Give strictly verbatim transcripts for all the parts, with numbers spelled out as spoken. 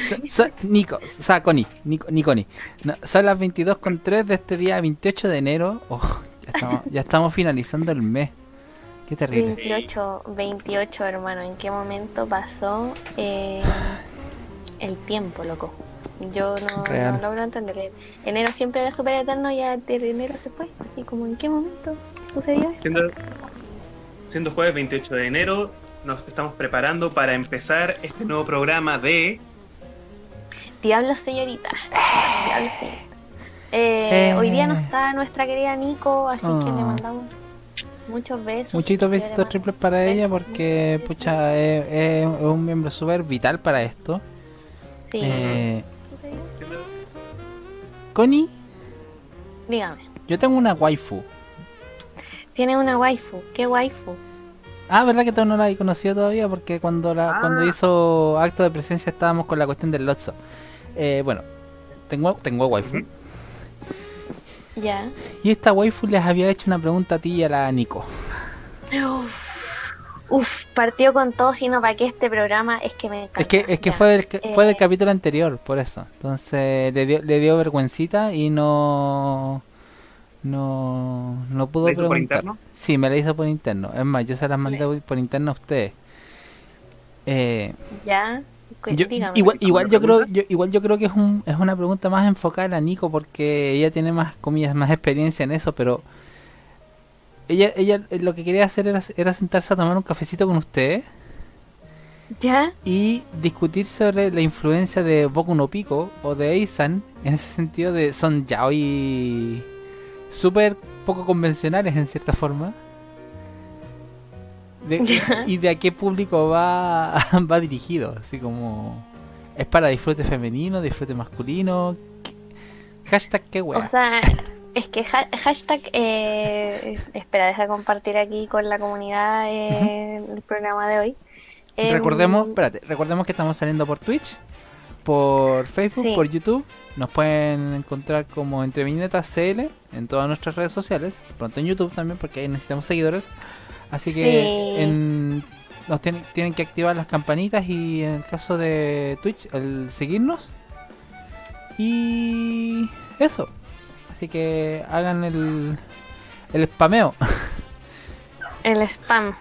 So, so, Nico, o sea, Connie, Nico, Niconi. No, son las veintidós con tres de este día veintiocho de enero. Oh, ya, estamos, ya estamos finalizando el mes. Qué terrible. veintiocho, veintiocho, hermano. ¿En qué momento pasó eh, el tiempo, loco? Yo no, no logro entender. Enero siempre era súper eterno y ya de enero se fue. Así como, ¿en qué momento sucedió esto? Siendo, siendo jueves veintiocho de enero, nos estamos preparando para empezar este nuevo programa de... Diablos, señorita. Diablos, señorita. Eh, eh, hoy día no está nuestra querida Nico, así oh. que le mandamos muchos besos. Muchitos besitos triples para besos. Ella porque, pucha, es, es un miembro súper vital para esto. Sí. Eh, Connie, dígame. Yo tengo una waifu. ¿Tiene una waifu? ¿Qué waifu? Ah, verdad que tú no la he conocido todavía porque cuando la ah. cuando hizo acto de presencia estábamos con la cuestión del Lotso. Eh, bueno, tengo tengo waifu. Ya. Yeah. Y esta waifu les había hecho una pregunta a ti y a la Nico. Uf, uf partió con todo, sino para que este programa es que me encanta. Es que es que fue del eh... fue del capítulo anterior, por eso. Entonces le dio le dio vergüencita y no No, no pudo ¿La hizo preguntar. por interno? Sí, me la hizo por interno. Es más, yo se las mandé ¿Le? por interno a ustedes. Eh, ya. Yo, igual, igual yo creo, yo, igual yo creo que es un, es una pregunta más enfocada a Nico porque ella tiene más comillas, más experiencia en eso, pero ella, ella lo que quería hacer era, era sentarse a tomar un cafecito con ustedes. ¿Ya? Y discutir sobre la influencia de Boku no Pico o de Eisan en ese sentido de son yaoi súper poco convencionales en cierta forma. De, y de a qué público va va dirigido, así como es para disfrute femenino, disfrute masculino. Hashtag qué wea. O sea, es que ha hashtag eh, espera, deja compartir aquí con la comunidad eh, uh-huh. el programa de hoy. Recordemos, eh, espérate, recordemos que estamos saliendo por Twitch, por Facebook, sí. por YouTube. Nos pueden encontrar como Entre Viñetas C L en todas nuestras redes sociales, pronto en YouTube también porque ahí necesitamos seguidores. Así que sí. en, nos tienen, tienen que activar las campanitas y en el caso de Twitch el seguirnos y eso. Así que hagan el el spameo. El spam.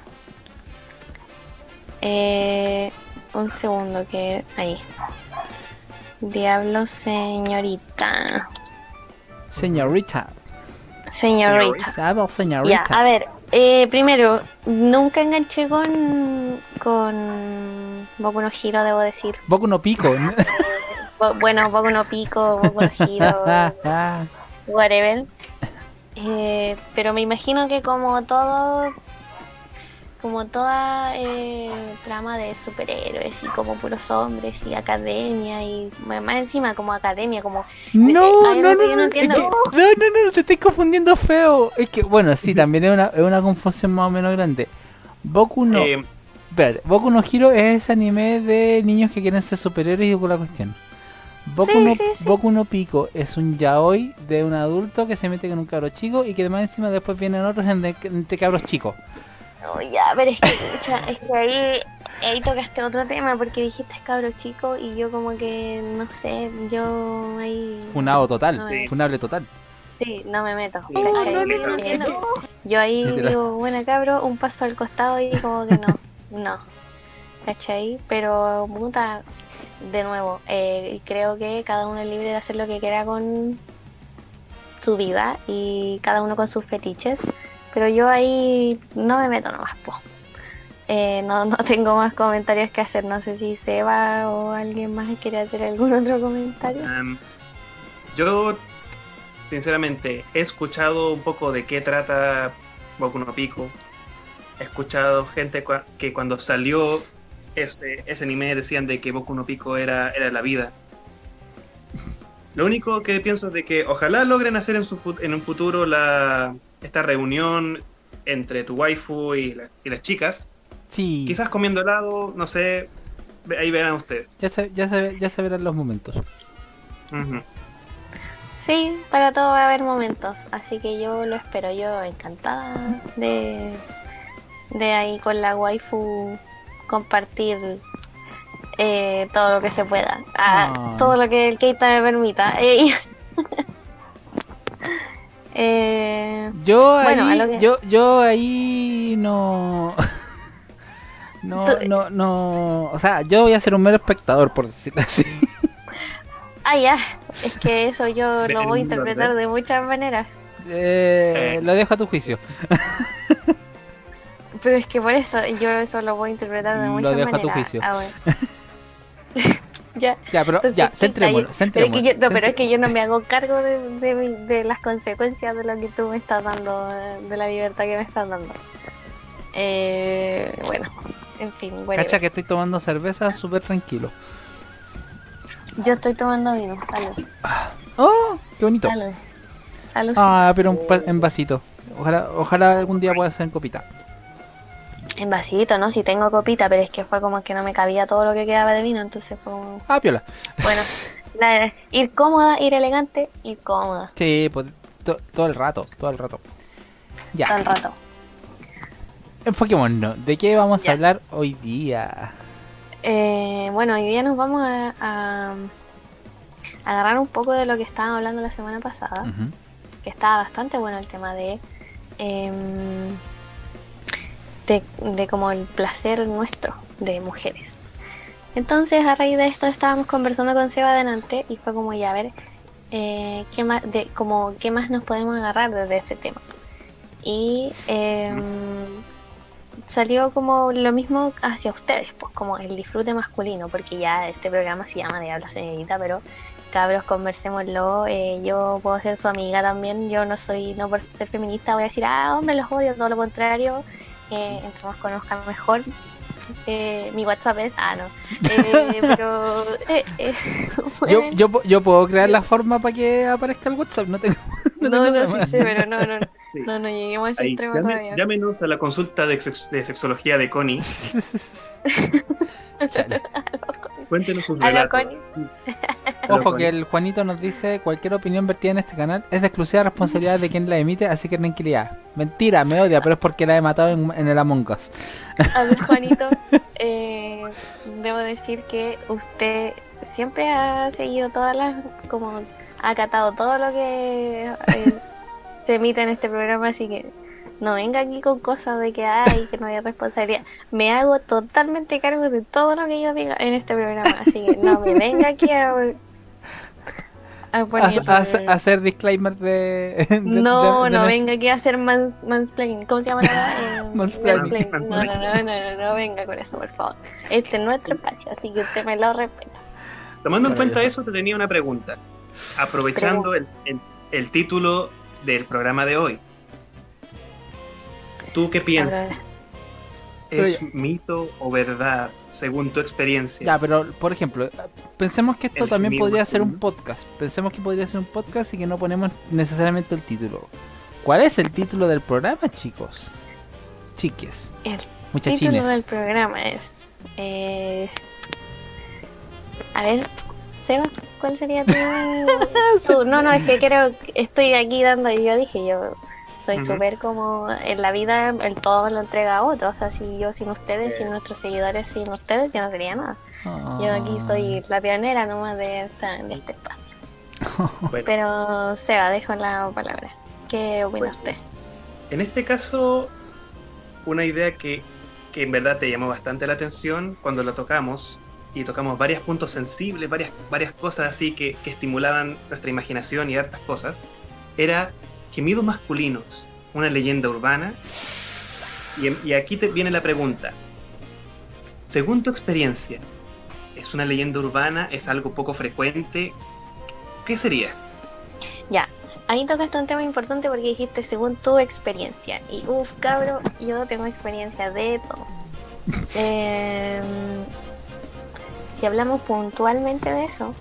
Eh, un segundo que ahí. Diablo, señorita. Señorita. Señorita. Señorita. Señorita. Ya, a ver. Eh, primero, nunca enganché con con Boku no Hero, debo decir. Boku no Pico. Bo, bueno, Boku no Pico, Boku no Hero, whatever. Eh, pero me imagino que como todo, como toda eh, trama de superhéroes y como puros hombres y academia y más encima como academia, como no, eh, no, no, no, no, es que, no, no, no, te estoy confundiendo feo. Es que bueno, sí, también es una, es una confusión más o menos grande. Boku no, eh, espérate, Boku no Hero es ese anime de niños que quieren ser superhéroes y con la cuestión. Boku, sí, no, sí, sí. Boku no Pico es un yaoi de un adulto que se mete con un cabro chico y que además encima después vienen otros entre, entre cabros chicos. No, ya, pero es que, escucha, es que ahí, ahí tocaste otro tema porque dijiste cabro chico y yo como que, no sé, yo ahí... Funado total, no me... funable total. Sí, no me meto. Sí. No, no, no, no, eh, no. Yo ahí digo, buena cabro, un paso al costado y como que no, no, ¿cachai? Pero, puta, de nuevo, eh, creo que cada uno es libre de hacer lo que quiera con su vida y cada uno con sus fetiches. Pero yo ahí no me meto nomás, po. Eh, no, no tengo más comentarios que hacer. No sé si Seba o alguien más quiere hacer algún otro comentario. Um, yo, sinceramente, he escuchado un poco de qué trata Boku no Pico. He escuchado gente cua- que cuando salió ese, ese anime decían de que Boku no Pico era, era la vida. Lo único que pienso es de que ojalá logren hacer en, su fu- en un futuro la... esta reunión entre tu waifu y, la, y las chicas. Sí. Quizás comiendo helado, no sé. Ahí verán ustedes. Ya se, ya se, ya se verán los momentos. Uh-huh. Sí, para todo va a haber momentos. Así que yo lo espero. Yo encantada de, de ahí con la waifu compartir eh, todo lo que se pueda, ah, oh. todo lo que el Keita me permita. Eh, eh, yo, bueno, ahí, que... yo, yo ahí no... No, Tú... no, no, o sea, yo voy a ser un mero espectador, por decirlo así. Ah, ya, es que eso yo lo voy a interpretar de muchas maneras. Eh, eh. Lo dejo a tu juicio. Pero es que por eso yo eso lo voy a interpretar de muchas maneras. Lo dejo a tu juicio. Ah, bueno. ya, ya, pero Entonces, ya, centrémonos, centrémonos. Pero, es que yo, no, pero es que yo no me hago cargo de, de, de las consecuencias de lo que tú me estás dando, de la libertad que me estás dando. Eh, bueno, en fin. Whatever. Cacha que estoy tomando cerveza súper tranquilo. Yo estoy tomando vino, salud. ¡Oh! ¡Qué bonito! Salud. Salud. Ah, pero un en vasito. Ojalá, ojalá algún día pueda ser en copita. En vasito, ¿no? Sí tengo copita, pero es que fue como que no me cabía todo lo que quedaba de vino, entonces fue como... Ah, piola. Bueno, la, ir cómoda, ir elegante, ir cómoda. Sí, pues to, todo el rato, todo el rato. Ya. Todo el rato. Enfoquémonos, ¿de qué vamos ya. a hablar hoy día? Eh, bueno, hoy día nos vamos a, a, a agarrar un poco de lo que estábamos hablando la semana pasada, uh-huh. que estaba bastante bueno el tema de, eh, de, de como el placer nuestro de mujeres. Entonces, a raíz de esto estábamos conversando con Seba adelante y fue como ya a ver eh, qué más, de, como qué más nos podemos agarrar desde este tema. Y eh, salió como lo mismo hacia ustedes, pues como el disfrute masculino, porque ya este programa se llama Diabla Señorita, pero cabros, conversémoslo, eh, yo puedo ser su amiga también, yo no soy, no por ser feminista voy a decir, ah, hombre, los odio, todo lo contrario, eh, entre más conozcan mejor, eh, mi WhatsApp es, ah, no, eh, pero... Eh, eh, yo, yo, yo puedo crear la forma para que aparezca el WhatsApp, no tengo... No, no, no sí sé, pero no, no, no. Sí. No, no lleguemos a ese extremo llame, todavía. Llámenos a la consulta de, sex, de sexología de Connie. Cuéntenos sus relatos. Ojo que el Juanito nos dice: cualquier opinión vertida en este canal es de exclusiva responsabilidad de quien la emite, así que tranquilidad. Mentira, me odia, pero es porque la he matado en, en el Among Us. A ver, Juanito, eh, debo decir que usted siempre ha seguido todas las, como ha acatado todo lo que eh, se emite en este programa, así que no venga aquí con cosas de que hay, que no hay responsabilidad. Me hago totalmente cargo de todo lo que yo diga en este programa, así que no me venga aquí a, a poner... A, a, a hacer disclaimer de... de no, de, de, no de venga aquí a hacer mans, mansplaining. ¿Cómo se llama la eh, mansplaining? No, no, no, no, no, no venga con eso, por favor. Este es nuestro espacio, así que usted me lo respeta. Tomando en cuenta eso, te tenía una pregunta. Aprovechando el, el, el título del programa de hoy. ¿Tú qué piensas? ¿Es mito o verdad, según tu experiencia? Ya, pero, por ejemplo, pensemos que esto también podría ser un podcast. Pensemos que podría ser un podcast y que no ponemos necesariamente el título. ¿Cuál es el título del programa, chicos? Chiques. El muchachines. título del programa es... Eh... A ver, Seba, ¿cuál sería tu...? tu... No, no, es que creo que estoy aquí dando... Y yo dije, yo... Soy uh-huh. súper como en la vida, el todo me lo entrega a otro. O sea, si yo sin ustedes, eh. sin nuestros seguidores, sin ustedes, yo no sería nada. Oh. Yo aquí soy la pionera nomás de, esta, de este espacio. Bueno. Pero, Seba, dejo la palabra. ¿Qué opina bueno, usted? En este caso, una idea que, que en verdad te llamó bastante la atención cuando la tocamos, y tocamos varios puntos sensibles, varias, varias cosas así que, que estimulaban nuestra imaginación y hartas cosas, era... Gemidos masculinos, una leyenda urbana. Y, y aquí te viene la pregunta. Según tu experiencia, ¿es una leyenda urbana? ¿Es algo poco frecuente? ¿Qué sería? Ya, ahí tocaste un tema importante porque dijiste según tu experiencia. Y uff, cabro, yo tengo experiencia de todo. eh, si hablamos puntualmente de eso,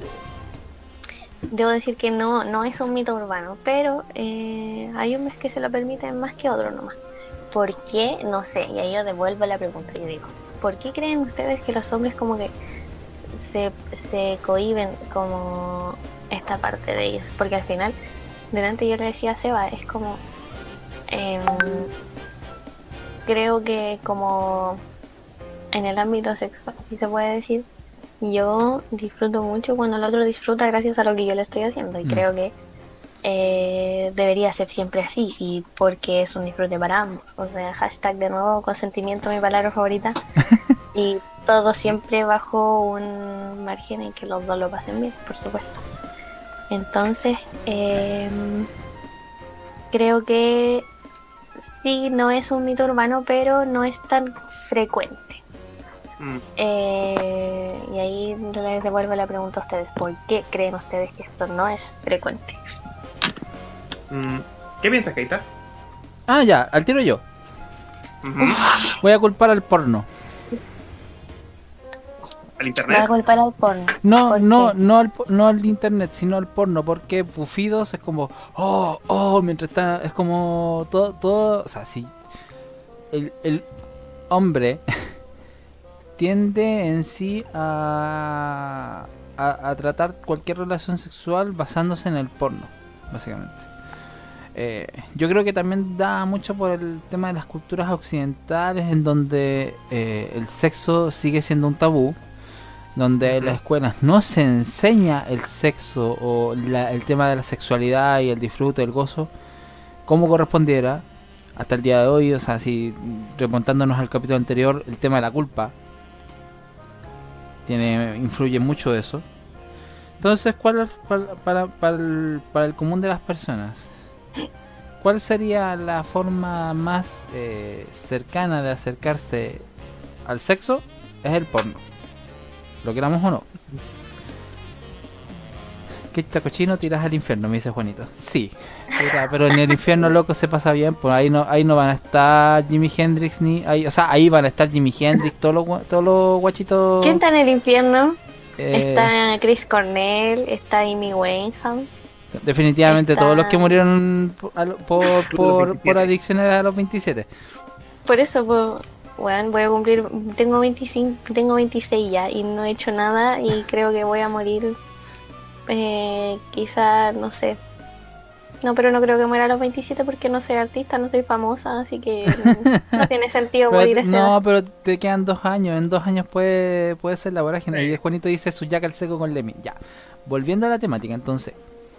debo decir que no, no es un mito urbano, pero eh, hay hombres que se lo permiten más que otros nomás. ¿Por qué? No sé, y ahí yo devuelvo la pregunta y digo, ¿por qué creen ustedes que los hombres como que se, se cohíben como esta parte de ellos? Porque al final, delante yo le decía a Seba, es como, eh, creo que como en el ámbito sexual, si se puede decir, yo disfruto mucho cuando el otro disfruta gracias a lo que yo le estoy haciendo. Y mm. creo que eh, debería ser siempre así, y porque es un disfrute para ambos. O sea, hashtag de nuevo, consentimiento, mi palabra favorita. Y todo siempre bajo un margen en que los dos lo pasen bien, por supuesto. Entonces, eh, creo que sí, no es un mito urbano, pero no es tan frecuente. Mm. Eh, y ahí les devuelvo la pregunta a ustedes: ¿por qué creen ustedes que esto no es frecuente? Mm. ¿Qué piensas, Keita? Ah, ya, al tiro yo. Uh-huh. Voy a culpar al porno. ¿Al internet? Voy a culpar al porno. No, no, no al, no al internet, sino al porno, porque Pufidos es como, oh, oh, mientras está, es como todo, todo, o sea, si el, el hombre tiende en sí a, a, a tratar cualquier relación sexual basándose en el porno, básicamente. Eh, yo creo que también da mucho por el tema de las culturas occidentales, en donde eh, el sexo sigue siendo un tabú, donde en las escuelas no se enseña el sexo o la, el tema de la sexualidad y el disfrute, el gozo, como correspondiera, hasta el día de hoy. O sea, si remontándonos al capítulo anterior, el tema de la culpa tiene influye mucho eso. Entonces, ¿cuál para, para, para, el, para el común de las personas, cuál sería la forma más eh, cercana de acercarse al sexo? Es el porno, lo queramos o no. ¿Qué cochino tiras al infierno? Me dice Juanito. Sí, puta, pero en el infierno, loco, se pasa bien. Pues ahí no, ahí no van a estar Jimi Hendrix ni, ahí, o sea, ahí van a estar Jimi Hendrix, todos los todos los guachitos. ¿Quién está en el infierno? Eh, está Chris Cornell, está Amy Winehouse. Definitivamente está... todos los que murieron por por, por, por adicciones a los veintisiete. Por eso, pues, bueno, voy a cumplir, tengo veinticinco, tengo veintiséis ya y no he hecho nada y creo que voy a morir. Eh, quizá, no sé. No, pero no creo que muera a los veintisiete porque no soy artista, no soy famosa, así que no, no tiene sentido morir ese. No, pero te quedan dos años, en dos años puede, puede ser la vorágine. Y el Juanito dice su yaca al seco con Lemmy. Ya, volviendo a la temática, entonces,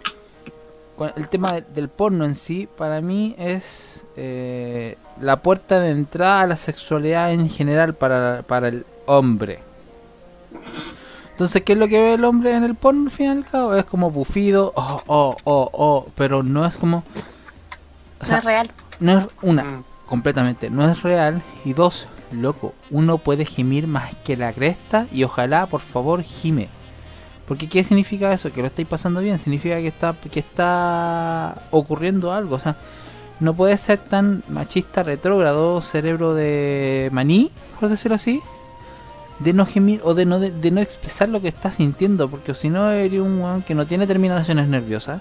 el tema de, del porno en sí, para mí es eh, la puerta de entrada a la sexualidad en general para, para el hombre. Entonces, ¿qué es lo que ve el hombre en el porno al fin y al cabo? Es como bufido, oh, oh, oh, oh, pero no es como... O sea, no es real. No es una, mm. completamente, no es real. Y dos, loco, uno puede gemir más que la cresta y ojalá, por favor, gime. Porque ¿qué significa eso? Que lo estáis pasando bien, significa que está, que está ocurriendo algo. O sea, no puede ser tan machista, retrógrado, cerebro de maní, por decirlo así, de no gemir o de no de, de no expresar lo que está sintiendo, porque si no eres un weón que no tiene terminaciones nerviosas.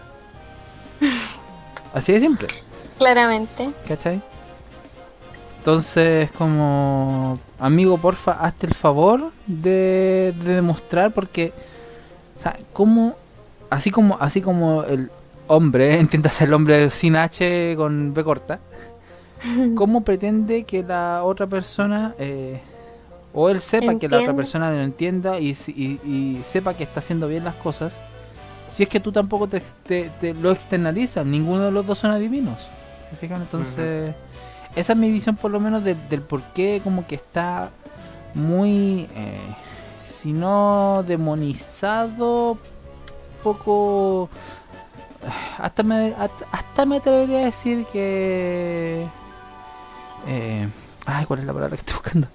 Así de simple. Claramente. ¿Cachai? Entonces, como amigo, porfa, hazte el favor de, de demostrar, porque, o sea, como así como así como el hombre intenta ser el hombre sin H con B corta, ¿cómo pretende que la otra persona eh, o él sepa Entiendo. que la otra persona lo entienda y, y, y sepa que está haciendo bien las cosas, si es que tú tampoco te, te, te lo externalizas? Ninguno de los dos son adivinos. ¿Se fijan? Entonces, uh-huh. esa es mi visión, por lo menos, de, del por qué como que está muy, eh, si no demonizado, poco... Hasta me, hasta, hasta me atrevería a decir que... Eh, ay, ¿cuál es la palabra que estoy buscando?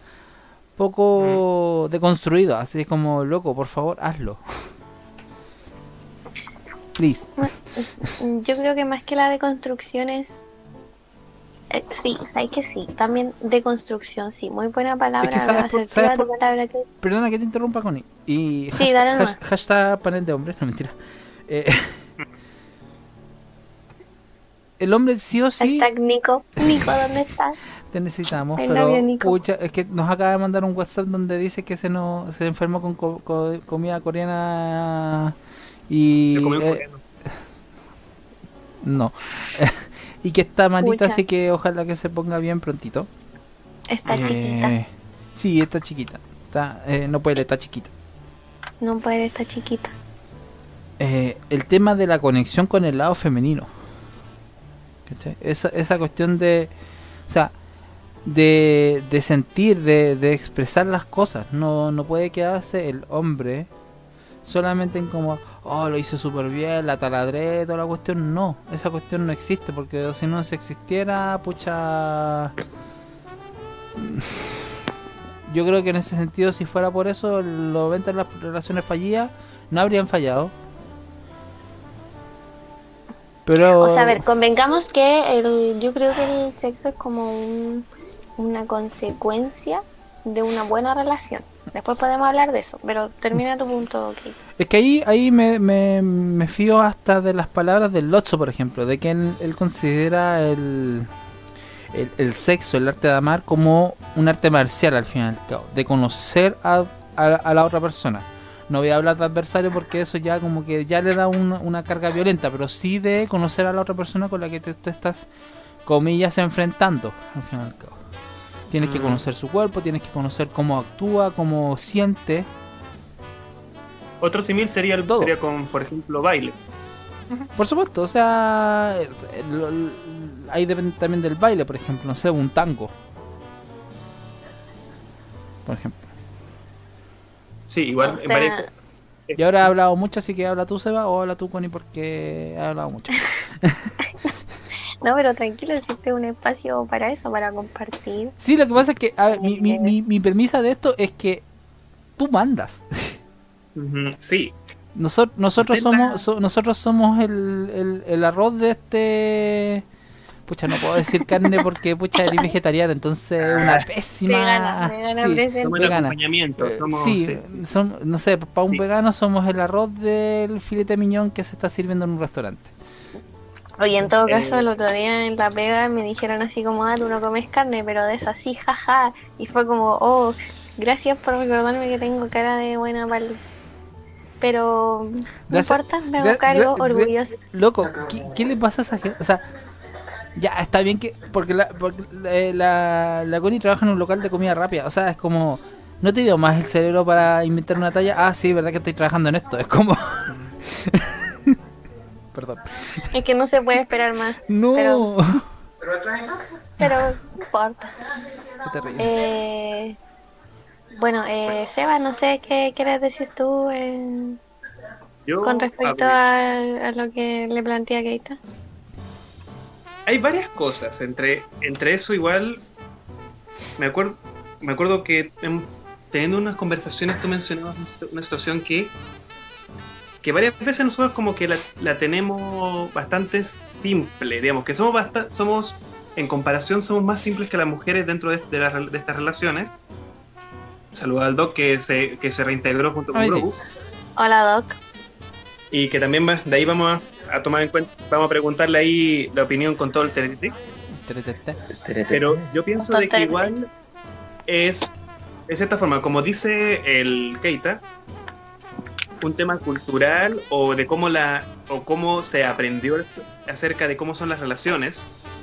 Poco mm. deconstruido, así como, loco, por favor, hazlo. Please. Yo creo que más que la deconstrucción es... Eh, sí, sabes que sí. También deconstrucción, sí. Muy buena palabra. Es que sabes por, sabes por, palabra que... Perdona que te interrumpa, Connie. Y sí, hashtag, dale hashtag, hashtag panel de hombres, no mentira. Eh, el hombre sí o sí... Hashtag Nico. Nico, ¿dónde estás? Te necesitamos, el pero novio, pucha, es que nos acaba de mandar un WhatsApp donde dice que se nos se enfermó con co- co- comida coreana y Yo comí eh, coreano. No. Y que está malita, Pucha. así que ojalá que se ponga bien prontito. Está eh, chiquita. Sí, está chiquita. Está, eh, no puede, está chiquita. No puede, está chiquita. Eh, el tema de la conexión con el lado femenino. ¿Cachai? Esa, esa cuestión de... O sea, de, de sentir, de, de expresar las cosas. No, no puede quedarse el hombre solamente en como, oh, lo hice súper bien, la taladré, toda la cuestión. No, esa cuestión no existe, porque si no se existiera, pucha... Yo creo que en ese sentido, si fuera por eso, el noventa de las relaciones fallidas no habrían fallado. Pero... O sea, a ver, convengamos que el, yo creo que el sexo es como un, una consecuencia de una buena relación. Después podemos hablar de eso, pero termina tu punto, ok. Es que ahí ahí me, me, me fío hasta de las palabras del Lotso, por ejemplo, de que él, él considera el, el, el sexo, el arte de amar, como un arte marcial al fin y al cabo, de conocer a, a, a la otra persona. No voy a hablar de adversario porque eso ya como que ya le da una, una carga violenta, pero sí de conocer a la otra persona con la que te, te estás, comillas, enfrentando al fin y al cabo. Tienes que conocer su cuerpo, tienes que conocer cómo actúa, cómo siente. Otro símil sería, el, sería con, por ejemplo, baile. Por supuesto, o sea, lo, lo, ahí depende también del baile, por ejemplo, no sé, un tango. Por ejemplo. Sí, igual. O sea... en varias... Y ahora he hablado mucho, así que habla tú, Seba, o habla tú, Connie, porque he hablado mucho. No, pero tranquilo, existe un espacio para eso, para compartir. Sí, lo que pasa es que, a ver, mi, mi, mi, mi premisa de esto es que tú mandas. Uh-huh, sí. Nosotros, nosotros somos so, nosotros somos el, el, el arroz de este... Pucha, no puedo decir carne porque, pucha, eres vegetariana, entonces una pésima... Vegana, vegana, sí, somos vegana. El acompañamiento. Somos, sí, sí. Son, no sé, para un sí. vegano somos el arroz del filete miñón que se está sirviendo en un restaurante. Oye, en todo caso, Eh, el otro día en la pega me dijeron así como, ah, tú no comes carne, pero de esa sí, jaja. Y fue como, oh, gracias por recordarme que tengo cara de buena pal. Pero no Gracias, importa, me gra- hago cargo, gra- orgullosa. Loco, ¿qué, ¿qué le pasa a esa gente? O sea, ya está bien que... Porque la, porque eh, la, la Connie trabaja en un local de comida rápida. O sea, es como... ¿No te dio más el cerebro para inventar una talla? Ah, sí, verdad que estoy trabajando en esto. Es como... Perdón. Es que no se puede esperar más. No. Pero, pero no importa. Qué terrible. Eh, bueno, eh, Seba, no sé qué quieres decir tú eh, yo, con respecto a, a lo que le plantea Keita. Hay varias cosas. Entre, entre eso igual... Me acuerdo, me acuerdo que em, teniendo unas conversaciones tú mencionabas una situación que... que varias veces nosotros como que la, la tenemos bastante simple, digamos, que somos bastante, somos, en comparación, somos más simples que las mujeres dentro de, de, la, de estas relaciones. Saludos al Doc que se, que se reintegró junto con Ay, Grogu. sí. Hola, Doc. Y que también va, de ahí vamos a, a tomar en cuenta, vamos a preguntarle ahí la opinión con todo el teletete. Pero yo pienso de que igual es, de cierta forma, como dice el Keita, un tema cultural o de cómo la o cómo se aprendió acerca de cómo son las relaciones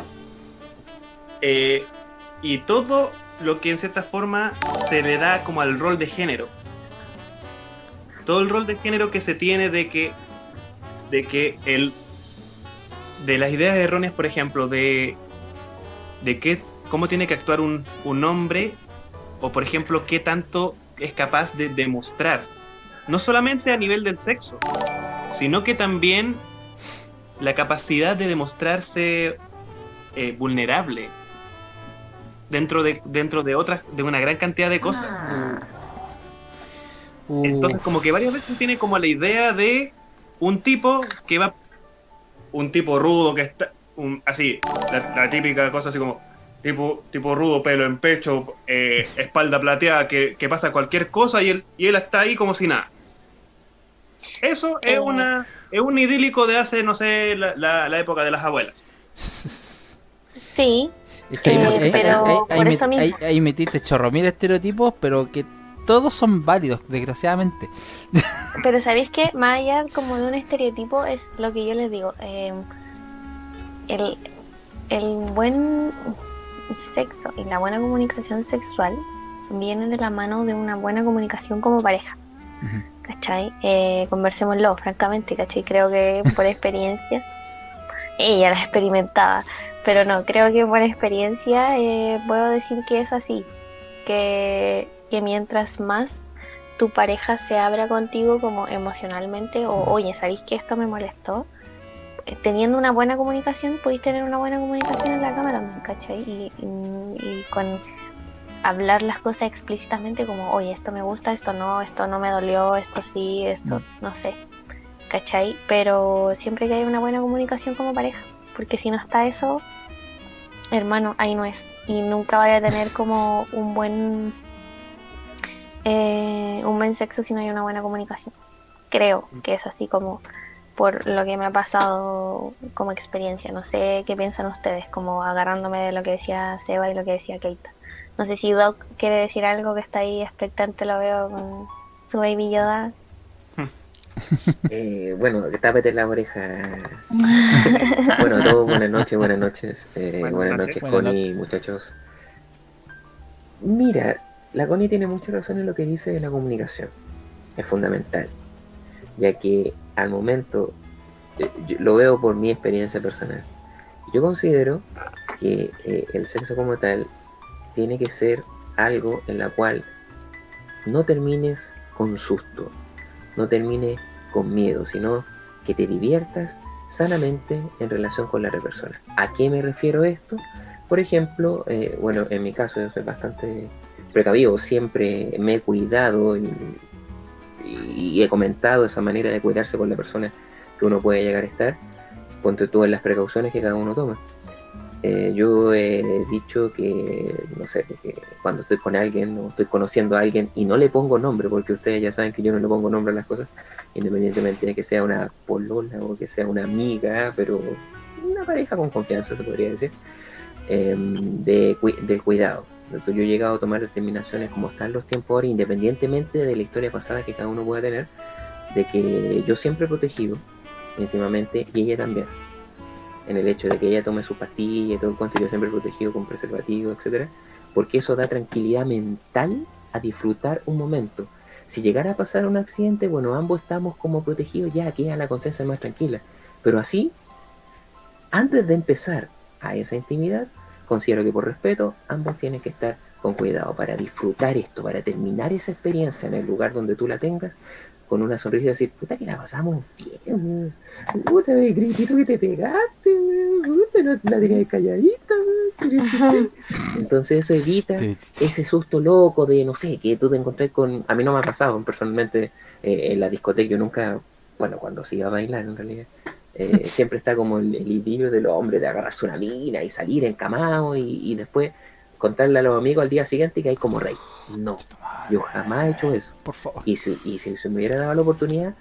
eh, y todo lo que en cierta forma se le da como al rol de género, todo el rol de género que se tiene de que de que el de las ideas erróneas, por ejemplo, de de qué cómo tiene que actuar un, un hombre, o por ejemplo qué tanto es capaz de demostrar, no solamente a nivel del sexo, sino que también la capacidad de demostrarse eh, vulnerable dentro de dentro de otras, de una gran cantidad de cosas. Uh. Entonces como que varias veces tiene como la idea de un tipo que va, un tipo rudo que está, un, así, la, la típica cosa así como tipo tipo rudo, pelo en pecho, eh, espalda plateada, que, que pasa cualquier cosa y él, y él está ahí como si nada. Eso eh. es una es un idílico de hace, no sé, la, la, la época de las abuelas. Sí, es que ahí, eh, ahí, pero ahí, por ahí, eso ahí, mismo. Ahí, ahí metiste chorro mil estereotipos, pero que todos son válidos, desgraciadamente. Pero ¿sabéis qué? Más allá como de un estereotipo es lo que yo les digo. Eh, el, el buen sexo y la buena comunicación sexual viene de la mano de una buena comunicación como pareja. Uh-huh. ¿Cachai? Eh, conversémoslo, francamente, ¿cachai? Creo que por experiencia, ella la experimentaba, pero no, creo que por experiencia eh, puedo decir que es así, que, que mientras más tu pareja se abra contigo como emocionalmente, o oye, ¿sabéis que esto me molestó? Teniendo una buena comunicación, podéis tener una buena comunicación en la cama también, ¿cachai? Y, y, y con hablar las cosas explícitamente como, oye, esto me gusta, esto no, esto no me dolió, esto sí, esto no sé, ¿cachai? Pero siempre que hay una buena comunicación como pareja, porque si no está eso, hermano, ahí no es. Y nunca vaya a tener como un buen eh, un buen sexo si no hay una buena comunicación. Creo que es así como por lo que me ha pasado como experiencia. No sé qué piensan ustedes, como agarrándome de lo que decía Seba y lo que decía Keita. No sé si Doc quiere decir algo, que está ahí expectante, lo veo con su Baby Yoda. Eh, bueno, tápete la oreja. Bueno, a todos, buenas noches, buenas noches. Eh, buenas, buenas noches, noches Connie, muchachos. Mira, la Connie tiene mucha razón en lo que dice de la comunicación. Es fundamental. Ya que al momento, eh, yo lo veo por mi experiencia personal. Yo considero que eh, el sexo como tal tiene que ser algo en la cual no termines con susto, no termines con miedo, sino que te diviertas sanamente en relación con la otra persona. ¿A qué me refiero esto? Por ejemplo, eh, bueno, en mi caso yo soy bastante precavido, siempre me he cuidado y, y he comentado esa manera de cuidarse con la persona que uno puede llegar a estar, ponte tú en las precauciones que cada uno toma. Eh, yo he dicho que, no sé, que cuando estoy con alguien o estoy conociendo a alguien y no le pongo nombre, porque ustedes ya saben que yo no le pongo nombre a las cosas, independientemente de que sea una polola o que sea una amiga, pero una pareja con confianza se podría decir, eh, de, del cuidado. Entonces yo he llegado a tomar determinaciones como están los tiempos ahora, independientemente de la historia pasada que cada uno pueda tener, de que yo siempre he protegido íntimamente y ella también, en el hecho de que ella tome su pastilla y todo el cuento, yo siempre he protegido con preservativo, etcétera, porque eso da tranquilidad mental a disfrutar un momento. Si llegara a pasar un accidente, bueno, ambos estamos como protegidos, ya queda la conciencia más tranquila, pero así, antes de empezar a esa intimidad, considero que por respeto, ambos tienen que estar con cuidado para disfrutar esto, para terminar esa experiencia en el lugar donde tú la tengas, con una sonrisa y decir, puta que la pasamos bien, puta, el gritito que te pegaste, puta, no la tenías calladita. Entonces eso evita ese susto loco de, no sé, que tú te encontrás con, a mí no me ha pasado personalmente eh, en la discoteca, yo nunca, bueno, cuando se iba a bailar en realidad, eh, siempre está como el, el idilio del hombre de agarrarse una mina y salir encamado y, y después contarle a los amigos al día siguiente que hay como rey. No, yo jamás he hecho eso. Por favor. Y si, y si se me hubiera dado la oportunidad,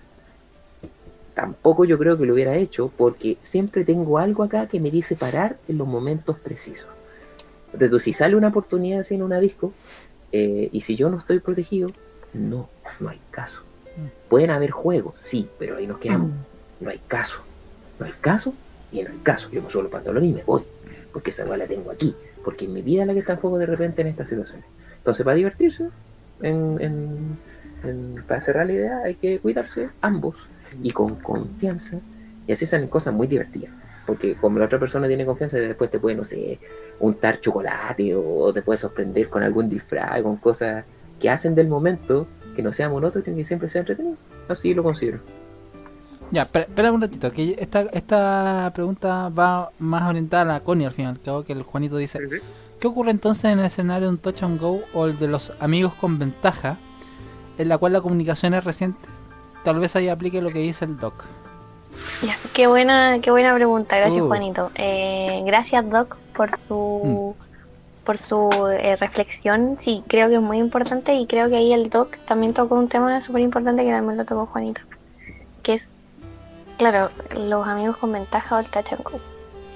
tampoco yo creo que lo hubiera hecho, porque siempre tengo algo acá que me dice parar en los momentos precisos. Entonces, si sale una oportunidad así en una disco, eh, y si yo no estoy protegido, no, no hay caso. Pueden haber juegos, sí, pero ahí nos quedamos. No hay caso. No hay caso y no hay caso. Yo me subo los pantalones y me voy, porque esa hueá la tengo aquí, porque en mi vida es la que está en juego de repente en estas situaciones. Entonces, para divertirse, en, en, en, para cerrar la idea, hay que cuidarse ambos y con confianza, y así salen cosas muy divertidas, porque como la otra persona tiene confianza, después te puede, no sé, untar chocolate o te puede sorprender con algún disfraz, con cosas que hacen del momento que no sea monótono y que siempre sea entretenido. Así lo considero. Ya, espera, espera un ratito, que esta, esta pregunta va más orientada a la Connie al final, que, que el Juanito dice, ¿sí? ¿Qué ocurre entonces en el escenario de un touch and go o el de los amigos con ventaja, en la cual la comunicación es reciente? Tal vez ahí aplique lo que dice el Doc. Ya, qué buena, qué buena pregunta, gracias uh. Juanito. Eh, gracias Doc por su mm. por su eh, reflexión. Sí, creo que es muy importante y creo que ahí el Doc también tocó un tema súper importante que también lo tocó Juanito, que es, claro, los amigos con ventaja o el touch and go.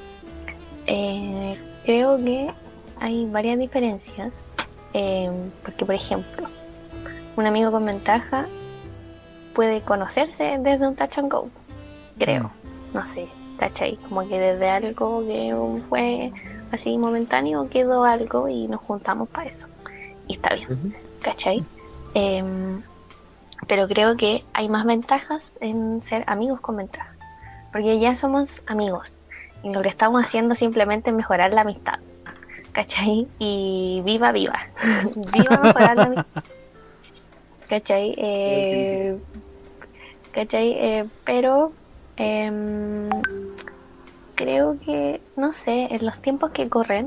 Eh, creo que hay varias diferencias, eh, porque por ejemplo, un amigo con ventaja puede conocerse desde un touch and go, creo, mm. no sé, ¿cachai? Como que desde algo que fue así momentáneo quedó algo y nos juntamos para eso. y está bien, Ujú. ¿cachai? Em, pero creo que hay más ventajas en ser amigos con ventaja, porque ya somos amigos y lo que estamos haciendo simplemente es mejorar la amistad, ¿cachai? Y viva, viva, viva mejorar la amistad, ¿cachai? Eh, ¿cachai? Eh, pero em, creo que, no sé, en los tiempos que corren,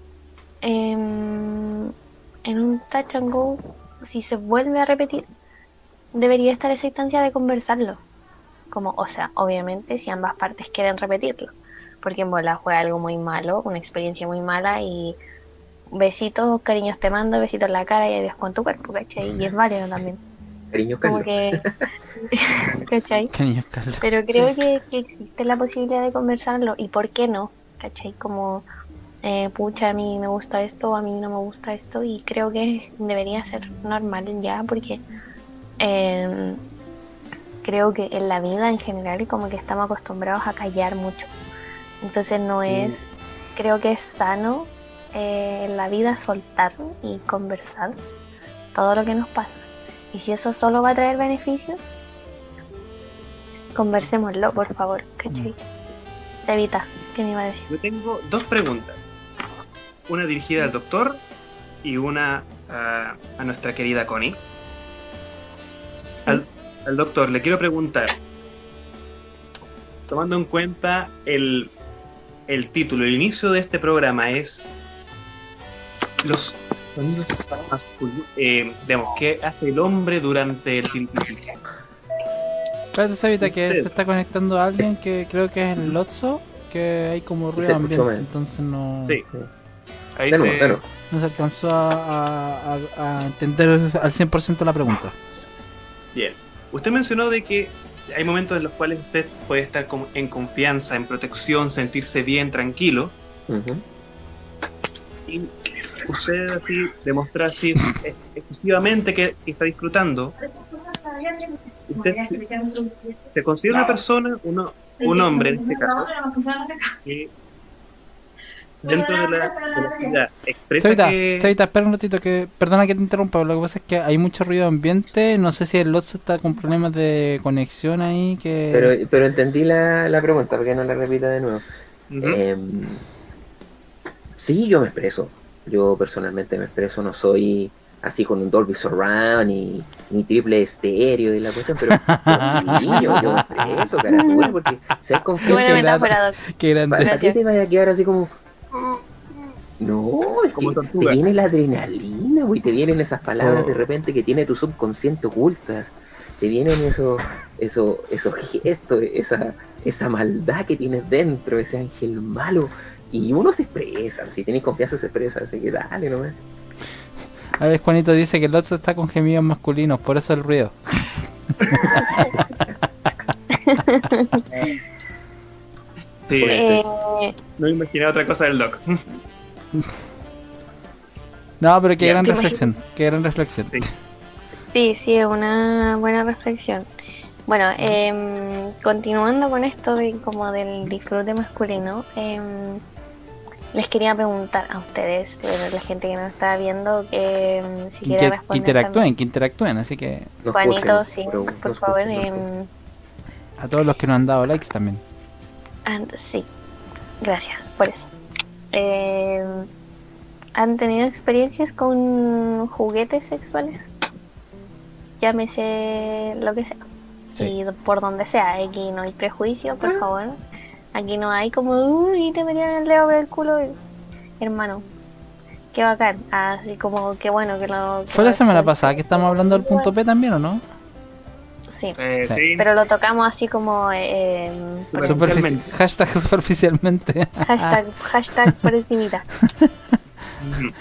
em, en un touch and go, si se vuelve a repetir, debería estar esa instancia de conversarlo. Como, o sea, obviamente si ambas partes quieren repetirlo. Porque en bola fue algo muy malo, una experiencia muy mala y besitos, cariños te mando, besitos en la cara y adiós con tu cuerpo, ¿cachai? Y es válido también. Cariño, Como Carlos. que, ¿cachai? Cariño, Carlos. Pero creo que, que existe la posibilidad de conversarlo y ¿por qué no? ¿Cachai? Como, eh, pucha, a mí me gusta esto, a mí no me gusta esto y creo que debería ser normal ya porque eh, creo que en la vida en general como que estamos acostumbrados a callar mucho. Entonces no es, creo que es sano eh, en la vida soltar y conversar todo lo que nos pasa. Y si eso solo va a traer beneficios, conversémoslo, por favor, ¿cachai? Cevita, ¿qué me iba a decir? Yo tengo dos preguntas. Una dirigida al doctor y una a, a nuestra querida Connie. Al, al doctor le quiero preguntar, tomando en cuenta el, el título, el inicio de este programa es los sonidos masculinos, eh, digamos, ¿qué hace el hombre durante el tintintín? Espérate, Sabita, que Usted. se está conectando a alguien que creo que es el Lotso, que hay como se ruido escuchó ambiente, mal. entonces no, Sí, Sí. ahí De nuevo, se... de nuevo. no se alcanzó a, a- a- a entender al cien por ciento la pregunta. Bien. Usted mencionó de que hay momentos en los cuales usted puede estar como en confianza, en protección, sentirse bien, tranquilo. Ujú. Y usted así demuestra así ex- exclusivamente que, que está disfrutando. Usted se, se considera una persona, uno, un hombre en este caso, que dentro de la, de la ciudad expresa Sabita, que... Sabita, espera un ratito, que perdona que te interrumpa, lo que pasa es que hay mucho ruido ambiente, no sé si el Lotso está con problemas de conexión ahí, que... Pero, pero entendí la, la pregunta, porque no la repita de nuevo. Ujú. Em, sí, yo me expreso. Yo personalmente me expreso, no soy así con un Dolby Surround ni, ni triple estéreo y la cuestión, pero yo, niño, yo me expreso, caratura, porque si hay Qué confianza, buena Qué metáfora, Doc. Qué grande. ¿para qué Gracias. te vaya a quedar así como... No, es Como que tortuga. te viene la adrenalina, güey, te vienen esas palabras Oh. de repente que tiene tu subconsciente ocultas, te vienen esos, esos, esos gestos, esa, esa maldad que tienes dentro, ese ángel malo, y uno se expresa, si tienes confianza se expresa, así que dale nomás. A ver, Juanito dice que el Lotso está con gemidos masculinos, por eso el ruido. Sí, Puede ser. Eh, no me imaginaba otra cosa del doc. No, pero qué Ya. gran ¿Te reflexión, qué gran reflexión. Sí. sí, sí, es una buena reflexión. Bueno, em, continuando con esto de como del disfrute masculino, em, les quería preguntar a ustedes, bueno, la gente que nos está viendo, que em, si Que, quiere que responder interactúen, también. que interactúen, así que Nos Juanito, juzguen, sí, pero por nos favor. juzguen, nos em, juzguen. a todos los que nos han dado likes también. and- sí, gracias por eso. Em, ¿Han tenido experiencias con juguetes sexuales? Llámese lo que sea. Sí. Y por donde sea, aquí no hay prejuicio, por favor. Aquí no hay como, uy, te metían el dedo por el culo. Hermano, qué bacán. Así como, qué bueno que lo... que ¿Fue lo la semana descubrí. pasada que estamos hablando del punto P también o no? Sí, Eh, Sí. sí. pero lo tocamos así como... Eh, por Superficial. Superfici- Superficialmente. hashtag superficialmente. hashtag, hashtag por encimita. Ujú.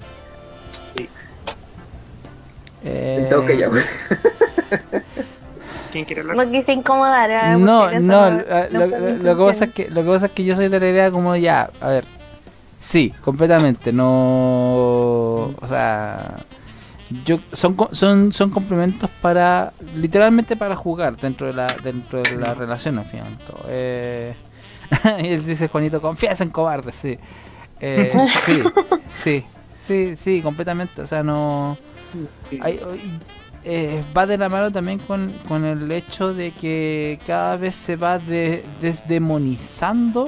Eh, Tengo que llamar. ¿Quién quiere hablar? No quise incomodar. ah, No, porque eso no, no- lo, no lo- fue mi lo que intención. pasa es que lo que pasa es que yo soy de la idea como ya, a ver, sí, completamente, no, o sea, yo son co- son son complementos para literalmente para jugar dentro de la dentro de la relación al final. Todo. Eh, y él dice Juanito, confianza en cobarde, sí, eh, sí, sí, sí, sí, completamente. O sea, no... Sí. Hay, eh, va de la mano también con, con el hecho de que cada vez se va de, desdemonizando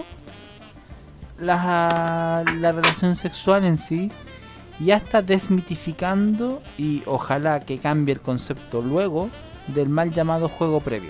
la, la relación sexual en sí, y hasta desmitificando, y ojalá que cambie el concepto luego, del mal llamado juego previo.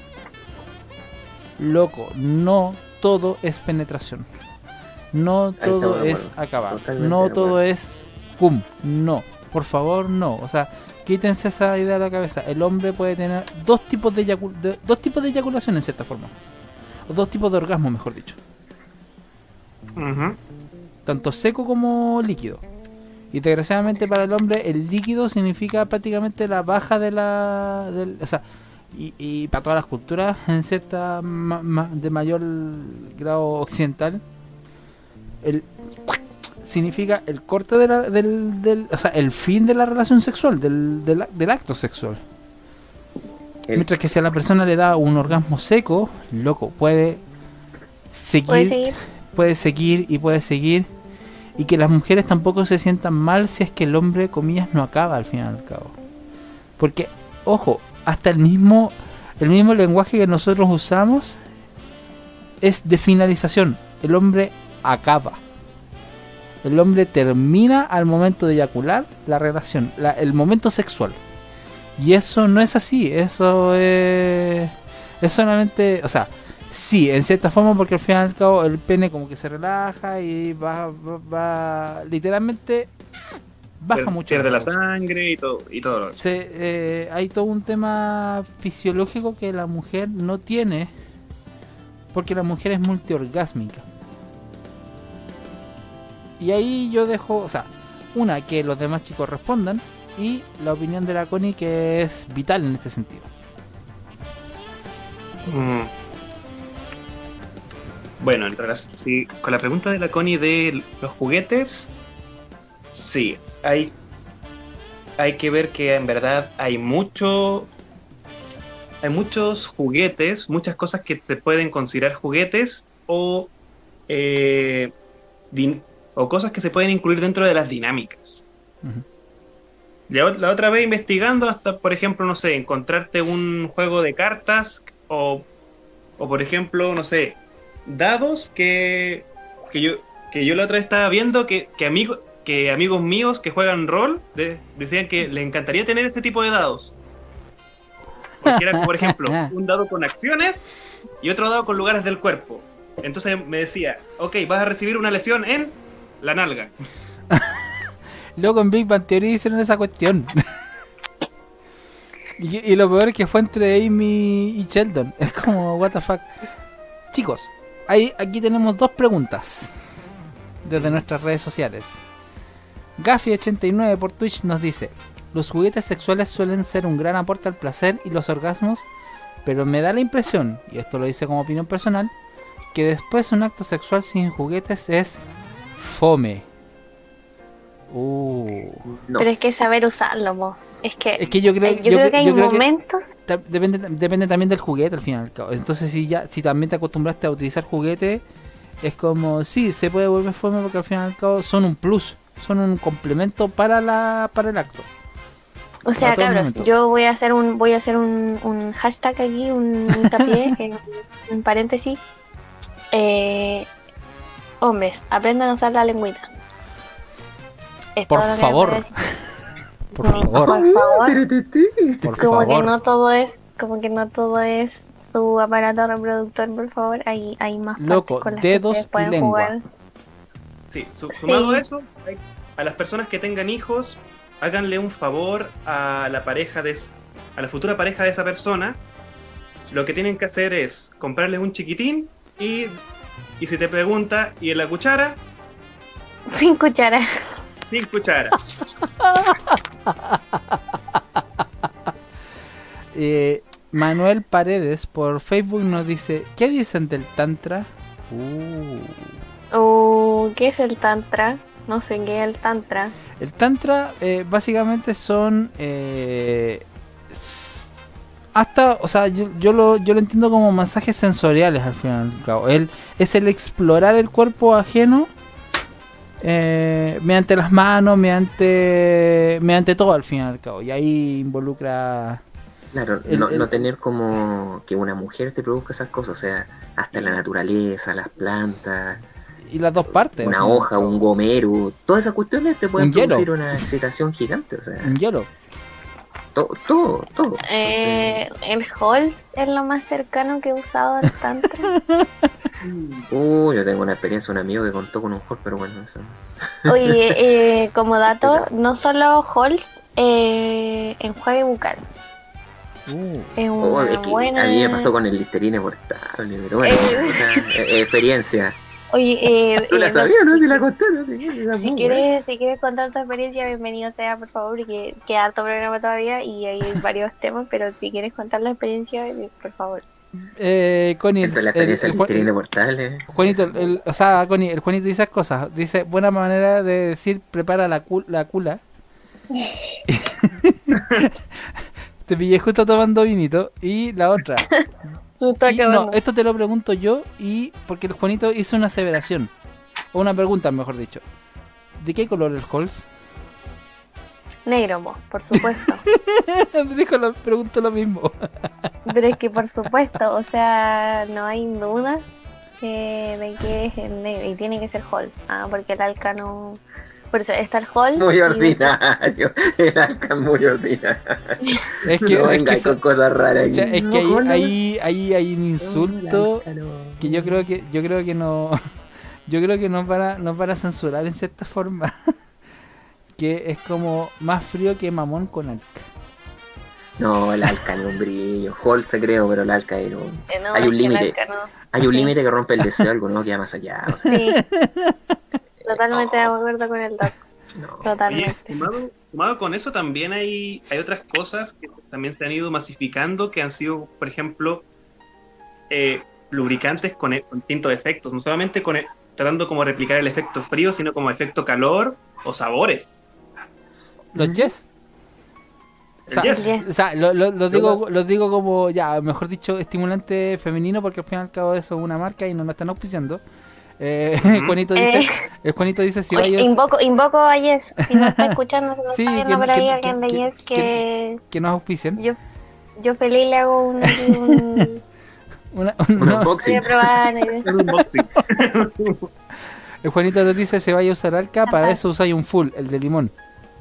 Loco, no todo es penetración, no todo es acabar, no todo es cum, no, por favor no, o sea, quítense esa idea de la cabeza. El hombre puede tener dos tipos de, eyacul de dos tipos de eyaculación en cierta forma, o dos tipos de orgasmo, mejor dicho. Uh-huh. Tanto seco como líquido. Y desgraciadamente para el hombre el líquido significa prácticamente la baja de la... Del, o sea, y, y para todas las culturas en cierta ma, ma, de mayor grado occidental, el significa el corte de la, del, del... O sea, el fin de la relación sexual, del, del, del acto sexual. El... Mientras que si a la persona le da un orgasmo seco, loco, puede seguir... Puede seguir. Puede seguir y puede seguir. Y que las mujeres tampoco se sientan mal si es que el hombre, comillas, no acaba al fin y al cabo. Porque, ojo, hasta el mismo el mismo lenguaje que nosotros usamos es de finalización. El hombre acaba. El hombre termina al momento de eyacular la relación, la, el momento sexual. Y eso no es así. Eso es, es solamente, o sea... Sí, en cierta forma, porque al fin y al cabo el pene como que se relaja y va, va, va literalmente baja Pier, mucho. Pierde la sangre y todo. Y todo. Se, eh, hay todo un tema fisiológico que la mujer no tiene, porque la mujer es multiorgásmica. Y ahí yo dejo, o sea, una, que los demás chicos respondan, y la opinión de la Connie, que es vital en este sentido. Mm. Bueno, entonces, sí, con la pregunta de la Connie de los juguetes, sí, hay, hay que ver que en verdad hay mucho, hay muchos juguetes, muchas cosas que se pueden considerar juguetes o, eh, din, o cosas que se pueden incluir dentro de las dinámicas. Uh-huh. La, la otra vez investigando hasta, por ejemplo, no sé, encontrarte un juego de cartas o, o por ejemplo, no sé, dados que, que yo que yo la otra vez estaba viendo que, que, amigo, que amigos míos que juegan rol de, decían que les encantaría tener ese tipo de dados. Porque era, por ejemplo, un dado con acciones y otro dado con lugares del cuerpo. Entonces me decía, ok, vas a recibir una lesión en la nalga. Luego en Big Bang Theory hicieron esa cuestión. y, y lo peor es que fue entre Amy y Sheldon. Es como, what the fuck. Chicos, Ahí, aquí tenemos dos preguntas desde nuestras redes sociales. Gafi ochenta y nueve por Twitch nos dice: los juguetes sexuales suelen ser un gran aporte al placer y los orgasmos, pero me da la impresión, y esto lo dice como opinión personal, que después un acto sexual sin juguetes es fome. Uh. No. Pero es que saber usarlo, mo. Es que, es que yo creo, yo yo creo que hay yo creo momentos que depende, depende también del juguete al final. Entonces si ya si también te acostumbraste a utilizar juguetes, es como sí, se puede volver fome porque al fin y al cabo son un plus, son un complemento para la para el acto. O sea, cabros, yo voy a hacer un voy a hacer un, un hashtag aquí, un hincapié, en un paréntesis. Eh, hombres, aprendan a usar la lengüita. Es por favor. Por favor. Por favor. Por como favor. que no todo es, como que no todo es su aparato reproductor, por favor. Hay, hay más loco, con las dedos que pueden y lengua. Jugar. Sí, su, sumado sí. a eso, a las personas que tengan hijos, háganle un favor a la pareja de a la futura pareja de esa persona. Lo que tienen que hacer es comprarles un chiquitín y y si te pregunta, ¿y en la cuchara? Sin cuchara. Sin cuchara. eh, Manuel Paredes por Facebook nos dice: ¿qué dicen del tantra? Uh. Uh, ¿qué es el tantra? No sé qué es el tantra. El tantra eh, básicamente son eh, hasta, o sea, yo, yo lo yo lo entiendo como masajes sensoriales al fin y al cabo. El, es el explorar el cuerpo ajeno eh, mediante las manos, mediante mediante todo al fin y al cabo. Y ahí involucra... Claro, el, no, el, no tener como que una mujer te produzca esas cosas, o sea, hasta la naturaleza, las plantas, y las dos partes. una hoja, un gomero, todas esas cuestiones te pueden un hielo. producir una excitación gigante, o sea, Un hielo. todo, todo, todo. Eh, el Halls es lo más cercano que he usado al Tantra. Uh, yo tengo una experiencia, un amigo que contó con un hall, pero bueno, eso. Oye, eh, como dato, no solo Halls, eh, enjuague bucal. Uh. Es una Oh, es que buena... a mí me pasó con el Listerine portable, pero bueno, Eh. o sea, eh, experiencia. Oye, eh, ¿Tú la eh, sabías, no, no? si, Si la conté, no sé qué. si quieres, si quieres contar tu experiencia, bienvenido sea, por favor, porque queda harto programa todavía y hay varios temas, pero si quieres contar la experiencia, eh, por favor. Eh, Connie, el, Esta es la el, experiencia el, del Juan- Listerine portable. Juanito, el, el- o sea, Connie, el Juanito dice esas cosas. Dice, buena manera de decir, prepara la, cul- la cula. Te pillé justo tomando vinito. Y la otra. Tú estás Y, no, acabando. esto te lo pregunto yo y porque el Juanito hizo una aseveración. O una pregunta, mejor dicho. ¿De qué color el Halls? Negro, po, por supuesto. Dijo, lo, pregunto lo mismo. Pero es que por supuesto, o sea, no hay dudas eh, de que es el negro y tiene que ser Halls, ah, porque el Alca no... Por eso está el Halls. Muy y- ordinario. El Alca es muy ordinario. Es que, No es que, vengáis sa- con cosas raras. o sea, es No, que ahí, hola. ahí, ahí hay un insulto No, el Alca no. que yo creo que yo creo que no yo creo que nos van a, nos van a censurar en cierta forma. Que es como más frío que mamón con Alca. No, el Alca ni un brillo. Hall se creo, pero el Alca ahí no. eh, no, Hay es un que el límite. Alca no. Hay un Sí. límite que rompe el deseo, algo no queda más allá. O sea, Sí, totalmente de acuerdo con el doc, no. Oye, totalmente. sumado, sumado con eso también hay, hay otras cosas que también se han ido masificando, que han sido, por ejemplo, eh, lubricantes con, e- con distintos efectos, no solamente con e- tratando como replicar el efecto frío, sino como efecto calor o sabores. Los yes. O sea, El yes. Yes. o sea, lo, lo- lo digo, lo digo como, ya, mejor dicho, estimulante femenino, porque al fin y al cabo eso es una marca y no nos están auspiciando. Eh, Ujú. Juanito Eh. dice, el Juanito dice si Oye, vayas, invoco, invoco a Yes, si no está escuchando, si no Sí, está que viendo no- por ahí que- alguien de que- Yes, que- que que nos auspicien. yo, yo feliz le hago un... un Una- Un una- voy unboxing. a probar... eh, Un unboxing. el Juanito nos dice si vaya a usar Alca, para eso usáis un full, el de limón.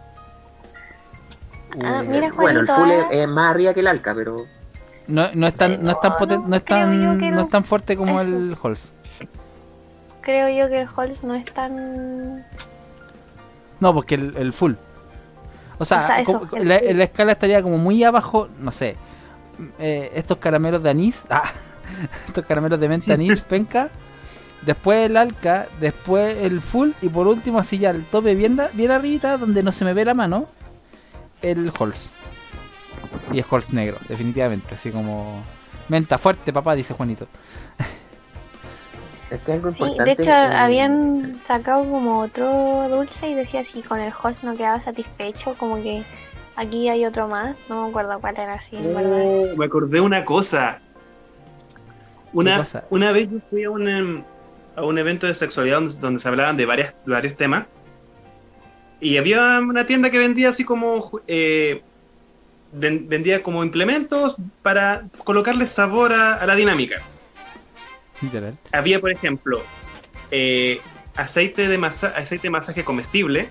Ah, Uh, mira, Bueno, el Juanito, full ah. es, es más arriba que el Alca, pero no, no es tan, no es tan No, poten- no, no es creo tan, yo que no no. es tan fuerte como Eso. el Halls. Creo yo que el Halls no es tan... No, porque el, el full. O sea, O sea, eso, como- el la, full. la escala estaría como muy abajo, no sé. eh, estos caramelos de anís, ah, estos caramelos de menta anís, penca. Después el Alca, después el full y por último así ya el tope bien, bien arribita donde no se me ve la mano, el Halls. Y el Halls negro, definitivamente, así como menta fuerte, papá, dice Juanito. es que algo Sí, importante. de hecho en- habían sacado como otro dulce y decía si con el Halls no quedaba satisfecho, como que aquí hay otro más, no me acuerdo cuál era así, en verdad. Oh, me acordé una cosa. Una, cosa? una vez yo fui a un, em, a un evento de sexualidad donde, donde se hablaban de varias, varios temas. Y había una tienda que vendía así como eh, ven- vendía como implementos para colocarle sabor a, a la dinámica. Literal. Había, por ejemplo, eh, aceite de masa aceite de masaje comestible,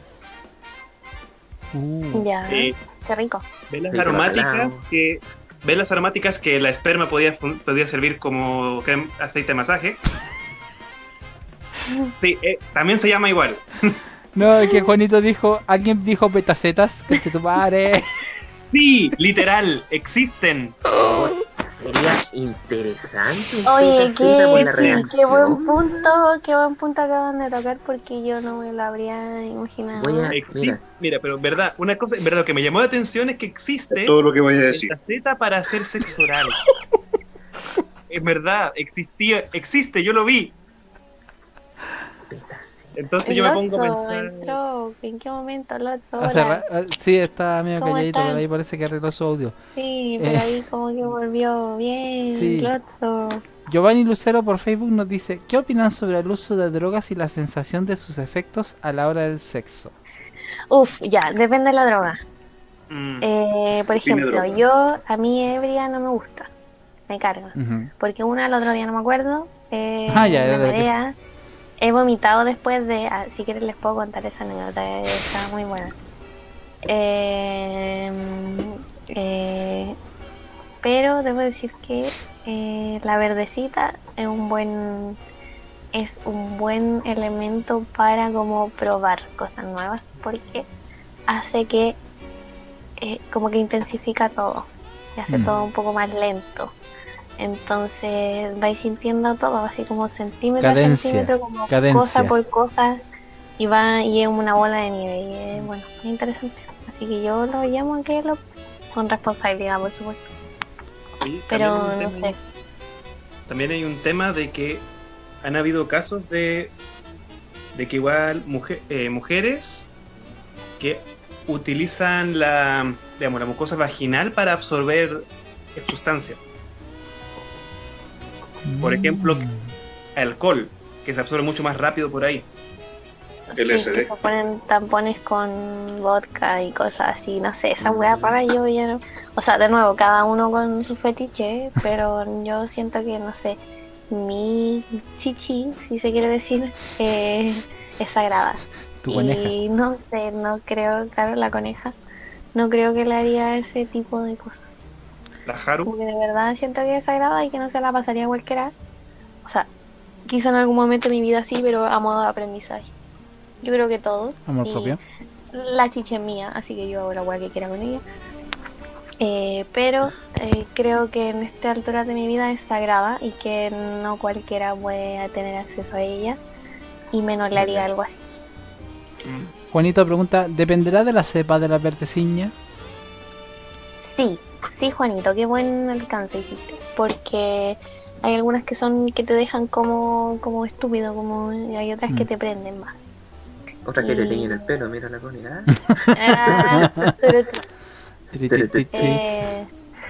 Uh, Ya, eh, qué rico. velas Sí, aromáticas bacalao. que velas aromáticas que la esperma podía fun- podía servir como crema- aceite de masaje. Sí, eh, también se llama igual. No, es que Juanito dijo, alguien dijo petacetas, que tu madre. Sí, literal, existen. Sería interesante. un Oye, pedacito por qué, la qué, qué reacción. buen punto, qué buen punto acaban de tocar porque yo no me lo habría imaginado. Voy a- Existe, Mira. mira, pero verdad, una cosa, verdad que me llamó la atención es que existe Todo lo que voy a decir. petaceta para hacer sexo oral. Es verdad, existía, existe, yo lo vi. Pedacito. Entonces El yo me pongo a Lotso pensar. entró, ¿en qué momento Lotso? Hace Hola. ra- ah, sí, está medio ¿Cómo calladito, están? pero ahí parece que arregló su audio. Sí, pero Eh. ahí como que volvió bien, Sí. Lotso. Giovanni Lucero por Facebook nos dice: ¿qué opinan sobre el uso de drogas y la sensación de sus efectos a la hora del sexo? Uf, ya, depende de la droga. Mm. Eh, por ejemplo, droga. yo, a mí ebria no me gusta, me carga. Uh-huh. Porque una, el otro día no me acuerdo, eh, Ah, ya, me era de- marea. He vomitado después de, ah, si quieres les puedo contar esa anécdota, eh, está muy buena. Eh, eh, pero debo decir que eh, la verdecita es un buen es un buen elemento para como probar cosas nuevas, porque hace que eh, como que intensifica todo y hace Mm. todo un poco más lento. Entonces vais sintiendo todo así como centímetro Cadencia, a centímetro, como cadencia. cosa por cosa, y va y es una bola de nieve y es bueno, es interesante. Así que yo lo llamo a que lo con responsabilidad, por supuesto. Sí, Pero también, hay no un tema, sé. también hay un tema de que han habido casos de, de que igual mujer, eh, mujeres que utilizan la, digamos, la mucosa vaginal para absorber sustancias. Por ejemplo, alcohol, que se absorbe mucho más rápido por ahí. Sí, L S D. que se ponen tampones con vodka y cosas así, no sé, esa weá para yo ya no. O sea, de nuevo, cada uno con su fetiche, pero yo siento que, no sé, mi chichi, si se quiere decir, eh, es sagrada. Tu coneja. Y no sé, no creo, claro, la coneja, no creo que le haría ese tipo de cosas. La Haru, Porque de verdad siento que es sagrada y que no se la pasaría a cualquiera. O sea, quizá en algún momento de mi vida sí, pero a modo de aprendizaje. Yo creo que todos. Amor Y propio. la chicha es mía, así que yo hago la hueá que quiera con ella. Eh, pero eh, creo que en esta altura de mi vida es sagrada y que no cualquiera puede tener acceso a ella. Y menos le haría algo así. Juanito pregunta: ¿dependerá de la cepa de la verdeciña? Sí, sí, Juanito, qué buen alcance hiciste. Porque hay algunas que son que te dejan como, como estúpido, como y hay otras que Mm. te prenden más. Otra que te Y- teñen el pelo, mira la Connie. ¿Ah? Ah, pero tú- Tri, tri, tri, tri. eh,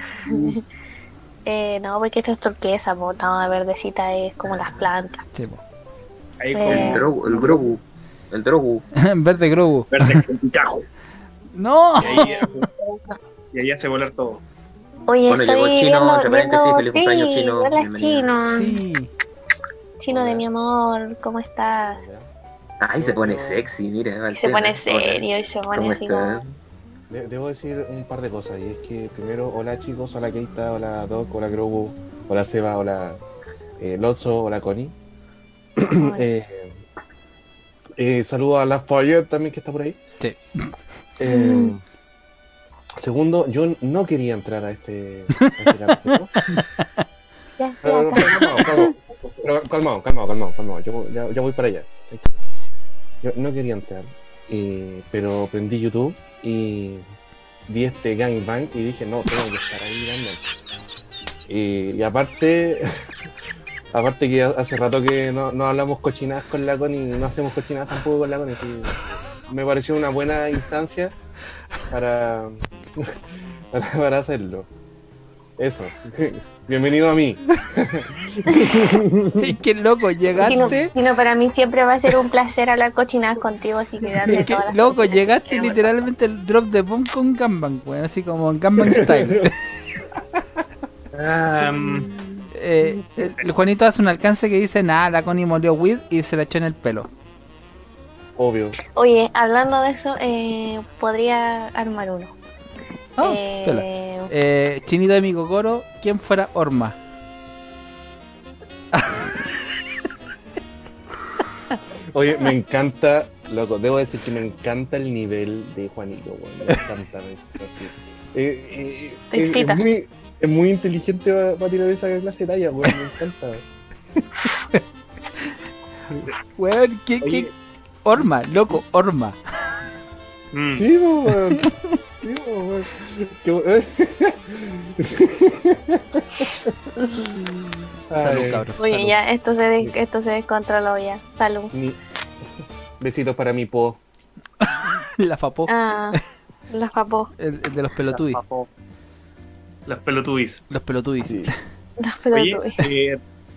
eh, no, porque esto es turquesa, po, no, la verdecita es como las plantas. Sí, po. ahí Eh. El como Grogu, el Grogu. El Grogu. Verde Grogu. Verde con picajo. ¡No! y ahí, y ahí hace volar todo. Oye, Bueno, llegó estoy el chino, viendo, entre paréntesis, viendo, feliz cumpleaños, sí, chino, hola bienvenido. chino, Sí. chino de Hola. mi amor, ¿cómo estás? Ay, se pone sexy, mira. va Y el se tema. pone Hola. serio y se pone ¿Cómo así está? como... De- debo decir un par de cosas, y es que primero, hola chicos, hola Keita, hola Doc, hola Grogu, hola Seba, hola eh, Lotso, hola Connie. Hola. eh, eh, saludo a la Fayette también que está por ahí. Sí. Eh, segundo, yo no quería entrar a este, a este capítulo. Ya estoy Pero, acá. pero calmado, calmado, pero calmado, calmado, calmado, calmado. Yo ya, ya voy para allá. Tranquilo. Yo no quería entrar, eh, pero prendí YouTube y vi este gangbang y dije, no, tengo que estar ahí mirando. Y, y aparte, aparte que hace rato que no, no hablamos cochinadas con la Connie, no hacemos cochinadas tampoco con la Connie. así que me pareció una buena instancia para, para, para hacerlo. Eso. Bienvenido a mí. Es que loco, Chino, llegaste. Chino, para mí siempre va a ser un placer hablar cochinadas contigo, así que darte Es que, todas las loco, cosas que llegaste quieras, literalmente el drop de bomb con Gangbang, weón, así como en Gangbang Style. Ah, mm, Eh, el, el Juanito hace un alcance que dice: nada, la Connie molió weed y se la echó en el pelo. Obvio. Oye, hablando de eso, eh, podría armar uno. Ah, Eh, piola. Eh, Chinito de mi Kokoro, ¿quién fuera Orma? Oye, me encanta, loco, debo decir que me encanta el nivel de Juanito, weón, me encanta. me encanta. Eh, eh, Te es, excita. es muy, es muy inteligente para tirar esa clase de talla, weón, me encanta. Weón, ¿qué, Oye. qué? Orma, loco, Orma. mm. Sí, po, weón. Sí, po, weón. Qué weón. Salud, Ay, cabrón. Oye, salud. ya, esto se, des- esto se descontroló ya. Salud. mi- Besitos para mi po. La Fapó, Ah, las papó, el, el de los pelotudis. Los pelotubis. Los pelotudis. Sí. las Oye, pelotudas. eh,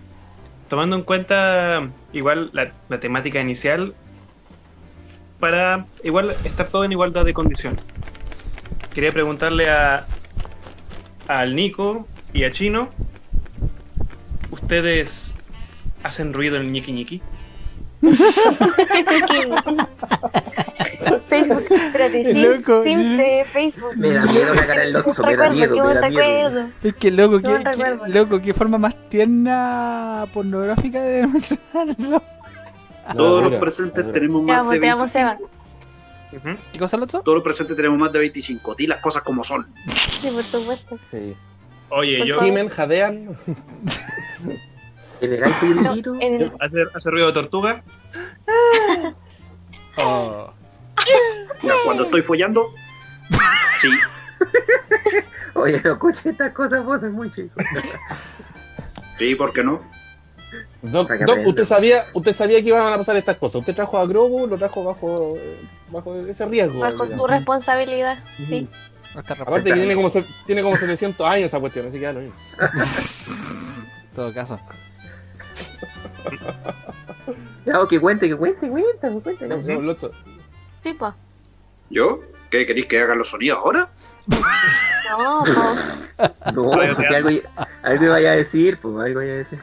tomando en cuenta igual la, la temática inicial, para igual estar todo en igualdad de condiciones, quería preguntarle a al Nico y a Chino, ¿ustedes hacen ruido en el ñiqui ñiqui? Facebook, espérate, Sims, Loco, Sims yo- de Facebook. Me da miedo cagar el Lotso, me da Recuerdo, miedo, qué me buen da miedo. recuerdo. Es que loco, No qué, recuerdo. qué- loco, qué forma más tierna pornográfica de mencionarlo. Todos los dura, presentes dura. tenemos Ya, más de te amo, Seba. veinticinco. Ujú. ¿Qué cosa, Lotso? Todos los presentes tenemos más de veinticinco. Di las cosas como son. Sí, por supuesto. Sí. Oye, Por yo favor. Gimen, jadean. Elegante y No, gritito. en el, hace, hace ruido de tortuga. Oh. Ya, cuando estoy follando, sí. Oye, no escuches estas cosas, vos es muy chico. Sí, ¿por qué no? Doc, Para que Doc, aprenda. usted sabía, usted sabía que iban a pasar estas cosas. Usted trajo a Grogu, lo trajo bajo, eh, bajo ese riesgo. bajo digamos. tu responsabilidad, sí. Hasta Aparte que tiene como, se- tiene como setecientos años esa cuestión, así que ya lo mismo. En todo caso. Ya, que cuente, que cuente, cuente, cuente. No, no, Lotso. Sí, pues. ¿Yo? ¿Qué queréis que hagan los sonidos ahora? No, po. No, pues si algo, algo vaya a decir, pues algo vaya a decir.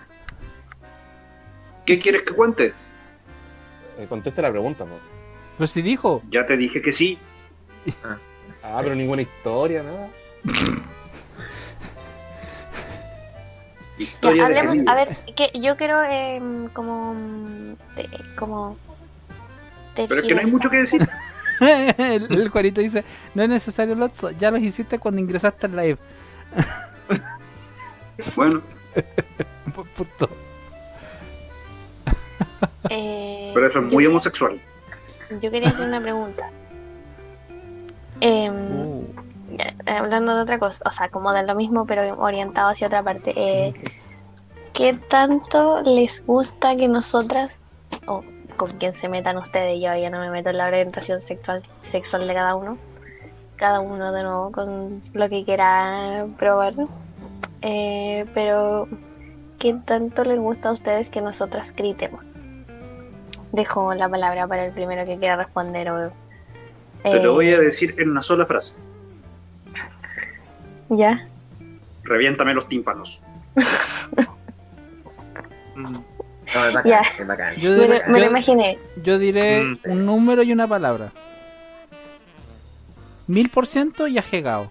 ¿Qué quieres que cuente? Eh, conteste la pregunta, ¿no? Pero si dijo. Ya te dije que sí. Ah, pero ninguna historia, nada. Ya, Historia de hablemos, Emilia. a ver, que yo quiero em, como mm, te- como Pero es que no hay mucho que decir. el, el Juanito dice, no es necesario Lotso, ya los hiciste cuando ingresaste al live. Bueno, Pu- Punto. Eh, pero eso es yo muy quería- homosexual. Yo quería hacer una pregunta. Em, Uh. ya, hablando de otra cosa, o sea, como de lo mismo, pero orientado hacia otra parte. Eh, ¿Qué tanto les gusta que nosotras, o con quien se metan ustedes, yo ya no me meto en la orientación sexual, sexual de cada uno, cada uno de nuevo con lo que quiera probar, eh, pero ¿qué tanto les gusta a ustedes que nosotras gritemos? Dejo la palabra para el primero que quiera responder. O, Te lo eh, voy a decir en una sola frase. ¿Ya? Reviéntame los tímpanos. Mm. No, es bacán, Ya. es bacán. Yo Me, diré, lo- me lo yo- imaginé. yo diré Mm. un número y una palabra. Mil por ciento y ajegado.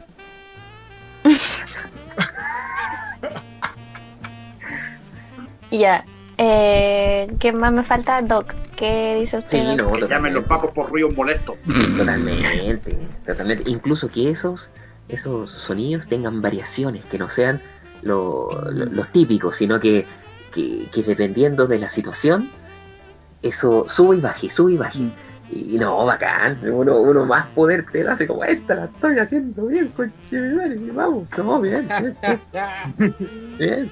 Ya. Eh, ¿Qué más me falta? Doc, ¿qué dice usted? Sí, Doc? no, Que llamen los totalmente. pacos por ruidos molestos. Totalmente, totalmente. Incluso que esos, esos sonidos tengan variaciones, que no sean lo- lo- los típicos, sino que, que, que dependiendo de la situación, eso sube y baje, sube y baje. Mm. Y no, bacán, uno, uno más poder te lo hace como esta, la estoy haciendo bien, conchetumare, vamos, no, bien, bien, bien.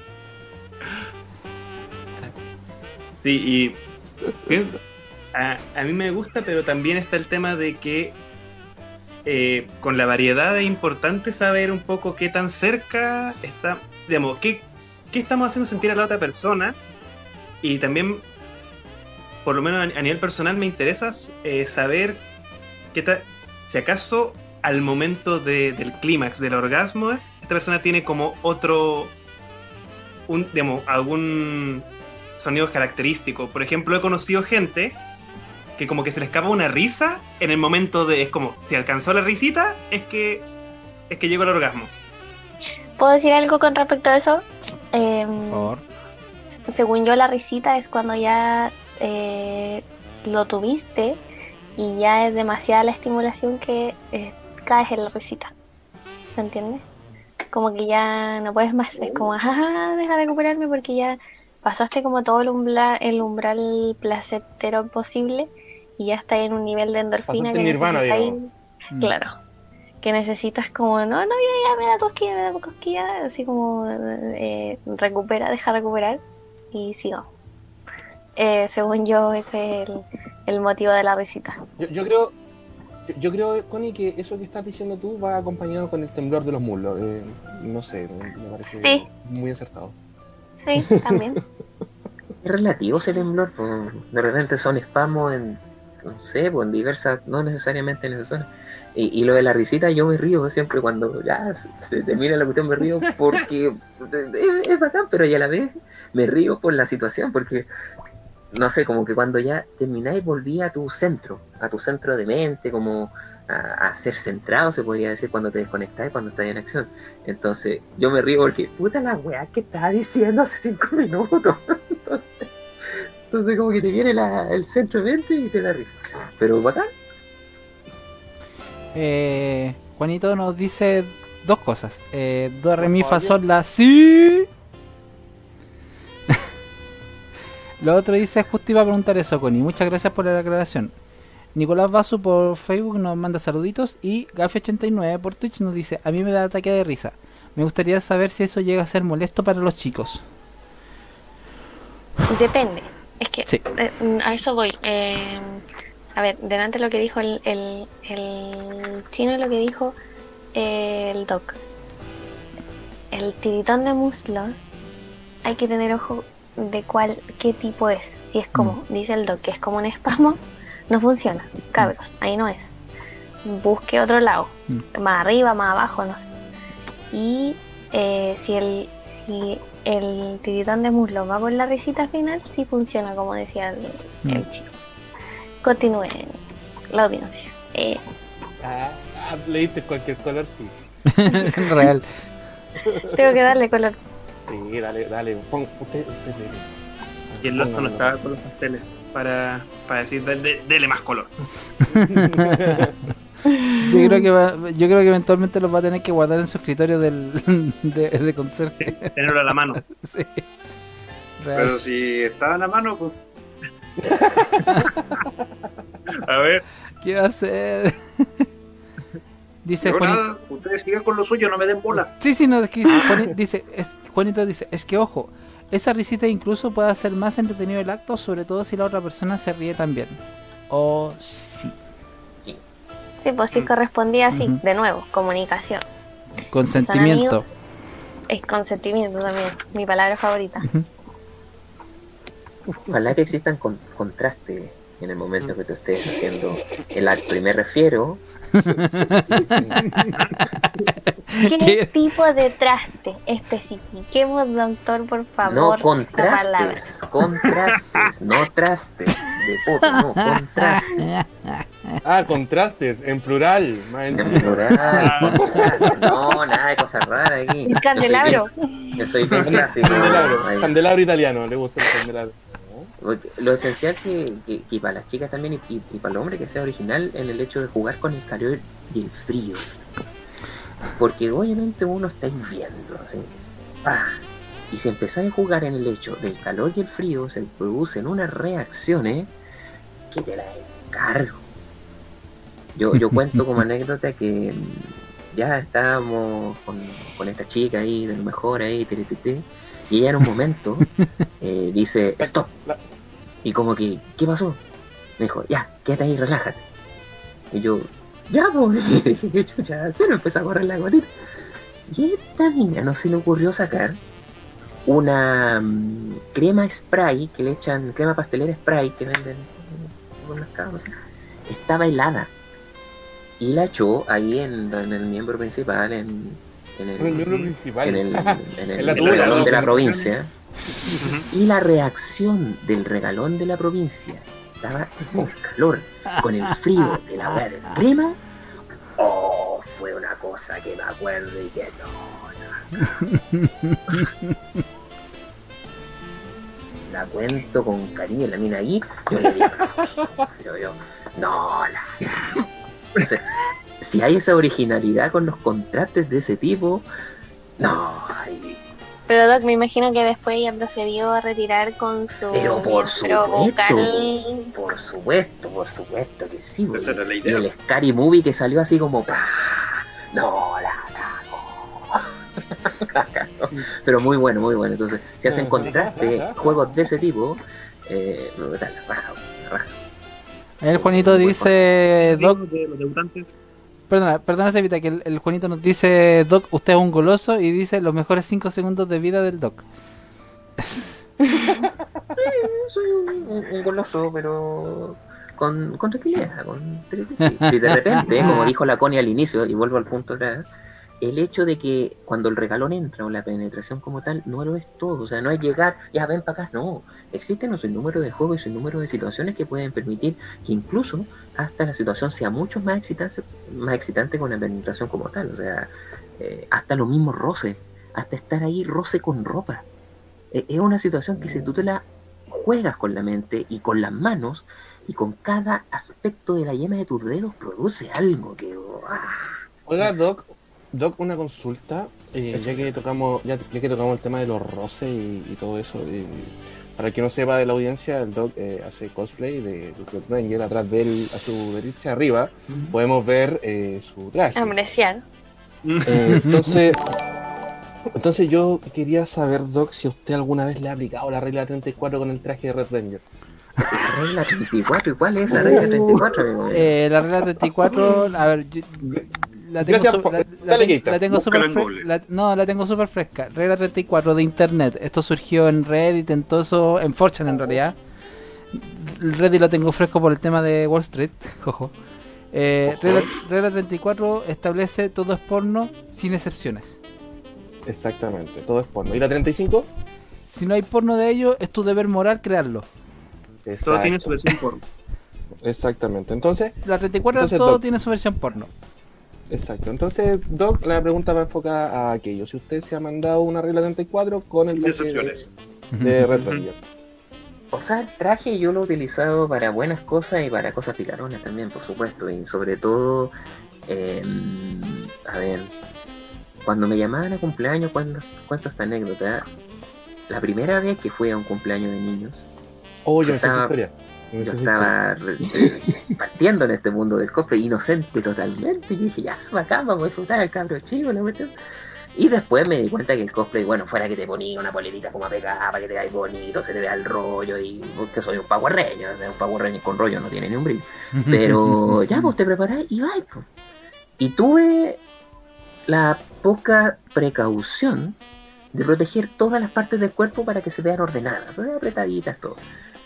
Sí, y bien, a, a mí me gusta, pero también está el tema de que eh, con la variedad es importante saber un poco qué tan cerca está, digamos, qué, qué estamos haciendo sentir a la otra persona, y también, por lo menos a, a nivel personal, me interesa eh, saber qué tal, si acaso al momento de- del clímax, del orgasmo, esta persona tiene como otro, un, digamos, algún sonidos característicos. Por ejemplo, he conocido gente que como que se le escapa una risa en el momento de, es como, si alcanzó la risita, es que es que llegó al orgasmo. ¿Puedo decir algo con respecto a eso? Em, Por favor. según yo, la risita es cuando ya eh, lo tuviste y ya es demasiada la estimulación que eh, caes en la risita. ¿Se entiende? Como que ya no puedes más. Es como, jaja, deja de recuperarme porque ya pasaste como todo el umbral, el umbral placentero posible y ya estás en un nivel de endorfina Pasaste que en Nirvana, necesitas digamos. ir- Mm. Claro. Que necesitas como, no, no, ya, ya me da cosquilla, me da cosquilla, así como eh, recupera, deja recuperar y sigamos. Eh, según yo, ese es el, el motivo de la risita. Yo, yo creo, yo, yo creo, Connie, que eso que estás diciendo tú va acompañado con el temblor de los muslos. Eh, no sé, me, me parece Sí. muy acertado. Sí, también. relativo ese temblor, pues, de repente son espasmos en, no sé, pues en diversas, no necesariamente en esa zona. Y, y lo de la risita, yo me río siempre cuando ya se termina la cuestión, me río porque es, es bacán, pero ya a la vez me río por la situación, porque no sé, como que cuando ya termináis volví a tu centro, a tu centro de mente, como a, a ser centrado, se podría decir, cuando te desconectáis, cuando estás en acción. Entonces, yo me río porque, puta la weá que estaba diciendo hace cinco minutos. Entonces, entonces como que te viene la, el centro de mente y te da risa. Pero bacán. Eh, Juanito nos dice dos cosas. Eh, do, re, mi, fa, sol, la, si. Lo otro dice, justo iba a preguntar eso, Connie. Muchas gracias por la aclaración. Nicolás Basu por Facebook nos manda saluditos. Y Gafi ochenta y nueve por Twitch nos dice, a mí me da ataque de risa. Me gustaría saber si eso llega a ser molesto para los chicos. Depende. Es que sí. eh, a eso voy. Eh, a ver, delante lo que dijo el, el, el chino, lo que dijo eh, el doc. El tiritón de muslos, hay que tener ojo de cuál, qué tipo es. Si es como, mm. dice el doc, que es como un espasmo, no funciona. Cabros, mm. ahí no es. Busque otro lado. Mm. Más arriba, más abajo, no sé. Y eh, si el si el tiritón de muslo va con la risita final, sí funciona, como decía el, mm. el chico. Continúe la audiencia. Eh. Ah, ah, leíste cualquier color, sí. Real. Tengo que darle color. Sí, dale, dale. Pon, usted, usted, dele. Y el Lotso no estaba con los pasteles para, para decir, dele, dele más color. Yo creo que va, yo creo que eventualmente los va a tener que guardar en su escritorio del, de, de conserje. Sí, tenerlo a la mano. Sí. Real. Pero si estaba en la mano, pues. A ver. ¿Qué va a hacer? Dice Pero Juanito. nada, ustedes sigan con lo suyo, no me den bola. Sí, sí, no, es que dice, Juanito dice, es, Juanito dice, es que ojo, esa risita incluso puede hacer más entretenido el acto, sobre todo si la otra persona se ríe también. O sí. Sí, pues sí correspondía así, uh-huh. de nuevo, comunicación. Consentimiento. Es consentimiento también, mi palabra favorita. Uh-huh. Ojalá que existan con, contrastes en el momento que tú estés haciendo el acto. Y me refiero... ¿Qué, ¿Qué tipo de traste? Especifiquemos, doctor, por favor. No, contrastes, contrastes, no trastes de foto, no, contrastes. Ah, contrastes, en plural. En plural, contrastes. No, nada de cosas raras aquí. El candelabro. Yo soy bien clásico. Candelabro, candelabro italiano, le gusta el candelabro. Lo esencial que, que, que para las chicas también y, y, y para el hombre que sea original en el hecho de jugar con el calor y el frío, porque obviamente uno está hirviendo, ¿sí? ¡Pah! Y si empezáis a jugar en el hecho del calor y el frío, se producen unas reacciones que te las encargo. Yo, yo cuento como anécdota que ya estábamos con, con esta chica ahí, de lo mejor ahí, teretete, y ella en un momento eh, dice, stop. Y como que, ¿qué pasó? Me dijo, ya, quédate ahí, relájate. Y yo, ya, pues, ya, se me empezó a correr la colita. Y esta niña no se le ocurrió sacar una um, crema spray, que le echan, crema pastelera spray, que venden en las casas. Estaba helada. Y la echó ahí en, en el miembro principal, en... En el, el miembro principal. En el, en el, en la el tuya, regalón ¿no? de la provincia. Y la reacción del regalón de la provincia estaba con calor, con el frío de la hueá de la crema. Oh, fue una cosa que me acuerdo y que no, no. La cuento con cariño, la mina ahí. Yo le digo, yo, yo, no, la, la. Entonces, si hay esa originalidad con los contrastes de ese tipo, no, hay... Pero Doc, me imagino que después ella procedió a retirar con su Pero por supuesto, vocal. por supuesto, por supuesto que sí. Esa era la Y idea. el Scary Movie que salió así como, ¡pah! No, la cago. Pero muy bueno, muy bueno. Entonces, si hacen contrastes, juegos de ese tipo, eh, la raja, la raja. El Juanito dice, Doc, De los debutantes. perdona, perdona Cevita, que el, el Juanito nos dice, Doc, usted es un goloso, y dice los mejores cinco segundos de vida del Doc. soy un, un, un goloso, pero con, con tranquilidad. Con, si de repente, como dijo la Connie al inicio, y vuelvo al punto atrás, el hecho de que cuando el regalón entra o la penetración como tal, no lo es todo. O sea, no es llegar, ya ven para acá, no. Existen un sinnúmero de juegos y un sinnúmero de situaciones que pueden permitir que incluso hasta la situación sea mucho más excitante, más excitante con la penetración como tal. O sea, eh, hasta los mismos roces, hasta estar ahí roce con ropa. Eh, es una situación que si tú te la juegas con la mente y con las manos y con cada aspecto de la yema de tus dedos, produce algo que... ¡ah! Oiga, Doc, Doc, una consulta, eh, ya que tocamos ya, ya que tocamos el tema de los roces y, y todo eso. Eh, para el que no sepa de la audiencia, el Doc eh, hace cosplay de Red Ranger. Atrás de él, a su derecha arriba, uh-huh. podemos ver eh, su traje. Apreciar. Eh, entonces, entonces yo quería saber, Doc, si usted alguna vez le ha aplicado la regla treinta y cuatro con el traje de Red Ranger. ¿La regla treinta y cuatro? ¿Y cuál es la regla treinta y cuatro? Eh, la regla treinta y cuatro, a ver, yo, la tengo Gracias, su, la, la, la, la tengo super fresca, no, la tengo súper fresca. Regla treinta y cuatro de internet. Esto surgió en Reddit, en todo eso, en cuatro chan en realidad. Reddit lo tengo fresco por el tema de Wall Street. Jojo. Eh, regla, regla treinta y cuatro establece todo es porno sin excepciones. Exactamente, todo es porno. ¿Y la treinta y cinco? Si no hay porno de ello, es tu deber moral crearlo. Exacto. Todo tiene su versión porno. Exactamente, entonces... La treinta y cuatro entonces, todo Doc, tiene su versión porno. Exacto, entonces, Doc, la pregunta va enfocada a aquello. Si usted se ha mandado una regla treinta y cuatro con el traje de, de Red Ranger. O sea, el traje yo lo he utilizado para buenas cosas y para cosas picaronas también, por supuesto. Y sobre todo, eh, a ver, cuando me llamaban a cumpleaños, cuento, cuento esta anécdota. La primera vez que fui a un cumpleaños de niños, oh, yo estaba, historia. yo estaba eh, partiendo en este mundo del cosplay, inocente totalmente. Y dije, ya, bacán, vamos a disfrutar el cabro chico, la cuestión. Y después me di cuenta que el cosplay, bueno, fuera que te ponía una poletita como pegada para que te veas bonito, se te vea el rollo, y que soy un Power Ranger, o sea, un Power Ranger con rollo no tiene ni un brillo. Pero ya, pues te preparás y vas, pues. Y tuve la poca precaución de proteger todas las partes del cuerpo para que se vean ordenadas, o sea, apretaditas, todo.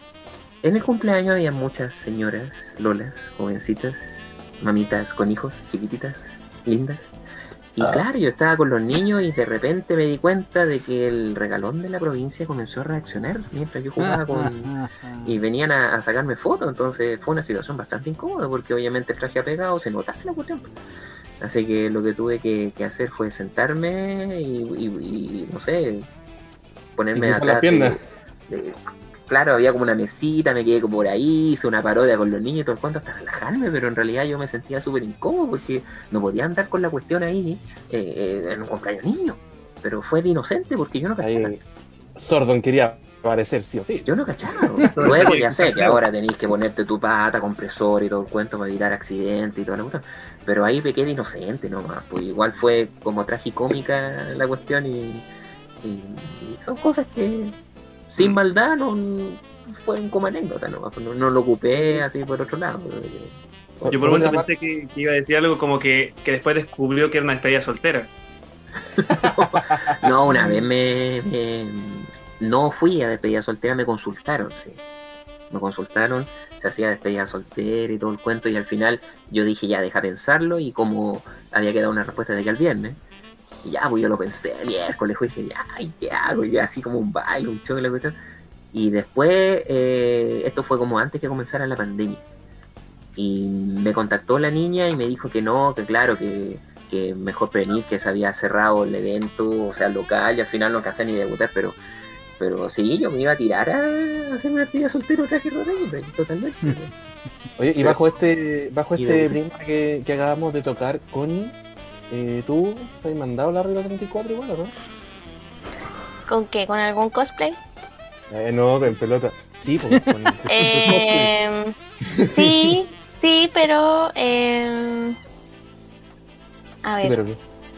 En el cumpleaños había muchas señoras, lolas, jovencitas, mamitas con hijos, chiquititas, lindas. Y ah. claro, yo estaba con los niños y de repente me di cuenta de que el regalón de la provincia comenzó a reaccionar mientras yo jugaba con... y venían a, a sacarme fotos, entonces fue una situación bastante incómoda porque obviamente el traje apegado se notaba la cuestión. Así que lo que tuve que, que hacer fue sentarme y, y, y no sé, ponerme atrás de, de, claro, había como una mesita, me quedé como por ahí, hice una parodia con los niños y todo el cuento hasta relajarme, pero en realidad yo me sentía súper incómodo porque no podía andar con la cuestión ahí eh, eh, en un cumpleaños niño. Pero fue de inocente porque yo no cachaba. Ahí, Sordon quería aparecer sí o sí. Yo no cachaba. Luego ya sé que ahora tenéis que ponerte tu pata, compresor y todo el cuento para evitar accidentes y toda la cuestión. Pero ahí me quedé inocente nomás, pues igual fue como tragicómica la cuestión y, y, y son cosas que sin maldad no fueron como anécdota nomás, no, no lo ocupé así por otro lado. Yo por un momento pensé que, que iba a decir algo como que, que después descubrió que era una despedida soltera. No, una vez me, me no fui a despedida soltera, me consultaron, sí. Me consultaron, se hacía despedida soltera y todo el cuento, y al final yo dije, ya, deja pensarlo, y como había quedado una respuesta de que al viernes, y ya, pues yo lo pensé el miércoles, y dije, ya, ¿qué hago? Y así como un baile, un show, la cuestión. Y después, eh, esto fue como antes que comenzara la pandemia, y me contactó la niña y me dijo que no, que claro, que, que mejor prevenir, que se había cerrado el evento, o sea, el local, y al final no alcancé ni debutar, pero Pero sí, yo me iba a tirar a hacer una actividad soltero traje rodillo, totalmente. Oye, y bajo este bajo este brinco que, que acabamos de tocar, Connie, eh, ¿tú te has mandado la regla treinta y cuatro igual o no? ¿Con qué? ¿Con algún cosplay? Eh, no, en pelota. Sí, pues, con eh, sí, sí, pero... Eh, a ver. Sí, pero ¿qué?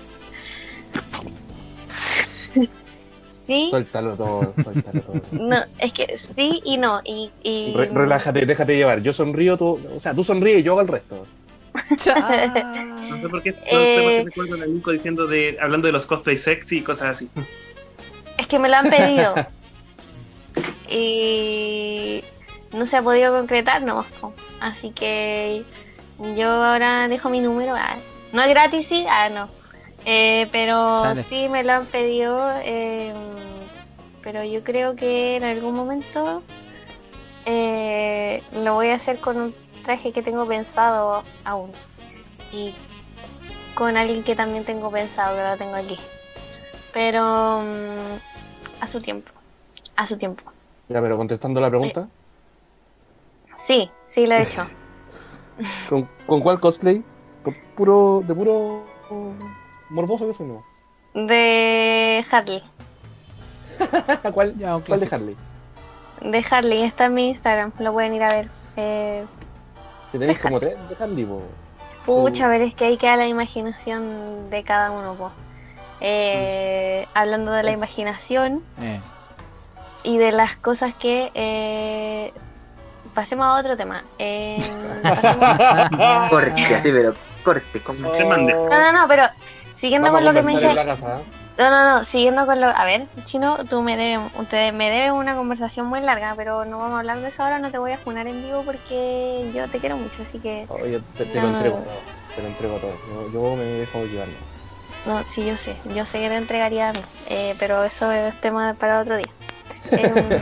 Sí. Suéltalo todo, suéltalo todo. No, es que sí y no. Y, y... Re- relájate, déjate llevar. Yo sonrío, tú, o sea, tú sonríes y yo hago el resto. No sé por qué, no eh... sé por qué recuerdo a Nico diciendo de, hablando de los cosplay sexy y cosas así. Es que me lo han pedido. y no se ha podido concretar, no. Así que yo ahora dejo mi número. Ah, no es gratis, sí, ah, no. Eh, pero Sale. sí me lo han pedido. Eh, pero yo creo que en algún momento eh, lo voy a hacer con un traje que tengo pensado aún. Y con alguien que también tengo pensado, que lo tengo aquí. Pero um, a su tiempo. A su tiempo. Ya, pero contestando la pregunta, Sí, sí lo he hecho. ¿con, ¿con cuál cosplay? ¿Con puro, de puro morboso que soy, no? De Harley. ¿Cuál, Ya, un ¿Cuál de clásico. Harley? De Harley, está en mi Instagram, lo pueden ir a ver. Eh, Que tenéis de como Harley. tres de Harley, po. Pucha, pero es que ahí queda la imaginación de cada uno, po. Eh, hablando de la imaginación Eh. y de las cosas que... Eh, pasemos a otro tema. Eh, pasemos- Corte, así, pero corte. Como... Que mande. No, no, no, pero siguiendo Vamos con a lo que me conversar en dices... la casa, ¿eh? No, no, no, siguiendo con lo... A ver, Chino, tú me debes, usted me debes una conversación muy larga, pero no vamos a hablar de eso ahora, no te voy a funar en vivo porque yo te quiero mucho, así que... Oh, yo te, te No, lo no, entrego no. todo. Te lo entrego todo. Yo, yo me dejo llevar. No, sí, yo sé, yo sé que te entregaría a mí, eh, pero eso es tema para otro día. Eh,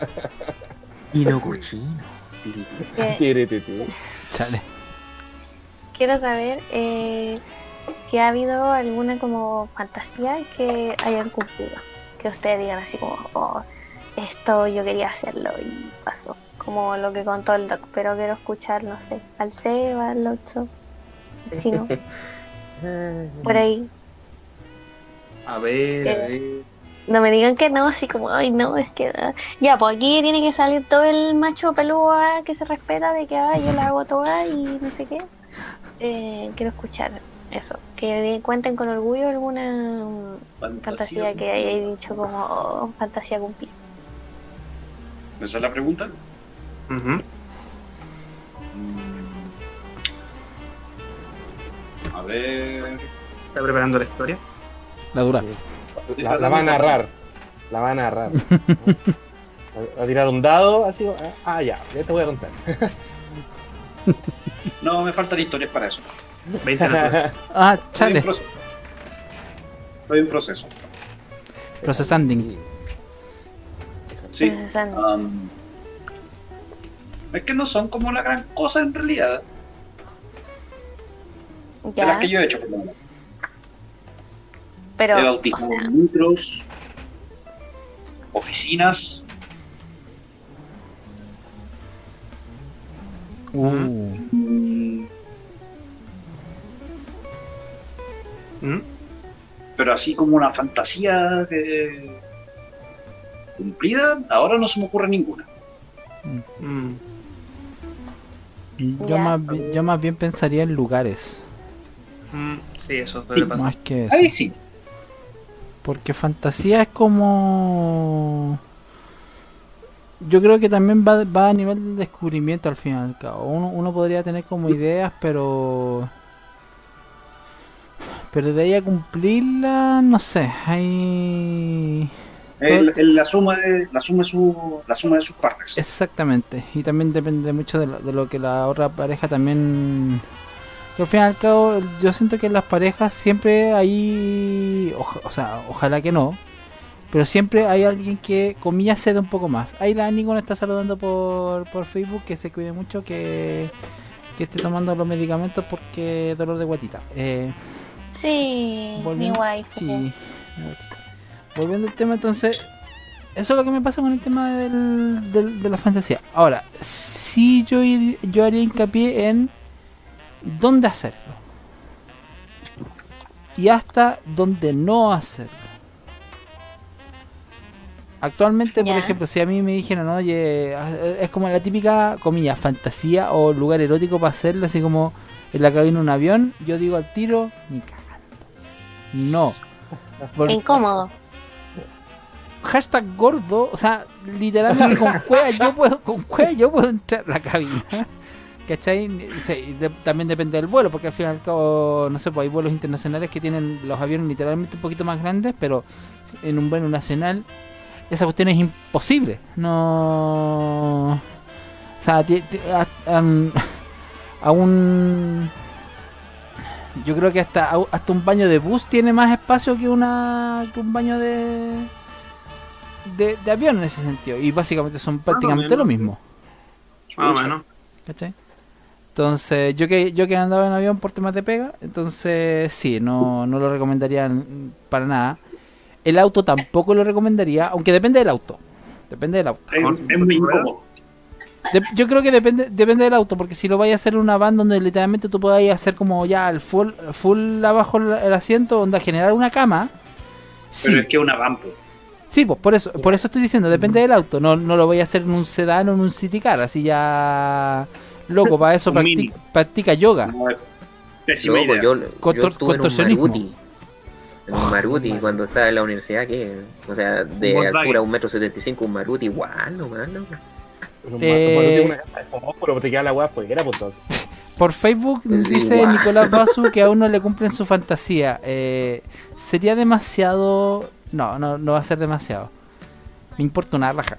Y no cochino. que- Tire, tire, tire. Chale. quiero saber eh, si ha habido alguna como fantasía que hayan cumplido, que ustedes digan así como, oh, esto yo quería hacerlo y pasó, como lo que contó el doc, pero quiero escuchar, no sé, al Seba, al Lotso, al Chino, por ahí. A ver, a ver. No me digan que no, así como, ay, no, es que... ah". Ya, pues aquí tiene que salir todo el macho peludo ah, que se respeta de que ah, yo la hago toda y no sé qué. Eh, quiero escuchar eso. Que de- cuenten con orgullo alguna mm, fantasía, Fantasía. que hayáis dicho como oh, fantasía cumplida. ¿Esa es la pregunta? Ujú. Mm. A ver. ¿Está preparando la historia? La dura. La, la va a narrar. La va a narrar. Va a tirar un dado, así. Ah, ya, ya te voy a contar. No, me faltan historias para eso. veinte natural. Ah, Estoy en chale. proceso. Estoy en proceso. Procesanding. Sí. Procesando. Am, es que no son como la gran cosa en realidad. De Ya, las que yo he hecho. Por lo menos. pero, He o bautizado sea, micros, oficinas, Uh. mm, ¿Mm? pero así como una fantasía eh, cumplida, ahora no se me ocurre ninguna. Mm. Yo, Ya. más, bi- yo más bien pensaría en lugares. Mm, sí, eso suele pasar. Más que eso. Ahí sí. Porque fantasía es como... Yo creo que también va, va a nivel de descubrimiento al fin y al cabo. Uno, uno podría tener como ideas, pero... Pero de ahí a cumplirla, no sé. Hay... El- el- la suma de la suma de su la suma de sus partes. Exactamente. Y también depende mucho de lo, de lo que la otra pareja también... Que al fin y al cabo, yo siento que en las parejas siempre hay... oja- o sea, ojalá que no. Pero siempre hay alguien que, comillas, cede un poco más. Ahí la Nico nos está saludando por, por Facebook, que se cuide mucho, que, que esté tomando los medicamentos porque dolor de guatita. Eh, sí, mi volviendo- wife. sí, mi guatita. Volviendo al tema, entonces, eso es lo que me pasa con el tema del, del- de la fantasía. Ahora, sí yo, ir- yo haría hincapié en dónde hacerlo. Y hasta dónde no hacerlo. Actualmente, Ya. por ejemplo, si a mí me dijeron, oye, es como la típica, comillas, fantasía o lugar erótico para hacerlo, así como en la cabina de un avión, yo digo al tiro, ni cagando. No. Por- Incómodo. hashtag gordo, o sea, literalmente con cueva yo puedo, con cueva yo puedo entrar a la cabina. ¿Cachai? Sí, y de- también depende del vuelo, porque al fin y al cabo, no sé, pues hay vuelos internacionales que tienen los aviones literalmente un poquito más grandes, pero en un vuelo nacional esa cuestión es imposible. No. O sea, t- t- a, a, a un. Yo creo que hasta, hasta un baño de bus tiene más espacio que una que un baño de, de, de avión en ese sentido. Y básicamente son prácticamente lo mismo. Más o menos. ¿Cachai? Entonces, yo que yo que he andado en avión por temas de pega, entonces sí, no, no lo recomendaría para nada. El auto tampoco lo recomendaría, aunque depende del auto. Depende del auto. Es, es muy incómodo. De- yo creo que depende depende del auto, porque si lo vais a hacer en una van donde literalmente tú podáis hacer como ya el full, full abajo el, el asiento, onda generar una cama. Sí, Pero es que es una van, pues. sí, pues por eso, por eso estoy diciendo, depende del auto. No, no lo voy a hacer en un sedán o en un city car, así ya loco, para eso Un mini. practica, practica yoga. No, es pésima Loco, idea. yo, Contor- yo estuve en un contorsionismo. Maruti. En un Maruti cuando estaba en la universidad, que, o sea, de Volkswagen. altura un metro setenta y cinco, un Maruti, igual, no más, no. Pero un Eh, Maruti es una caja de fósforo, te queda la weá afuera, pues todo. Por Facebook Es dice igual. Nicolás Basu que aún no le cumplen su fantasía. Eh, sería demasiado. No, no, no va a ser demasiado. Me importa una raja.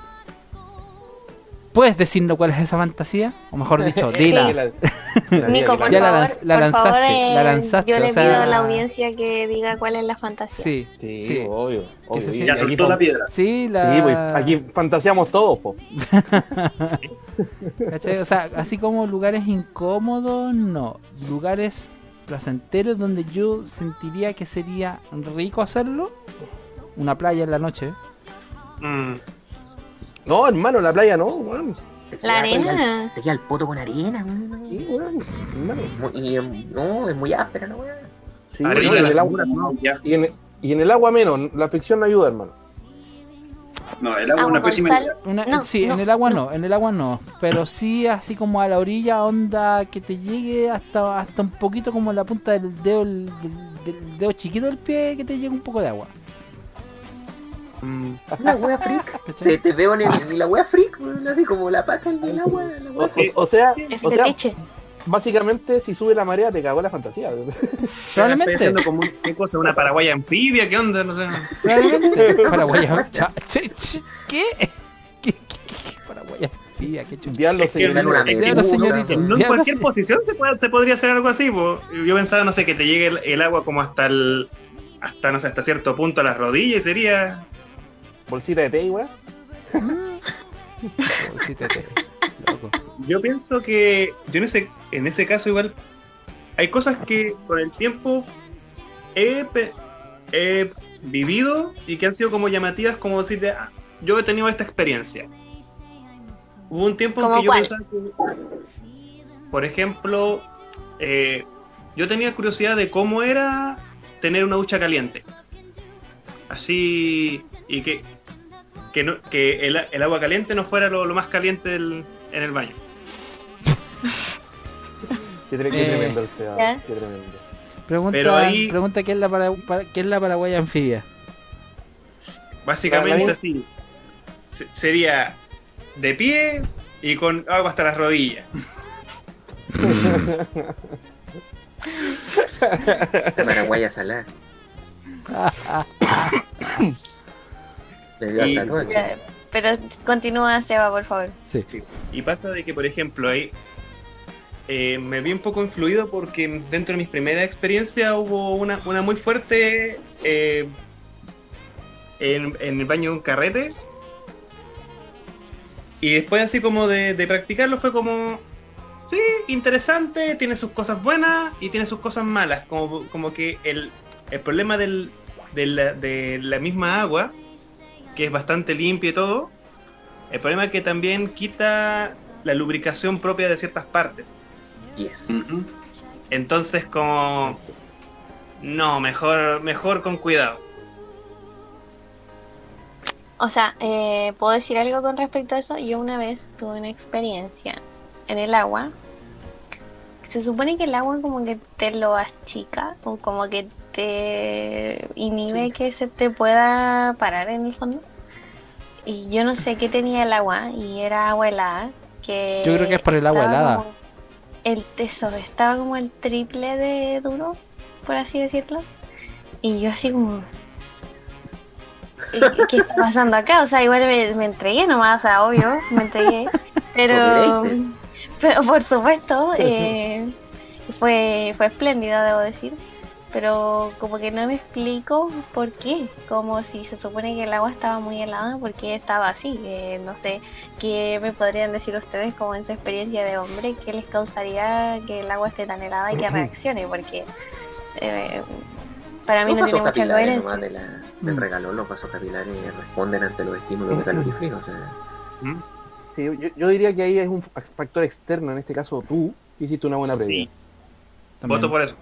¿Puedes decirnos cuál es esa fantasía? O mejor dicho, dila. Nico, por Ya la favor, lanz- la por lanzaste, favor, eh, la lanzaste, yo o le sea- pido a la audiencia que diga cuál es la fantasía. Sí, Sí, sí. obvio. obvio. se Y siente. Ya aquí soltó fam- la piedra. Sí, la... Sí, pues aquí fantaseamos todos, po. ¿Cachai? O sea, así como lugares incómodos, no. Lugares placenteros donde yo sentiría que sería rico hacerlo. Una playa en la noche. Mm. No, hermano, la playa no, weón. La Te queda- arena. Te queda el poto con arena, weón. Sí, weón, hermano. Mu- Y em, no, es muy áspera, ¿no, weón? Sí, Arena, no, y en las el agua, No, ya. y en, y en el agua menos, la fricción no ayuda, hermano. No, el agua es Agua una con pésima sal. idea. Una- No, sí, no, en el agua no. no. en el agua no. Pero sí así como a la orilla, onda que te llegue hasta hasta un poquito como la punta del dedo, el- del, del dedo chiquito del pie, que te llegue un poco de agua. Mm. La wea freak. Te, ¿Cachai? te veo en, el- en la wea freak, weón, así como la pata en el agua. La O, wea o- o sea, El o sea, fetiche. básicamente si sube la marea te cagó la fantasía. Probablemente. Estoy haciendo como un- ¿qué cosa? ¿Una paraguaya anfibia? ¿Qué onda? No sé. Probablemente. Paraguaya. cha- che- che- ¿Qué? ¿Qué? ¿Qué? ¿Qué? Paraguaya. Fía, qué chulo. Diablo, Es que señor. Dale una es que Diablo, medusa. señorito. No en Diablo, cualquier se- posición se, puede- se podría hacer algo así, po. Yo pensaba, no sé, que te llegue el, el agua como hasta el. Hasta, no sé, hasta cierto punto a las rodillas y sería. Bolsita de té, weón. Sí, te- te- loco. Yo pienso que. Yo en ese, en ese caso, igual. Hay cosas que con el tiempo he, pe- he vivido y que han sido como llamativas, como decirte, "Ah, yo he tenido esta experiencia". Hubo un tiempo en ¿Cómo que yo cuál? pensaba que, por ejemplo, eh, yo tenía curiosidad de cómo era tener una ducha caliente. Así, y que, que, no, que el, el agua caliente no fuera lo, lo más caliente del- en el baño. Qué, tre- qué Eh, tremendo el Seba, ¿ya? qué tremendo. Pregunta, Pero ahí- pregunta ¿qué es la para, para- qué es la paraguaya anfibia? Básicamente La- la- así. Se- Sería de pie y con agua hasta las rodillas. La paraguaya salada. Le dio Y- hasta todo. Ya, pero continúa, Seba, por favor. Sí. Y pasa de que, por ejemplo, ahí eh, me vi un poco influido porque dentro de mis primeras experiencias hubo una, una muy fuerte eh, en, en el baño de un carrete. Y después así como de, de practicarlo fue como, sí, interesante, tiene sus cosas buenas y tiene sus cosas malas. Como, como que el, el problema del, de, la, de la misma agua, que es bastante limpia y todo, el problema es que también quita la lubricación propia de ciertas partes. Yes. Ujú. Entonces como, no, mejor, mejor con cuidado. O sea, eh, ¿puedo decir algo con respecto a eso? Yo una vez tuve una experiencia en el agua. Se supone que el agua como que te lo achica o como que te inhibe que se te pueda parar en el fondo. Y yo no sé qué tenía el agua y era agua helada. Que Yo creo que es por el agua estaba helada. como El eso, estaba como el triple de duro, por así decirlo. Y yo así como... ¿qué está pasando acá? O sea, igual me, me entregué nomás, o sea, obvio, me entregué. Pero, pero por supuesto, eh, fue, fue espléndido, debo decir. Pero como que no me explico por qué. Como si se supone que el agua estaba muy helada, ¿por qué estaba así? Eh, no sé, ¿qué me podrían decir ustedes como en su experiencia de hombre? ¿Qué les causaría que el agua esté tan helada y que reaccione? Porque eh, para mí los no tiene vasos mucha capilares coherencia. nomás de la, del Mm. regalón, los vasos capilares responden ante los estímulos de calor y frío. O sea, ¿Mm? Sí, yo, yo diría que ahí es un factor externo, en este caso tú hiciste una buena Sí. previa. También. Voto por eso.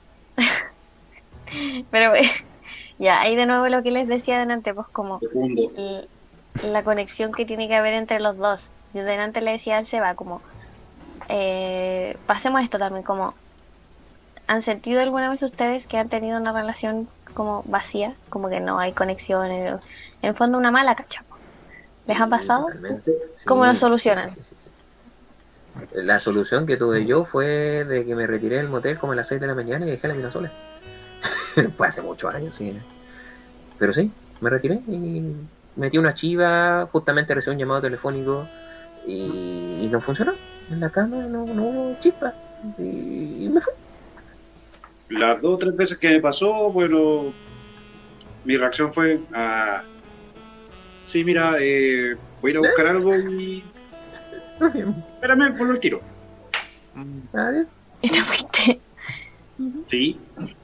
Pero eh, ya, ahí de nuevo lo que les decía delante, pues como Segundo. l- la conexión que tiene que haber entre los dos. Yo delante le decía al Seba como, eh, pasemos a esto también, como, ¿han sentido alguna vez ustedes que han tenido una relación como vacía? Como que no hay conexión, eh, en el fondo una mala cacha. ¿Les ha pasado? totalmente. Sí, ¿Cómo lo sí, solucionan? sí, sí, sí. La solución que tuve yo fue de que me retiré del motel como a las seis de la mañana y dejé a la mina sola. Fue hace muchos años, sí. Pero sí, me retiré y metí una chiva, justamente recibí un llamado telefónico y, y no funcionó. En la cama no, no hubo chispa y, y me fui. Las dos o tres veces que me pasó, bueno, mi reacción fue, ah, sí, mira, eh, voy a ir a buscar algo y espérame, vuelvo al tiro. Adiós. Y te fuiste. Sí,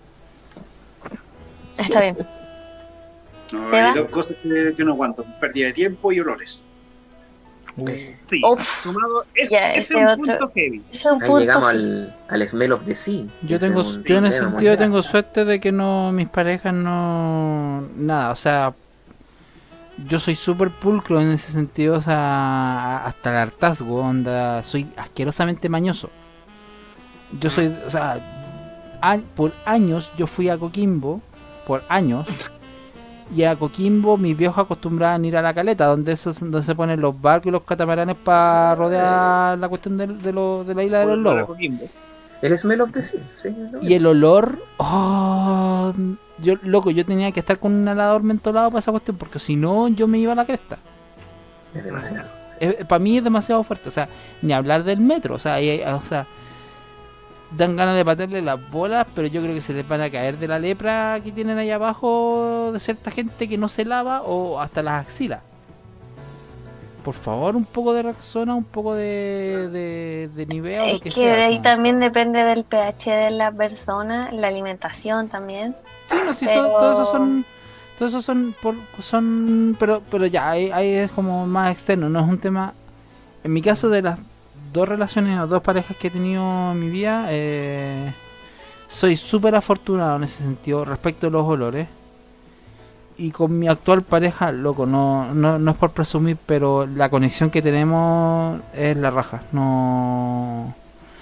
Está bien. no, ¿Se va? hay dos cosas que, que no aguanto, pérdida de tiempo y olores. Sí. Uf. Sumado, es, Ya, ese ese es un otro- punto heavy. Es un Ahí punto llegamos sí. al, al smell of the sea. Yo Ese tengo, es un yo en ese tema sentido mundial. tengo suerte de que no, mis parejas no, nada, o sea, yo soy súper pulcro en ese sentido, o sea, hasta el hartazgo, onda, soy asquerosamente mañoso. Yo soy, o sea, a- por años yo fui a Coquimbo, por años, y a Coquimbo mis viejos acostumbraban a ir a la caleta, donde, esos, donde se ponen los barcos y los catamaranes para rodear la cuestión de, de, lo- de la isla de los lobos. Coquimbo. El smell of the sea, sí. ¿no? Y el olor, oh, yo, loco, yo tenía que estar con un inhalador mentolado para esa cuestión, porque si no, yo me iba a la cresta. Es demasiado. Para mí es demasiado fuerte, o sea, ni hablar del metro, o sea, ahí hay- o sea, dan ganas de patearle las bolas, pero yo creo que se les van a caer de la lepra que tienen ahí abajo de cierta gente que no se lava o hasta las axilas. Por favor, un poco de Rexona, un poco de, de, de Nivea o Es lo que, que sea. de ahí ¿no? también depende del pH de la persona, la alimentación también. Sí, no, sí, Pero- son, todos esos son, todos esos son, por, son, pero, pero ya, ahí, ahí es como más externo, no es un tema. En mi caso, de las dos relaciones o dos parejas que he tenido en mi vida, eh, soy súper afortunado en ese sentido respecto a los olores. Y con mi actual pareja, loco, no, no, no es por presumir, pero la conexión que tenemos es la raja. No.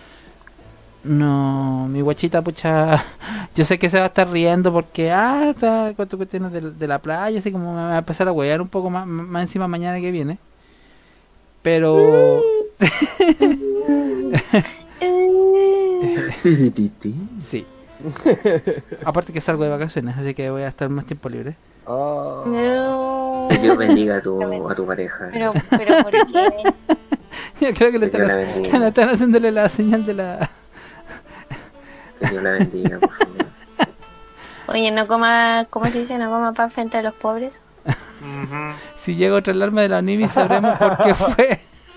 No, mi guachita, pucha. Yo sé que se va a estar riendo porque, ah, está cuatro cuestiones de, de la playa, así como me va a empezar a huear un poco más, más encima mañana que viene. Pero. Sí. Aparte que salgo de vacaciones, así que voy a estar más tiempo libre. Oh. No. Que Dios bendiga a tu, a tu pareja. Pero, pero ¿por qué? Yo creo que le Que están, Dios la hac- bendiga. le están haciéndole la señal de la. Que Dios la bendiga, por favor. Oye, no coma, ¿cómo se dice? No coma pan frente a los pobres. Ujú. Si llega otra alarma de la Nimi, sabremos por qué fue.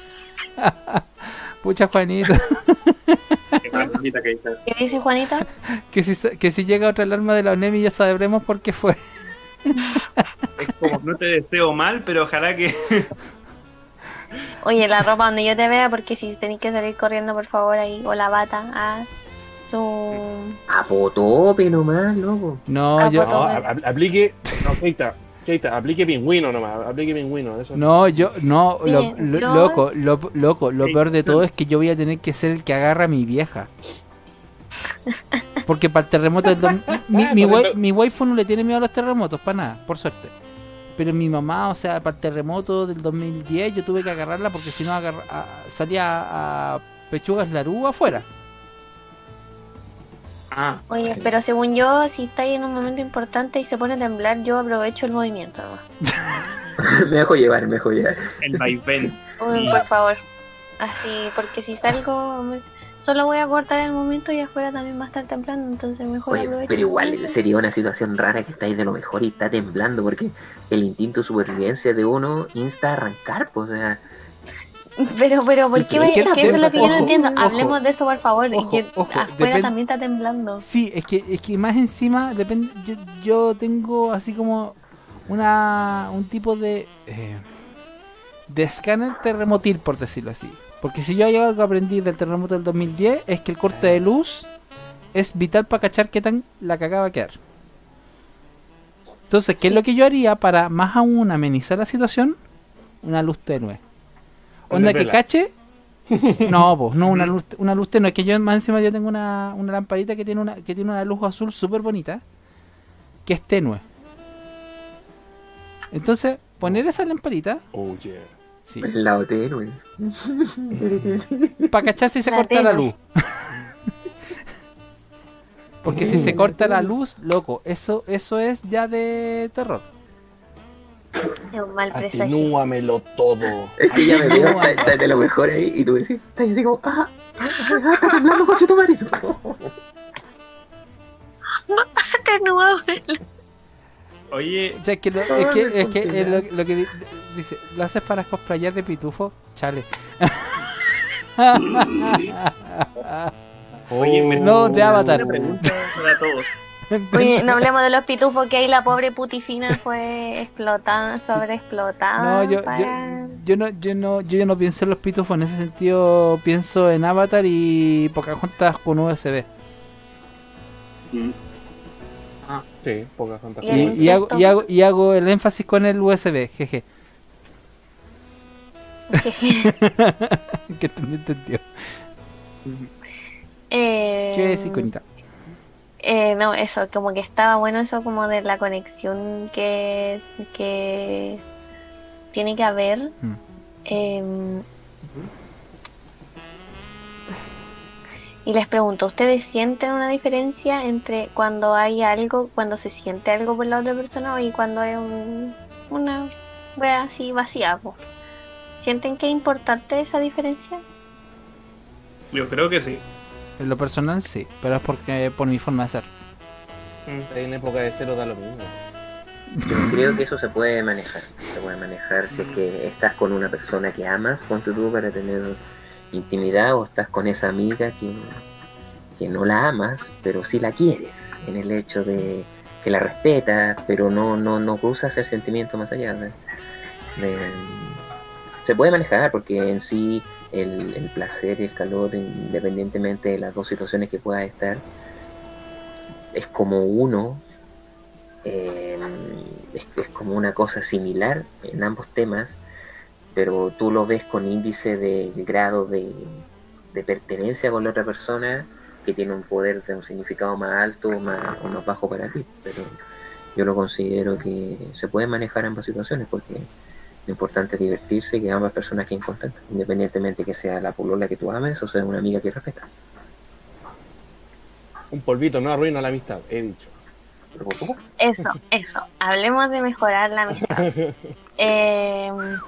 Pucha, Juanito. Qué más bonita que ahí está. ¿Qué dice Juanita? Que si, que si llega otra alarma de la ONEMI, ya sabremos por qué fue. Es como, no te deseo mal, pero ojalá que. Oye, la ropa donde yo te vea, porque si tenéis que salir corriendo, por favor, ahí. O la bata, a su... A potope nomás, loco. No, Ah, yo. pues, No, a- a- aplique. No, Keita, Keita, aplique pingüino nomás. Aplique pingüino. Eso. No, yo, no, lo, Bien, lo- yo- loco, lo, loco, lo Sí, peor de sí. todo es que yo voy a tener que ser el que agarra a mi vieja. Porque para el terremoto del dos- mi, mi, wai- mi waifu no le tiene miedo a los terremotos, para nada, por suerte. Pero mi mamá, o sea, para el terremoto del dos mil diez yo tuve que agarrarla porque si no agarra- a- salía a pechugas larú afuera. Ah, Oye, pero según yo, si estáis en un momento importante y se pone a temblar, yo aprovecho el movimiento nomás. Me dejo llevar, me dejo llevar. el vaivén. Uy, por favor. Así, porque si salgo, me- solo voy a cortar el momento y afuera también va a estar temblando, entonces mejor Oye, aprovecho pero el igual momento. sería una situación rara que estáis de lo mejor y está temblando porque el instinto de supervivencia de uno insta a arrancar, pues, o sea, Pero, pero, ¿por qué? Es que Es que eso es lo que yo no ojo, entiendo. ojo, Hablemos de eso, por favor. ojo, que ojo, afuera depen- también está temblando. Sí, es que, es que más encima depende. Yo, yo tengo así como una un tipo de eh, de escáner terremotil, por decirlo así. Porque si yo hay algo que aprendí del terremoto del dos mil diez es que el corte de luz es vital para cachar qué tan la cagada va a quedar. Entonces, ¿qué es lo que yo haría para más aún amenizar la situación? Una luz tenue. Onda que vela. cache. No, pues, no, una luz, una luz tenue. Es que yo más encima yo tengo una, una lamparita que tiene una, que tiene una luz azul súper bonita. Que es tenue. Entonces, poner esa lamparita, Oh, yeah. sí, el lado tenue. para cachar si se La corta la tenue. luz. Porque si se corta la luz, loco, eso, eso es ya de terror. Es un mal presagio. Atenúamelo todo. Es que ya me veo, No, está, está de lo mejor ahí y tú decís, estás así como, ah, ah, ah, está temblando, coche tu marido. Oye, O sea, es que, lo, es que, es que es lo, lo que di- dice, ¿lo haces para cosplayar de pitufo? Chale. oye, me No, de Avatar. una pregunta para todos. Oye, no hablemos de los pitufos, que ahí la pobre putifina fue explotada, sobreexplotada. No, yo, yo, para- yo no, yo no, yo ya no pienso en los pitufos, en ese sentido pienso en Avatar y Pocahontas con U S B. Mm. Sí, pocas fantasías. Y el Y, y hago, incesto. y, hago, y hago el énfasis con el U S B, jeje. Que entendió, entendió. Eh, ¿Qué decir, Conita? eh, no, eso, como que estaba bueno eso como de la conexión que, que tiene que haber. Mm. Em, y les pregunto, ¿ustedes sienten una diferencia entre cuando hay algo, cuando se siente algo por la otra persona y cuando hay un, una wea así vacía? Po? ¿Sienten que es importante esa diferencia? Yo creo que sí. En lo personal sí, pero es porque por mi forma de ser. Mm. En época de cero da lo mismo. Yo creo que eso se puede manejar. Se puede manejar si es que estás con una persona que amas, ponte tú para tener intimidad, o estás con esa amiga que, que no la amas, pero sí la quieres, en el hecho de que la respetas, pero no, no, no cruzas el sentimiento más allá. De, de- se puede manejar porque en sí el, el placer y el calor, independientemente de las dos situaciones que puedas estar, es como uno. Eh, es, es como una cosa similar en ambos temas, pero tú lo ves con índice de grado de, de pertenencia con la otra persona, que tiene un poder de un significado más alto o más, o más bajo para ti. Pero yo lo considero que se pueden manejar ambas situaciones, porque lo importante es divertirse y que ambas personas queden contentas, independientemente que sea la polola que tú ames o sea una amiga que respetas. Un polvito no arruina la amistad, he dicho. Eso, eso. Hablemos de mejorar la amistad. Eh,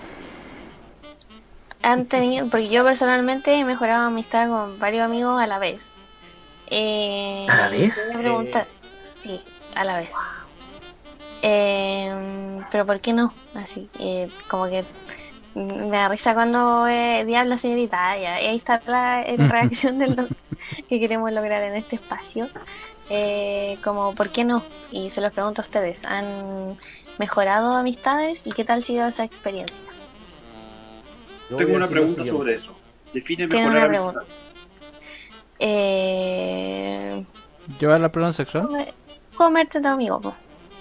han tenido, porque yo personalmente he mejorado amistad con varios amigos a la vez. Eh, ¿A la vez? quería preguntar, sí, a la vez. Eh, pero ¿por qué no? Así, eh, como que me da risa cuando eh, diablo señorita, ah, ya, ahí está la, la reacción del do- que queremos lograr en este espacio. Eh, como ¿por qué no? Y se los pregunto a ustedes, ¿han mejorado amistades y qué tal ha sido esa experiencia? Yo Tengo voy a una decir lo pregunta siguiente. sobre eso. Define Tiene mejorar una amistad. pregunta. Eh, ¿Llevar la plano sexual? come- comerte tu amigo, po.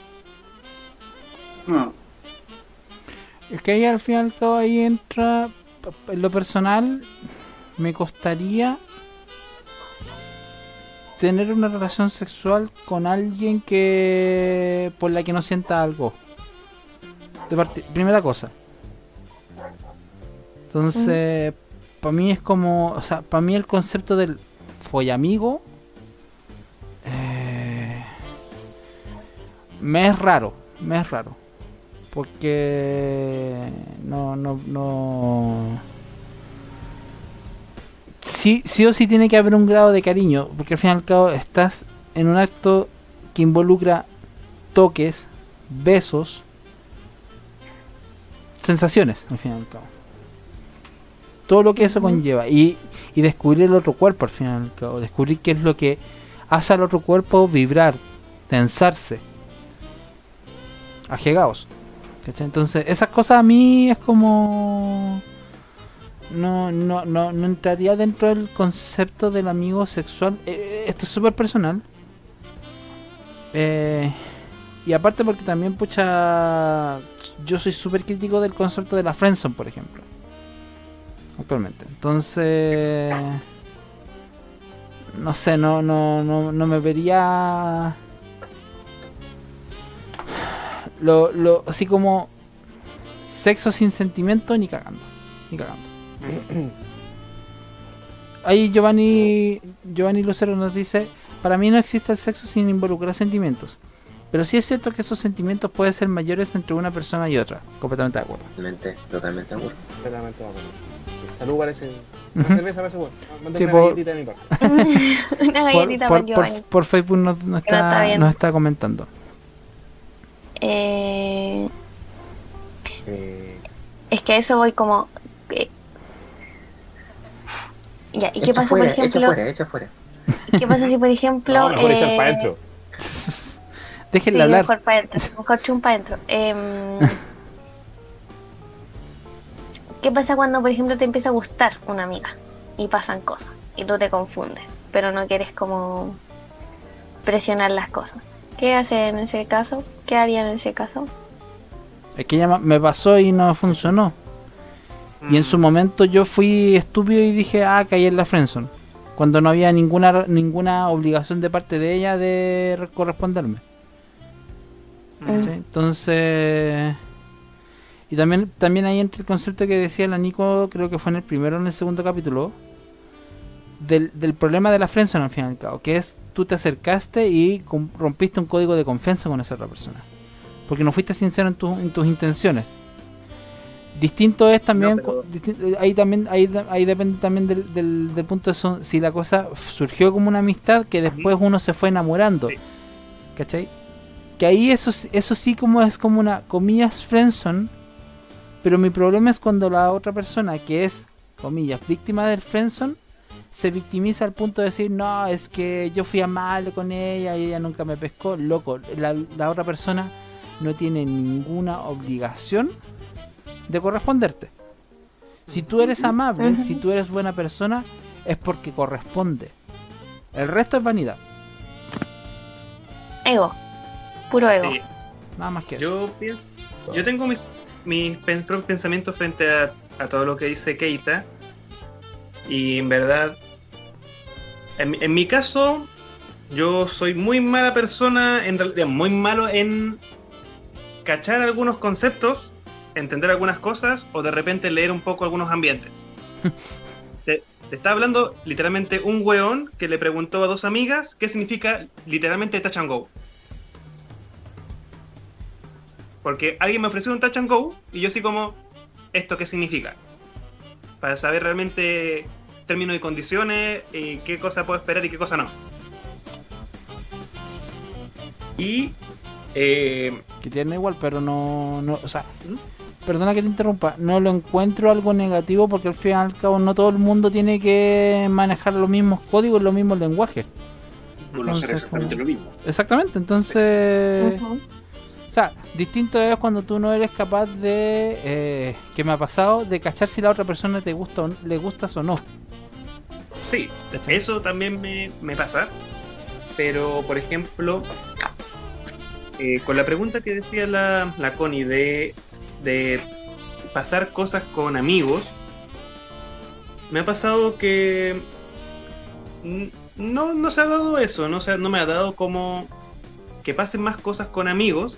No. Es que ahí al final todo ahí entra. En lo personal, me costaría tener una relación sexual con alguien que por la que no sienta algo. De parte- primera cosa. Entonces, para mí es como, o sea, para mí el concepto del follamigo me es raro, me es raro. Porque no, no, no. Sí, sí o sí tiene que haber un grado de cariño, porque al fin y al cabo estás en un acto que involucra toques, besos, sensaciones, al fin y al cabo. Todo lo que eso conlleva. Y, y descubrir el otro cuerpo, al fin y al cabo. Descubrir qué es lo que hace al otro cuerpo vibrar, tensarse, ajegaos. ¿Cachai? Entonces, esas cosas a mí es como... No, no, no, no entraría dentro del concepto del amigo sexual. Eh, esto es súper personal. Eh, y aparte porque también, pucha, yo soy súper crítico del concepto de la friendzone, por ejemplo. Actualmente. Entonces... No sé, no, no, no, no me vería... Lo, lo, así como... Sexo sin sentimiento, ni cagando. Ni cagando. Ahí Giovanni Giovanni Lucero nos dice: para mí no existe el sexo sin involucrar sentimientos, pero sí es cierto que esos sentimientos pueden ser mayores entre una persona y otra. Completamente de acuerdo. Totalmente, totalmente de acuerdo. Totalmente de acuerdo. Salud parece. Uh-huh. Una cerveza parece bueno. Mándame Sí, una por- galletita de mi parte. Una galletita por, para por, Giovanni. por, por Facebook nos, nos Que no está está, bien. nos está comentando. Eh, Eh, es que a eso voy como... eh, ya, ¿y qué Echa pasa, fuera, por ejemplo? Echa fuera, echa fuera. ¿Qué pasa si, por ejemplo... no, mejor echar eh, para adentro. Déjenle sí, hablar. mejor para adentro, mejor chum para adentro. Em, ¿Qué pasa cuando, por ejemplo, te empieza a gustar una amiga y pasan cosas y tú te confundes, pero no quieres como presionar las cosas? ¿Qué hace en ese caso? ¿Qué haría en ese caso? Es que ya ma- me pasó y no funcionó. Y en su momento yo fui estúpido y dije, ah, caí en la friendzone. Cuando no había ninguna ninguna obligación de parte de ella de re- corresponderme. Mm. ¿Sí? Entonces... Y también también ahí entra el concepto que decía la Nico, creo que fue en el primero o en el segundo capítulo, del, del problema de la friendzone al fin y al cabo, que es tú te acercaste y com- rompiste un código de confianza con esa otra persona. Porque no fuiste sincero en, tu- en tus intenciones. Distinto es también, No, pero- cu- disti- ahí también ahí, de- ahí depende también del, del, del punto de son, si la cosa f- surgió como una amistad que después uno se fue enamorando. Sí. ¿Cachai? Que ahí eso, s- eso sí como es como una comillas friendzone, pero mi problema es cuando la otra persona que es comillas víctima del friendzone se victimiza al punto de decir, no, es que yo fui amable con ella y ella nunca me pescó. Loco, la, la otra persona no tiene ninguna obligación de corresponderte. Si tú eres amable, Ujú. si tú eres buena persona, es porque corresponde. El resto es vanidad, Ego. Puro ego. Sí, nada más que eso. yo pienso, yo tengo mis, mis pen- propios pensamientos frente a, a todo lo que dice Keita. Y en verdad, en, mi- en mi caso, yo soy muy mala persona, en realidad, muy malo en cachar algunos conceptos, entender algunas cosas o de repente leer un poco algunos ambientes. te, te está hablando literalmente un weón que le preguntó a dos amigas qué significa literalmente touch and go. Porque alguien me ofreció un touch and go y yo así como, ¿esto qué significa? Para saber realmente términos y condiciones y qué cosa puedo esperar y qué cosa no. Y eh, Que tiene igual, pero no, no, o sea, ¿Mm? perdona que te interrumpa, no lo encuentro algo negativo porque al fin y al cabo no todo el mundo tiene que manejar los mismos códigos, los mismos lenguajes. Conocer Entonces, exactamente como- lo mismo. Exactamente, entonces, Ujú. o sea, distinto es cuando tú no eres capaz de, eh, que me ha pasado, de cachar si la otra persona te gusta o, le gustas o no. sí, ¿Cachai? eso también me, me pasa. Pero, por ejemplo, eh, con la pregunta que decía la, la Connie de, de pasar cosas con amigos, me ha pasado que n- no, no se ha dado eso, no, se, no me ha dado como que pasen más cosas con amigos.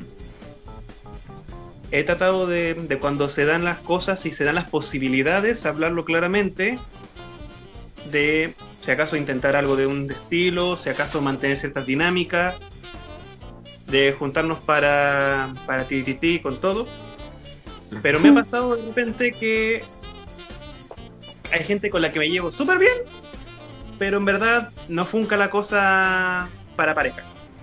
He tratado de, de cuando se dan las cosas y se dan las posibilidades, hablarlo claramente, de si acaso intentar algo de un estilo, si acaso mantener ciertas dinámicas, de juntarnos para, para tirití con todo. Pero me ha pasado de repente que hay gente con la que me llevo súper bien, pero en verdad no funca la cosa para pareja.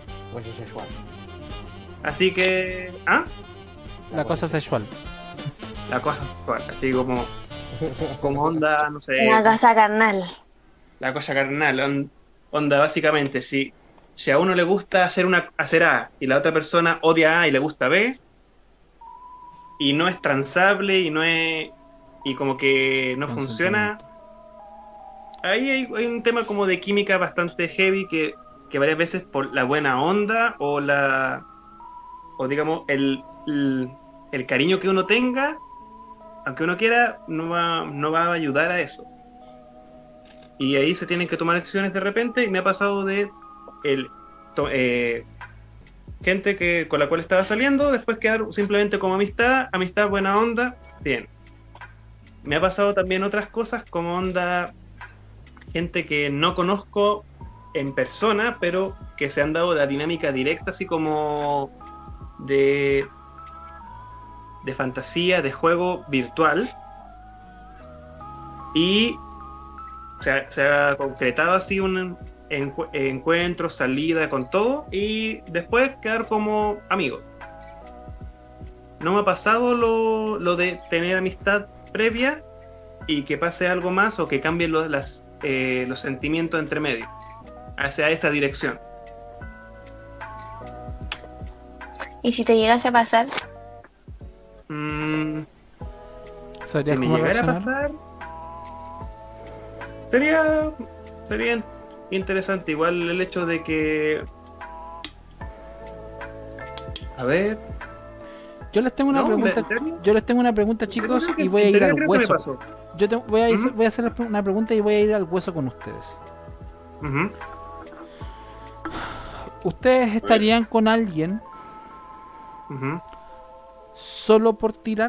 Así que... ¿Ah? La cosa sexual. La cosa sexual, así como... Como onda, no sé... La cosa carnal. La cosa carnal, on, onda básicamente, si, si a uno le gusta hacer, una, hacer A y la otra persona odia A y le gusta B, y no es transable y no es... y como que no funciona... Ahí hay, hay un tema como de química bastante heavy que, que varias veces por la buena onda o la... o digamos el, el, el cariño que uno tenga, aunque uno quiera, no va, no va a ayudar a eso. Y ahí se tienen que tomar decisiones de repente, y me ha pasado de el, to, eh, gente que con la cual estaba saliendo, después quedar simplemente como amistad, amistad buena onda, bien. Me ha pasado también otras cosas como onda, gente que no conozco en persona, pero que se han dado la dinámica directa, así como de... de fantasía, de juego virtual, y se ha, se ha concretado así un encu- encuentro, salida con todo, y después quedar como amigos. No me ha pasado lo, lo de tener amistad previa y que pase algo más o que cambien los, las, eh, los sentimientos entre medio hacia esa dirección. ¿Y si te llegase a pasar? Mm, ¿Sabrías si me cómo llegara a reaccionar? pasar, sería sería interesante. Igual el hecho de que, a ver, Yo les tengo una no, pregunta, ¿en serio? yo les tengo una pregunta, chicos, Yo creo que- y voy a en ir serio al creo que me hueso. pasó. Yo te, voy, a, Ujú. voy a hacer una pregunta y voy a ir al hueso con ustedes. Ujú. ¿Ustedes estarían con alguien Ujú. solo por tirar?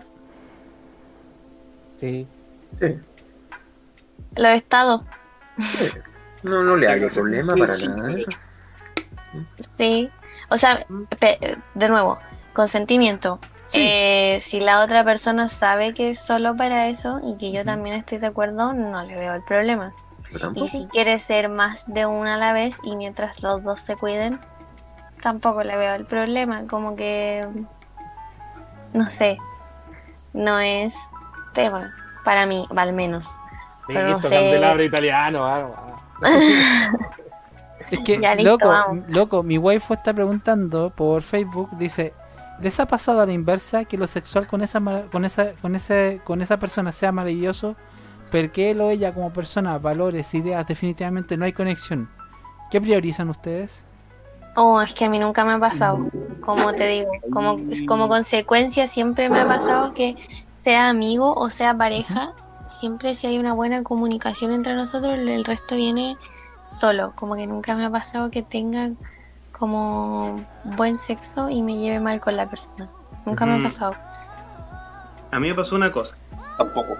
Sí. Sí. Lo he estado. No, no le hago Sí, problema sí, para sí. nada. Sí. O sea, pe- de nuevo, consentimiento. Sí. Eh, si la otra persona sabe que es solo para eso y que yo Ujú. también estoy de acuerdo, no le veo el problema. Yo Y tampoco. si quiere ser más de una a la vez y mientras los dos se cuiden, tampoco le veo el problema. Como que, no sé, no es tema para mí, al menos. Pero no Listo, sé. candelabro italiano. ah, ah. Es que, Ya, listo, loco, vamos. loco, mi waifu está preguntando por Facebook, dice, ¿les ha pasado a la inversa que lo sexual con esa mara- con esa con ese con esa persona sea maravilloso, pero que él o ella como persona, valores, ideas, definitivamente no hay conexión? ¿Qué priorizan ustedes? Oh, es que a mí nunca me ha pasado. Como te digo, como, como consecuencia siempre me ha pasado que sea amigo o sea pareja, siempre si hay una buena comunicación entre nosotros, el resto viene solo. Como que nunca me ha pasado que tenga como buen sexo y me lleve mal con la persona. Nunca me ha Ujú. pasado. A mí me pasó una cosa. Tampoco.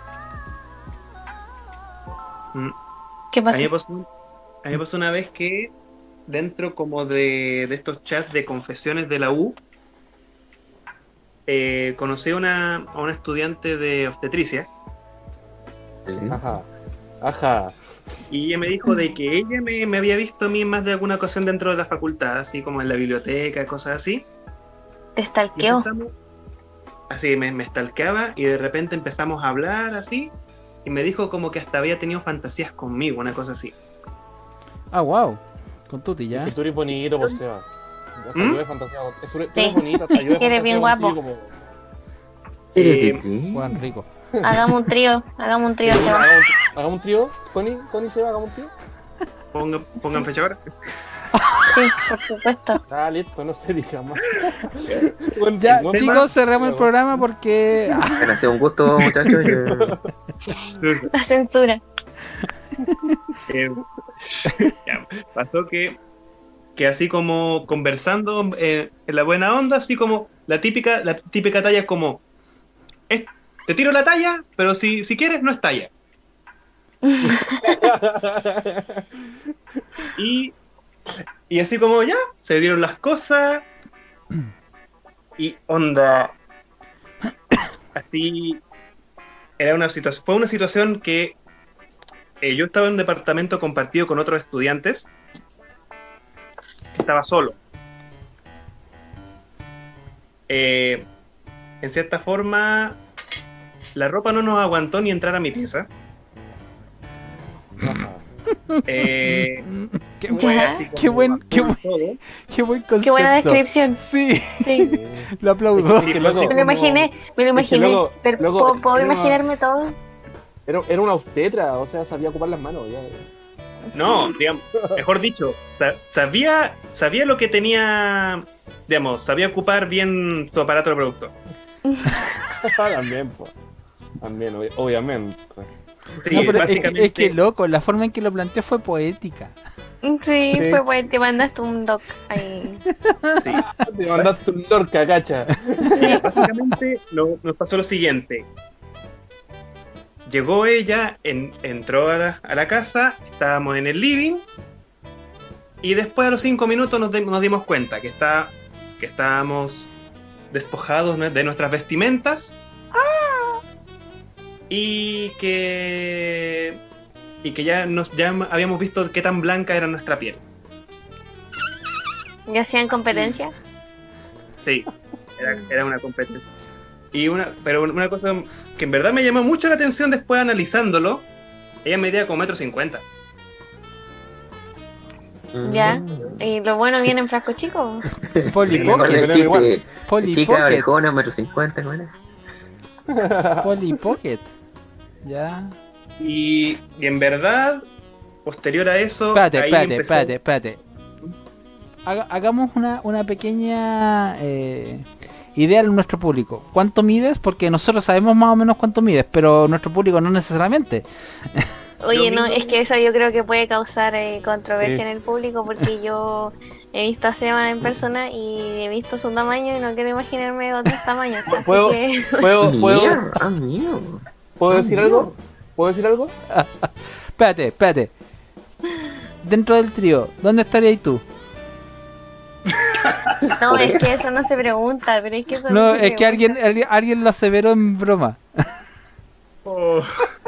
Mm, ¿Qué A pasa? mí me pasó, a mí me pasó una vez que dentro como de, de estos chats de confesiones de la U, eh, conocí a una, a una estudiante de obstetricia, Sí. Ajá. Ajá. y ella me dijo de que ella me, me había visto a mí en más de alguna ocasión dentro de la facultad, así como en la biblioteca, cosas así. Te Y stalkeó. empezamos, así me, me stalkeaba y de repente empezamos a hablar así, y me dijo como que hasta había tenido fantasías conmigo, una cosa así. Ah, wow. Con Tuti Es ya. que tú eres bonito, por Seba. Hasta ¿Mm? yo he fantaseado. Tú eres, tú Sí. eres bonito, hasta yo he Que eres bien fantaseado guapo. contigo, po. ¿Eres Eh, de ti? Juan Rico. Hagamos un trío, hagamos un trío. se va. Hagamos un- hagamos un trío. Connie, Connie Seba, hagamos un trío. Pongan, pongan fecha ahora. Sí, por supuesto. Ah, listo, no se diga más. Buen Ya, ritmo. chicos, cerramos el programa porque... ah, Bueno, ha sido un gusto, muchachos. Yo- La censura. Eh, ya, pasó que, que así como conversando eh, en la buena onda, así como la típica, la típica talla es como es- te tiro la talla, pero si, si quieres no es talla. Y Y así como ya, se dieron las cosas. Y onda. Así. Era una situación. Fue una situación que eh, yo estaba en un departamento compartido con otros estudiantes. Estaba solo. Eh, en cierta forma, la ropa no nos aguantó ni entrar a mi pieza. Eh, Qué, Ya. buen, qué, buen, qué, buen, qué buen concepto. Qué buena descripción. Sí, Sí. lo aplaudo. Es que, loco, Me lo imaginé, me lo Es que imaginé. luego- pero luego- ¿puedo, puedo era una- imaginarme todo? Era, era una obstetra, o sea, sabía ocupar las manos. Ya. no, digamos, mejor dicho, sa- sabía, sabía lo que tenía, digamos, sabía ocupar bien su aparato reproductor. También, pues. También, ob- obviamente. Sí, No, pero es, que, básicamente. es que loco, la forma en que lo planteó fue poética. Sí, Sí. fue pues te mandaste un doc ahí. sí. Te mandaste un lorca, cacha. Sí, básicamente lo- nos pasó lo siguiente. Llegó ella, en- entró a la, a la casa, estábamos en el living y después a los cinco minutos nos, di- nos dimos cuenta que, está, que estábamos despojados ¿no? de nuestras vestimentas y que y que ya nos ya habíamos visto qué tan blanca era nuestra piel. ¿Ya hacían competencia? Sí, era, era una competencia. Y una, pero una cosa que en verdad me llamó mucho la atención después analizándolo, ella medía como metro cincuenta. Ya. Mm. Y lo bueno viene en frasco chico. Polly Sí, Me acuerdo Pocket. del Pero igual. chiste, Polly chica Pocket. orejona, metro cincuenta, ¿no era? Polly Pocket. Ya. Y, y en verdad, posterior a eso, Espérate, ahí espérate, empezó- espérate, espérate. Haga- hagamos una, una pequeña eh, idea a nuestro público. ¿Cuánto mides? Porque nosotros sabemos más o menos cuánto mides, pero nuestro público no necesariamente. Oye, Yo no, mismo- es que eso yo creo que puede causar eh, controversia Sí. en el público porque yo he visto a Seba en persona y he visto su tamaño y no quiero imaginarme otros tamaños. Así ¿Puedo- que ¿Puedo, puedo, Mío, ah, mío. ¿puedo Ah, decir mío. algo? ¿Puedo decir algo? Espérate, espérate. Dentro del trío, ¿dónde estarías tú? no, es que eso no se pregunta, pero es que eso No, se es que alguien, pregunta. alguien, alguien lo aseveró en broma. Oh,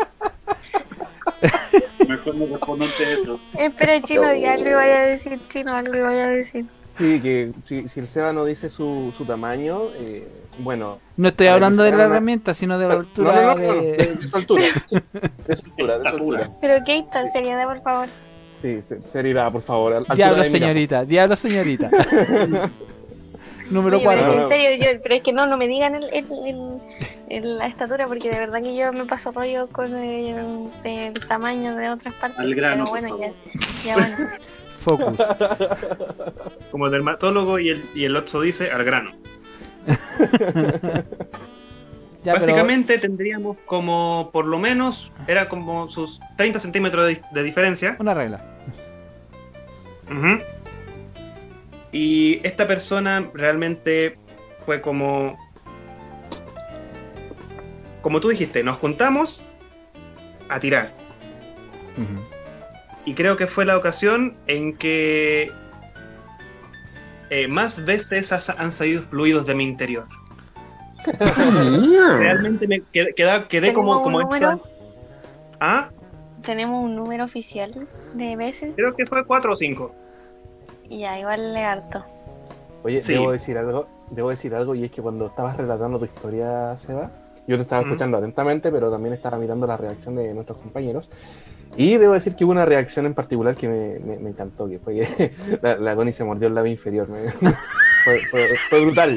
Mejor no respondo ante eso. Espera, Chino, que algo vaya a decir, Chino, algo vaya a decir. Sí, que si, si el Seba no dice su, su tamaño, eh, bueno. No estoy Para hablando que de se la haga una- herramienta, sino de la No, altura no, no, no, no, de... de, de su altura. De su altura, de su altura. Pero Keita, seriedad, por favor. Sí, se- seriedad, por favor. altura Diablo, de mira. señorita, diablo, señorita. Número Oye, pero cuatro. no, en serio, yo, pero es que no, no me digan el, el, el- el- la estatura porque de verdad que yo me paso rollo con el, el tamaño de otras partes. Al grano, pero bueno, por ya, favor. ya bueno. Focus. como el dermatólogo y el, y el otro dice al grano. Ya, pero- Básicamente tendríamos como, por lo menos, era como sus treinta centímetros de, de diferencia. Una regla. Ujú. Y esta persona realmente fue como... Como tú dijiste, nos juntamos a tirar. Ujú. Y creo que fue la ocasión en que eh, más veces has- han salido fluidos de mi interior. Mío. Realmente me quedé, quedé, quedé como, ¿Tenemos como un número? esta- Ah, Tenemos un número oficial de veces creo que fue cuatro o cinco. y ya, igual le harto. Oye, Sí. debo decir algo, debo decir algo, y es que cuando estabas relatando tu historia, Seba, yo te estaba Ujú. escuchando atentamente, pero también estaba mirando la reacción de nuestros compañeros. Y debo decir que hubo una reacción en particular que me, me- me encantó, que fue que la, la Connie se mordió el labio inferior. me- fue, fue- fue brutal.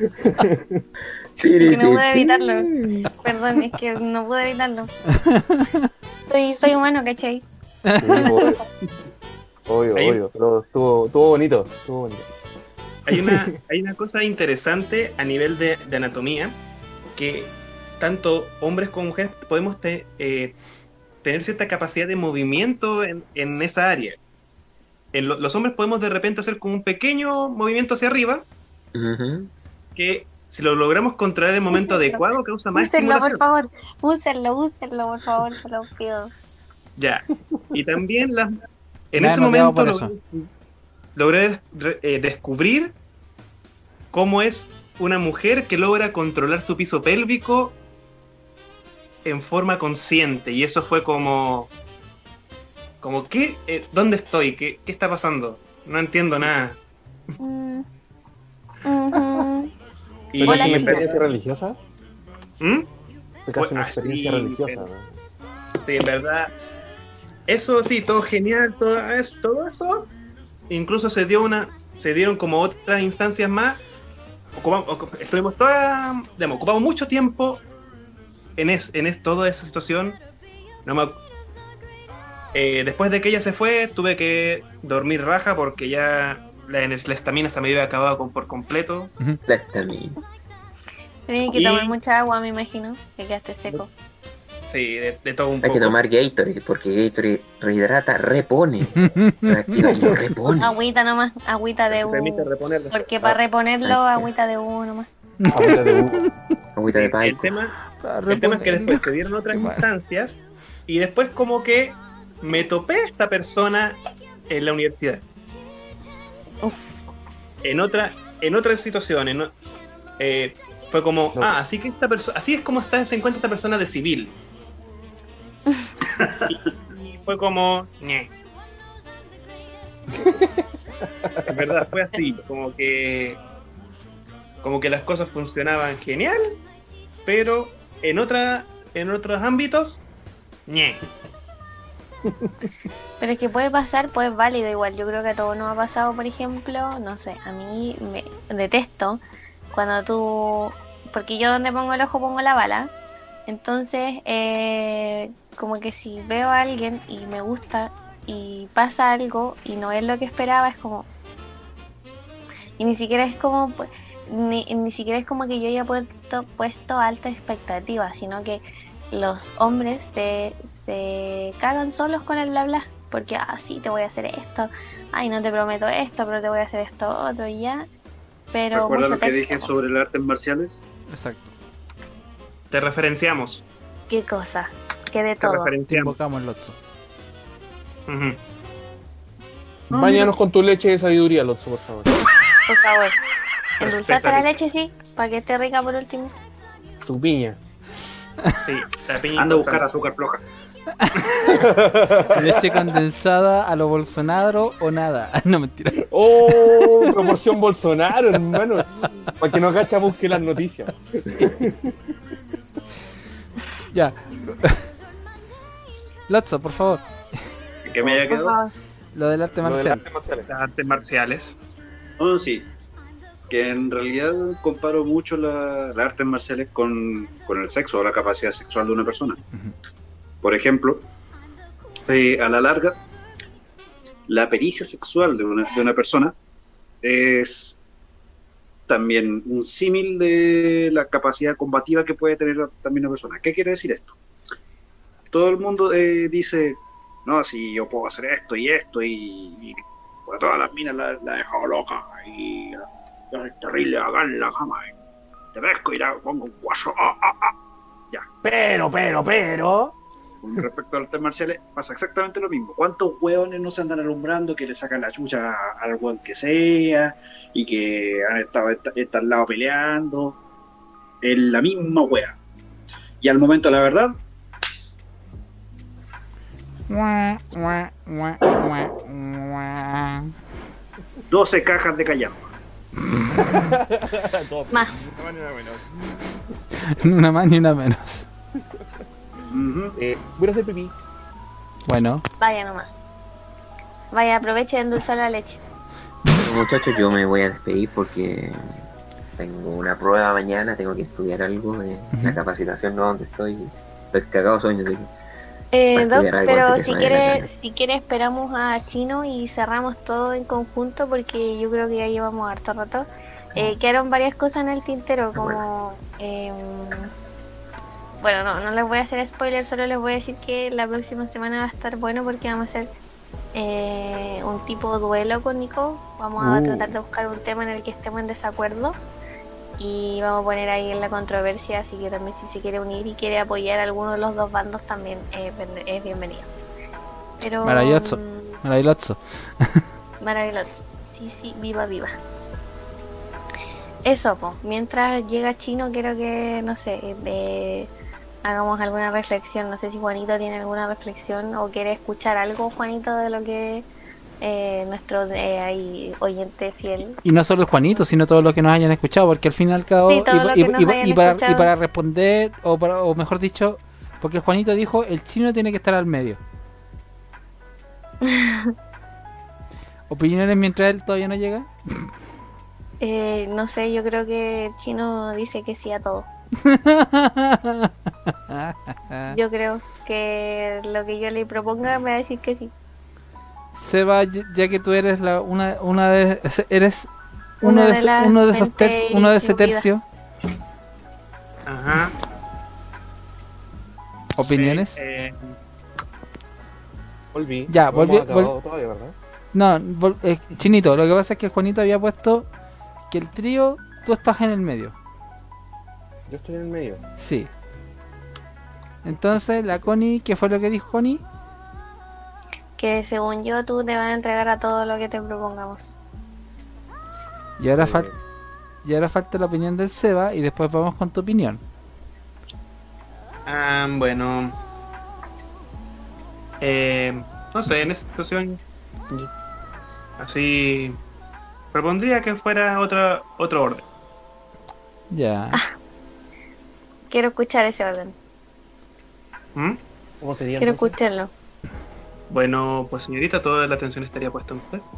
Que no pude evitarlo. Perdón, es que no pude evitarlo. Soy, soy humano, ¿cachai? Sí, obvio, obvio, Ahí- obvio, pero estuvo, estuvo bonito, estuvo bonito. Hay una, hay una cosa interesante a nivel de, de anatomía, que tanto hombres como mujeres podemos te- eh, tener cierta capacidad de movimiento en, en esa área. En lo- los hombres podemos de repente hacer como un pequeño movimiento hacia arriba, Ujú. que si lo logramos contraer en el momento adecuado causa más Úsenlo, por estimulación. favor. Úsenlo, úsenlo, por favor, se lo pido. Ya. Y también las, en Me ese han odiado momento por lo- eso. logré eh, descubrir cómo es una mujer que logra controlar su piso pélvico en forma consciente. Y eso fue como... Como, ¿qué? Eh, ¿Dónde estoy? ¿Qué, ¿Qué está pasando? No entiendo nada. Mm. Uh-huh. Y ¿Pero es Hola, una chica. experiencia religiosa? ¿Mm? Es casi una Ah, experiencia sí, religiosa, pero- ¿no? Sí, en verdad. Eso sí, todo genial, todo eso, todo eso. Incluso se dio una, se dieron como otras instancias más. Ocupamos, ocup- estuvimos toda, digamos, ocupamos mucho tiempo en es, en es, toda esa situación. No me, ac- eh, después de que ella se fue, tuve que dormir raja porque ya la, ener- la estamina se me había acabado con- por completo. La estamina. Tenías que Y- tomar mucha agua, me imagino, que quedaste seco. Sí, de, de todo un Hay poco. que tomar Gatorade, porque Gatorade rehidrata, repone. Reactiva y repone. Agüita nomás, agüita de Te permite uno. reponer. Porque para reponerlo, agüita de uno nomás. Agüita de uva. Agüita de El palco. tema, Para el tema es que reponerlo. después se dieron otras Qué mal. instancias y después como que me topé a esta persona en la universidad. Uf. En otra, en otra situación, en o- eh, fue como, No. ah, así que esta persona, así es como está, se encuentra esta persona de civil. y, y fue como, ñe. En verdad fue así, como que, como que las cosas funcionaban genial, pero en otra, en otros ámbitos, ñe. Pero es que puede pasar, pues es válido igual. Yo creo que a todos nos ha pasado, por ejemplo, no sé, a mí me detesto cuando tú... Porque yo donde pongo el ojo pongo la bala. Entonces, eh, como que si veo a alguien y me gusta y pasa algo y no es lo que esperaba, es como... Y ni siquiera es como... pues, Ni, ni siquiera es como que yo haya puesto, puesto alta expectativa, sino que los hombres se, se cagan solos con el bla bla. Porque, ah, sí, te voy a hacer esto. Ay, no te prometo esto, pero te voy a hacer esto otro y ya. Pero ¿Recuerdas mucho lo que texto. dije sobre las artes marciales? Exacto. Te referenciamos, ¿Qué cosa? Que de te todo. Te referenciamos. invocamos, Lotso. Ujú. Báñanos con tu leche de sabiduría, Lotso, por favor. Por favor. Endulzaste la César. leche, sí, para que esté rica por último. Tu piña. Sí, la piña Anda a buscar importante. azúcar floja. Leche condensada a lo Bolsonaro o nada. No, mentira. ¡Oh! Proporción Bolsonaro, hermano. Para que no cacha, busque las noticias. Ya. Lotso, por favor. ¿Qué me haya Por quedado? favor. Lo del arte Lo de las marcial. artes marciales. Las artes marciales. Oh, sí. Que en realidad comparo mucho la- las artes marciales con, con el sexo o la capacidad sexual de una persona. Por ejemplo, eh, a la larga, la pericia sexual de una, de una persona es también un símil de la capacidad combativa que puede tener también una persona. ¿Qué quiere decir esto? Todo el mundo eh, dice, no, si yo puedo hacer esto y esto y, y a todas las minas la, la he dejado loca y yo soy terrible acá en la cama y te pesco y la pongo un cuazo. Ah, ah, ah. Pero, pero, pero. Con respecto a las artes marciales pasa exactamente lo mismo. ¿Cuántos hueones no se andan alumbrando que le sacan la chucha al hueón que sea y que han estado est- est- al lado peleando? Es la misma hueá. Y al momento de la verdad, Mua, mua, mua, mua, mua. doce cajas de callao. Más. Ni una más ni una menos. Ujú. Eh, voy a hacer pipí. Bueno, Vaya nomás. Vaya, aproveche de endulzar la leche. Bueno, muchachos, yo me voy a despedir porque tengo una prueba mañana, tengo que estudiar algo de la Ujú. capacitación, no donde estoy. Estoy cagado de sueño. así que- Eh, Para Doc, estudiar algo pero antes de si que se vaya la quiere, tarde. si quiere esperamos a Chino y cerramos todo en conjunto porque yo creo que ya llevamos harto rato. Eh, quedaron varias cosas en el tintero como... em, bueno, no, no les voy a hacer spoiler, solo les voy a decir que la próxima semana va a estar bueno porque vamos a hacer eh, un tipo duelo con Nico. Vamos a Uh. tratar de buscar un tema en el que estemos en desacuerdo y vamos a poner ahí en la controversia, así que también si se quiere unir y quiere apoyar a alguno de los dos bandos también es, ben- es bienvenido. Pero Maravilloso. mm, maravilloso. Maravilloso. Sí, sí, viva, viva. Eso, pues. Mientras llega Chino, quiero que, no sé, de... hagamos alguna reflexión. No sé si Juanito tiene alguna reflexión o quiere escuchar algo, Juanito, de lo que eh, nuestro eh, ahí, oyente fiel. Y no solo el Juanito, sino todos los que nos hayan escuchado, porque al fin y al cabo, Sí, todo y, lo y- que nos y- hayan y para, escuchado. y para responder, o, para- o mejor dicho, porque Juanito dijo, el chino tiene que estar al medio. ¿Opiniones mientras él todavía no llega? Eh, no sé, yo creo que Chino dice que sí a todo. Yo creo que lo que yo le proponga me va a decir que sí. Seba, ya ya que tú eres la una una de eres uno Una de, de ese- las uno de esos mentes terci- uno de ese incluidas. tercio, Ajá. opiniones. Eh, eh, Volví. Ya, No volví- hemos acabado vol- todavía, ¿verdad? No, vol- eh, Chinito, lo que pasa es que el Juanito había puesto que el trío tú estás en el medio. Yo estoy en el medio. Sí. Entonces, la Connie, ¿qué fue lo que dijo Connie? Que según yo tú te vas a entregar a todo lo que te propongamos. Y ahora, Eh, fal- y ahora falta la opinión del Seba y después vamos con tu opinión. ah, bueno. Eh, no sé, en esta situación. Así. Propondría que fuera otra, otro orden. Ya. Quiero escuchar ese orden. ¿Mm? ¿Cómo sería Quiero entonces? escucharlo. Bueno, pues señorita, toda la atención estaría puesta en usted.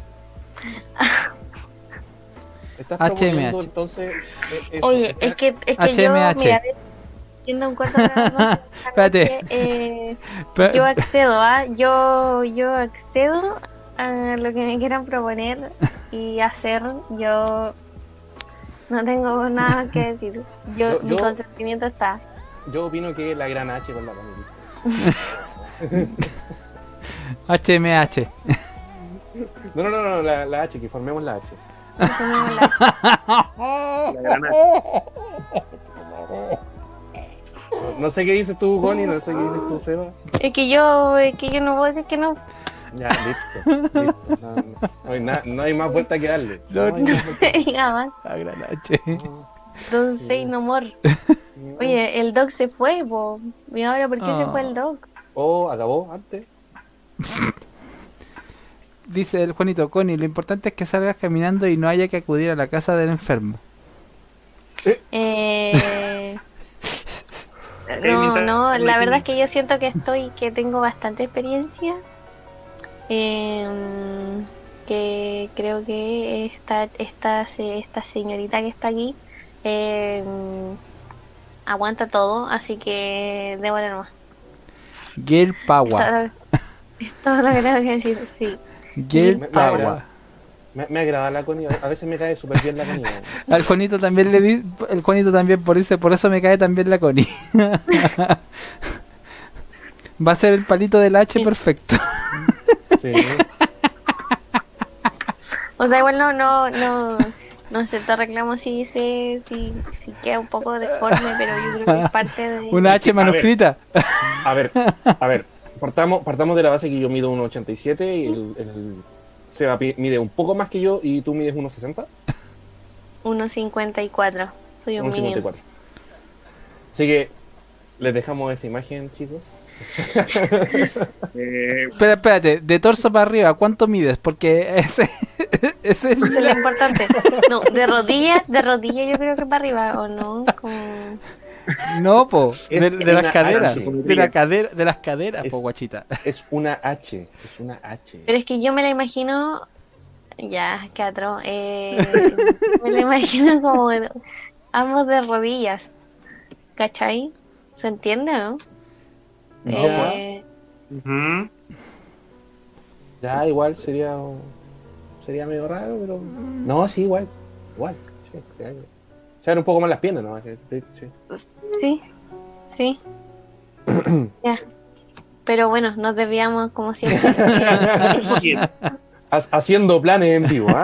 Estás H M proponiendo, H. entonces, eh, eso, Oye, estás- es que, es que H yo, M H. mira, siendo un cuarto grado, no sé, Espérate. eh, Pe- yo accedo, ¿ah? Yo, yo accedo a lo que me quieran proponer y hacer. Yo no tengo nada que decir. Yo, Yo- mi yo- consentimiento está. Yo opino que la gran H con la familia. H M H. No, no, no, no, la, la H, que formemos la H. Tenemos la- La gran No, no sé qué dices tú, Connie, no sé qué dices tú, Seba. Es que yo, es que yo no puedo decir que no. Ya, listo. listo. No, no, no hay na- no hay más vuelta que darle. No, hay más vuelta. Diga más. La gran H. Don't say no more. Oye, el dog se fue, po. ¿Y ahora por qué se fue el dog? Oh, acabó antes. Dice el Juanito, Connie, lo importante es que salgas caminando y no haya que acudir a la casa del enfermo. Eh... No, no, la verdad es que yo siento que estoy, que tengo bastante experiencia. Em, que creo que esta, esta, se- esta señorita que está aquí em, aguanta todo, así que démosle nomás. Girl Power. Todo- Es todo lo que tengo que decir, sí. Girl Me- me Power. agrada. Me, me agrada la Connie, a veces me cae súper bien la Connie. Al Juanito también le di, el Juanito también por dice, por eso me cae también la Connie. Va a ser el palito del H Sí. perfecto. Sí. O sea, igual no, no, no, no acepto reclamo si se, si, si queda un poco deforme, pero yo creo que es parte de. Una H manuscrita. A ver, a ver, partamos, partamos de la base que yo mido uno ochenta y siete y el, el Seba pi- mide un poco más que yo y tú mides uno sesenta. uno cincuenta y cuatro. Soy un uno cincuenta y minion. cuatro. Así que les dejamos esa imagen, chicos. Eh, Espera, espérate, de torso para arriba, ¿cuánto mides? Porque ese, ese es Eso es lo importante. No, de rodillas, de rodillas yo creo que para arriba, ¿o no? Como... no, po, de, Es de las una caderas, H. de la cadera, de las caderas, Es- po, guachita. Es una H, es una H. Pero es que yo me la imagino. Ya, qué atro. Eh, me la imagino como ambos de rodillas. ¿Cachai? ¿Se entiende, no? No, Eh, ujú. Ya, igual sería sería medio raro, pero no, sí, igual, igual. Sí, sí, hay- se abren un poco más las piernas, ¿no? Sí, sí. sí, sí. Ya. Pero bueno, nos desviamos como siempre. Eh, Bien. Ha- Haciendo planes en vivo, ¿ah?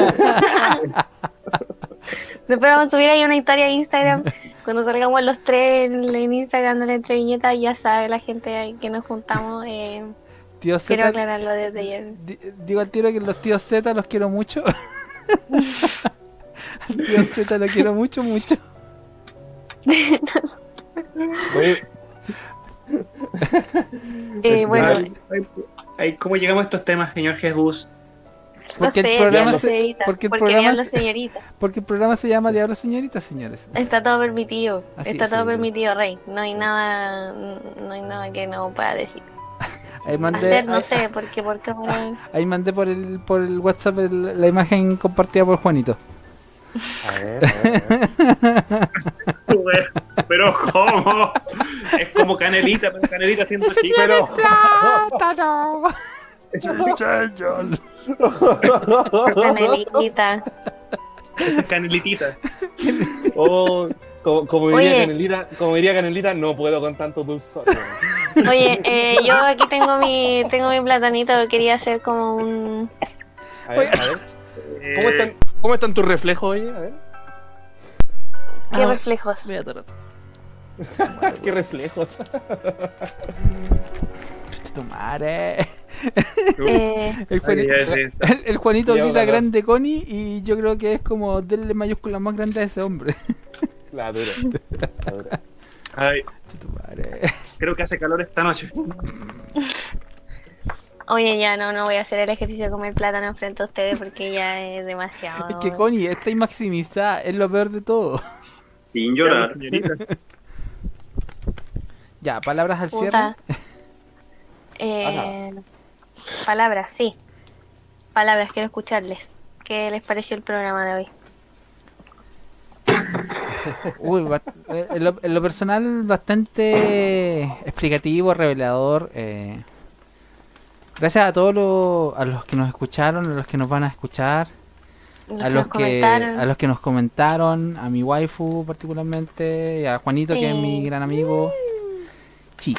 Después vamos a subir ahí una historia a Instagram. Cuando salgamos los tres en en Instagram de la entreviñeta, ya sabe la gente ahí que nos juntamos. Eh, Tío Z, quiero aclararlo desde ya. di- digo al tiro que los tíos Z los quiero mucho. Al tío Z lo quiero mucho, mucho. Oye, Eh, bueno, Ay, ay, ay, ¿cómo llegamos a estos temas, señor Jesús? no Porque el sé, programa Diablo se- señorita. porque el porque programa Diablo se- señorita. Porque el programa se llama Diablo Señorita, señores. Está todo permitido. Así Está es, todo sí. permitido, Rey. No hay nada, no hay nada que no pueda decir. Ahí mandé, Hacer, no ahí, sé, porque por cámara. ahí mandé por el por el WhatsApp el- la imagen compartida por Juanito. a ver, a ver, a ver. Pero ¿cómo? Es como Canelita, pero Canelita siendo chico. Pero, Canelita. Esa es Canelitita. oh, como, como diría Oye. Canelita, como diría Canelita, no puedo con tanto dulzor. Oye, eh, yo aquí tengo mi tengo mi platanito. Quería hacer como un. A ver, a ver. ¿Cómo Eh, están, cómo están tus reflejos, oye? A ver. ¿Qué Ah, reflejos? voy a atorar. ¿Qué reflejos? Tu madre. Eh, El, Juani- Ay, ya sé. el- el Juanito Ya, grita bacán. grande Connie y yo creo que es como denle mayúsculas más grandes a ese hombre. La dura. La dura. Ay, Tu madre. creo que hace calor esta noche. oye, ya no, no voy a hacer el ejercicio de comer plátano frente a ustedes porque ya es demasiado. Es que Connie, estáis maximizada, es lo peor de todo. Sin llorar. Señorita. Ya, palabras al cierre. Puta. Eh, palabras, sí. Palabras, quiero escucharles. ¿Qué les pareció el programa de hoy? Uy, ba- eh, en, lo, en lo personal bastante explicativo, revelador. eh. Gracias a todos los, a los que nos escucharon, a los que nos van a escuchar, Los a que los nos que comentaron. a los que nos comentaron, a mi waifu particularmente, y a Juanito que es mi Sí. gran amigo. Sí.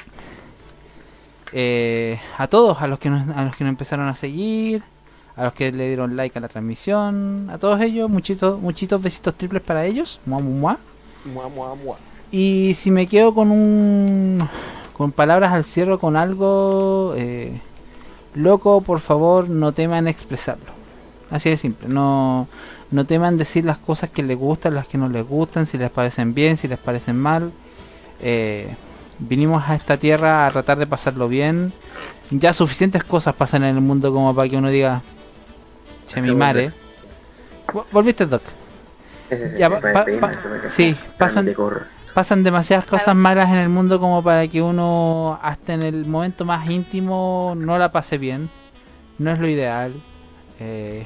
Eh, a todos, a los que nos, a los que nos empezaron a seguir, a los que le dieron like a la transmisión, a todos ellos, muchitos, muchitos besitos triples para ellos. Mua, mua, mua. Mua, mua, mua. Y si me quedo con un con palabras al cierre, con algo eh, loco, por favor, no teman expresarlo. Así de simple. No, no teman decir las cosas que les gustan, las que no les gustan, si les parecen bien, si les parecen mal. Eh, vinimos a esta tierra a tratar de pasarlo bien. Ya suficientes cosas pasan en el mundo como para que uno diga, che, mi madre. Vol- ¿Volviste, Doc? Ese es Ya, el pa- para pa- despedirme, pa- se me sí, casó. pasan- Trámite corre. Pasan demasiadas cosas malas en el mundo como para que uno hasta en el momento más íntimo no la pase bien. No es lo ideal. Eh,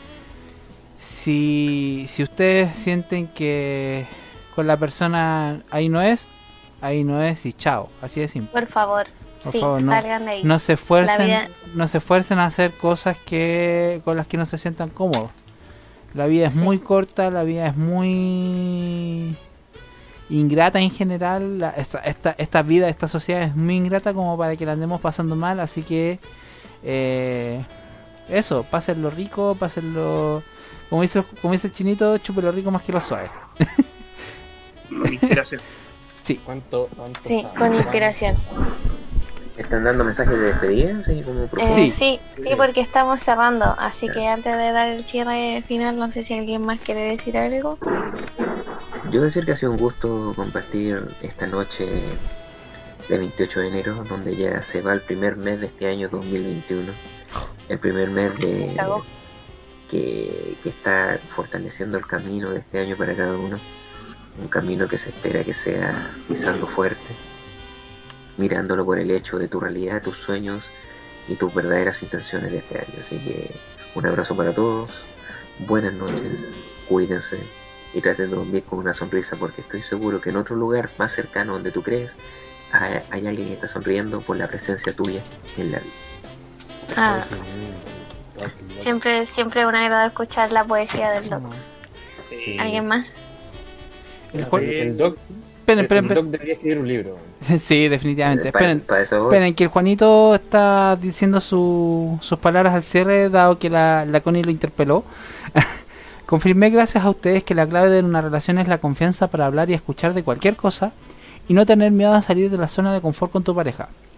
si, si ustedes sienten que con la persona ahí no es, ahí no es y chao. Así de simple. Por favor, Por sí, favor, no- salgan de ahí. No se esfuercen, La vida- no se esfuercen a hacer cosas que con las que no se sientan cómodos. La vida es Sí. muy corta, la vida es muy ingrata en general. La- esta, esta, esta vida, esta sociedad es muy ingrata como para que la andemos pasando mal. Así que eh, eso, pásenlo rico, pásenlo. Como dice, como dice el chinito, chúpelo rico más que lo suave. Con inspiración. Sí, ¿Cuánto, cuánto Sí, sabe? con inspiración. ¿Están dando mensajes de despedida? Sí, como Eh, propuesta. Sí. sí. sí, porque estamos cerrando. Así que antes de dar el cierre final, no sé si alguien más quiere decir algo. Yo decir que ha sido un gusto compartir esta noche de veintiocho de enero, donde ya se va el primer mes de este año dos mil veintiuno. El primer mes de Cagó. que, que está fortaleciendo el camino de este año para cada uno. Un camino que se espera que sea pisando fuerte, mirándolo por el hecho de tu realidad, tus sueños y tus verdaderas intenciones de este año. Así que un abrazo para todos, buenas noches, cuídense y traten de dormir con una sonrisa, porque estoy seguro que en otro lugar más cercano donde tú crees hay, hay alguien que está sonriendo por la presencia tuya en la vida. Ah, Ay, qué lindo. Ay, qué lindo. siempre, siempre un agrado escuchar la poesía del doc. Sí. ¿Alguien más? El El, Juan- el doc, esperen, el, esperen, el doc debería escribir un libro. esperen. Sí, definitivamente. Para, Esperen. para eso voy. Esperen, que el Juanito está diciendo su- sus palabras al cierre, dado que la, la Connie lo interpeló. Confirmé gracias a ustedes que la clave de una relación es la confianza para hablar y escuchar de cualquier cosa y no tener miedo a salir de la zona de confort con tu pareja.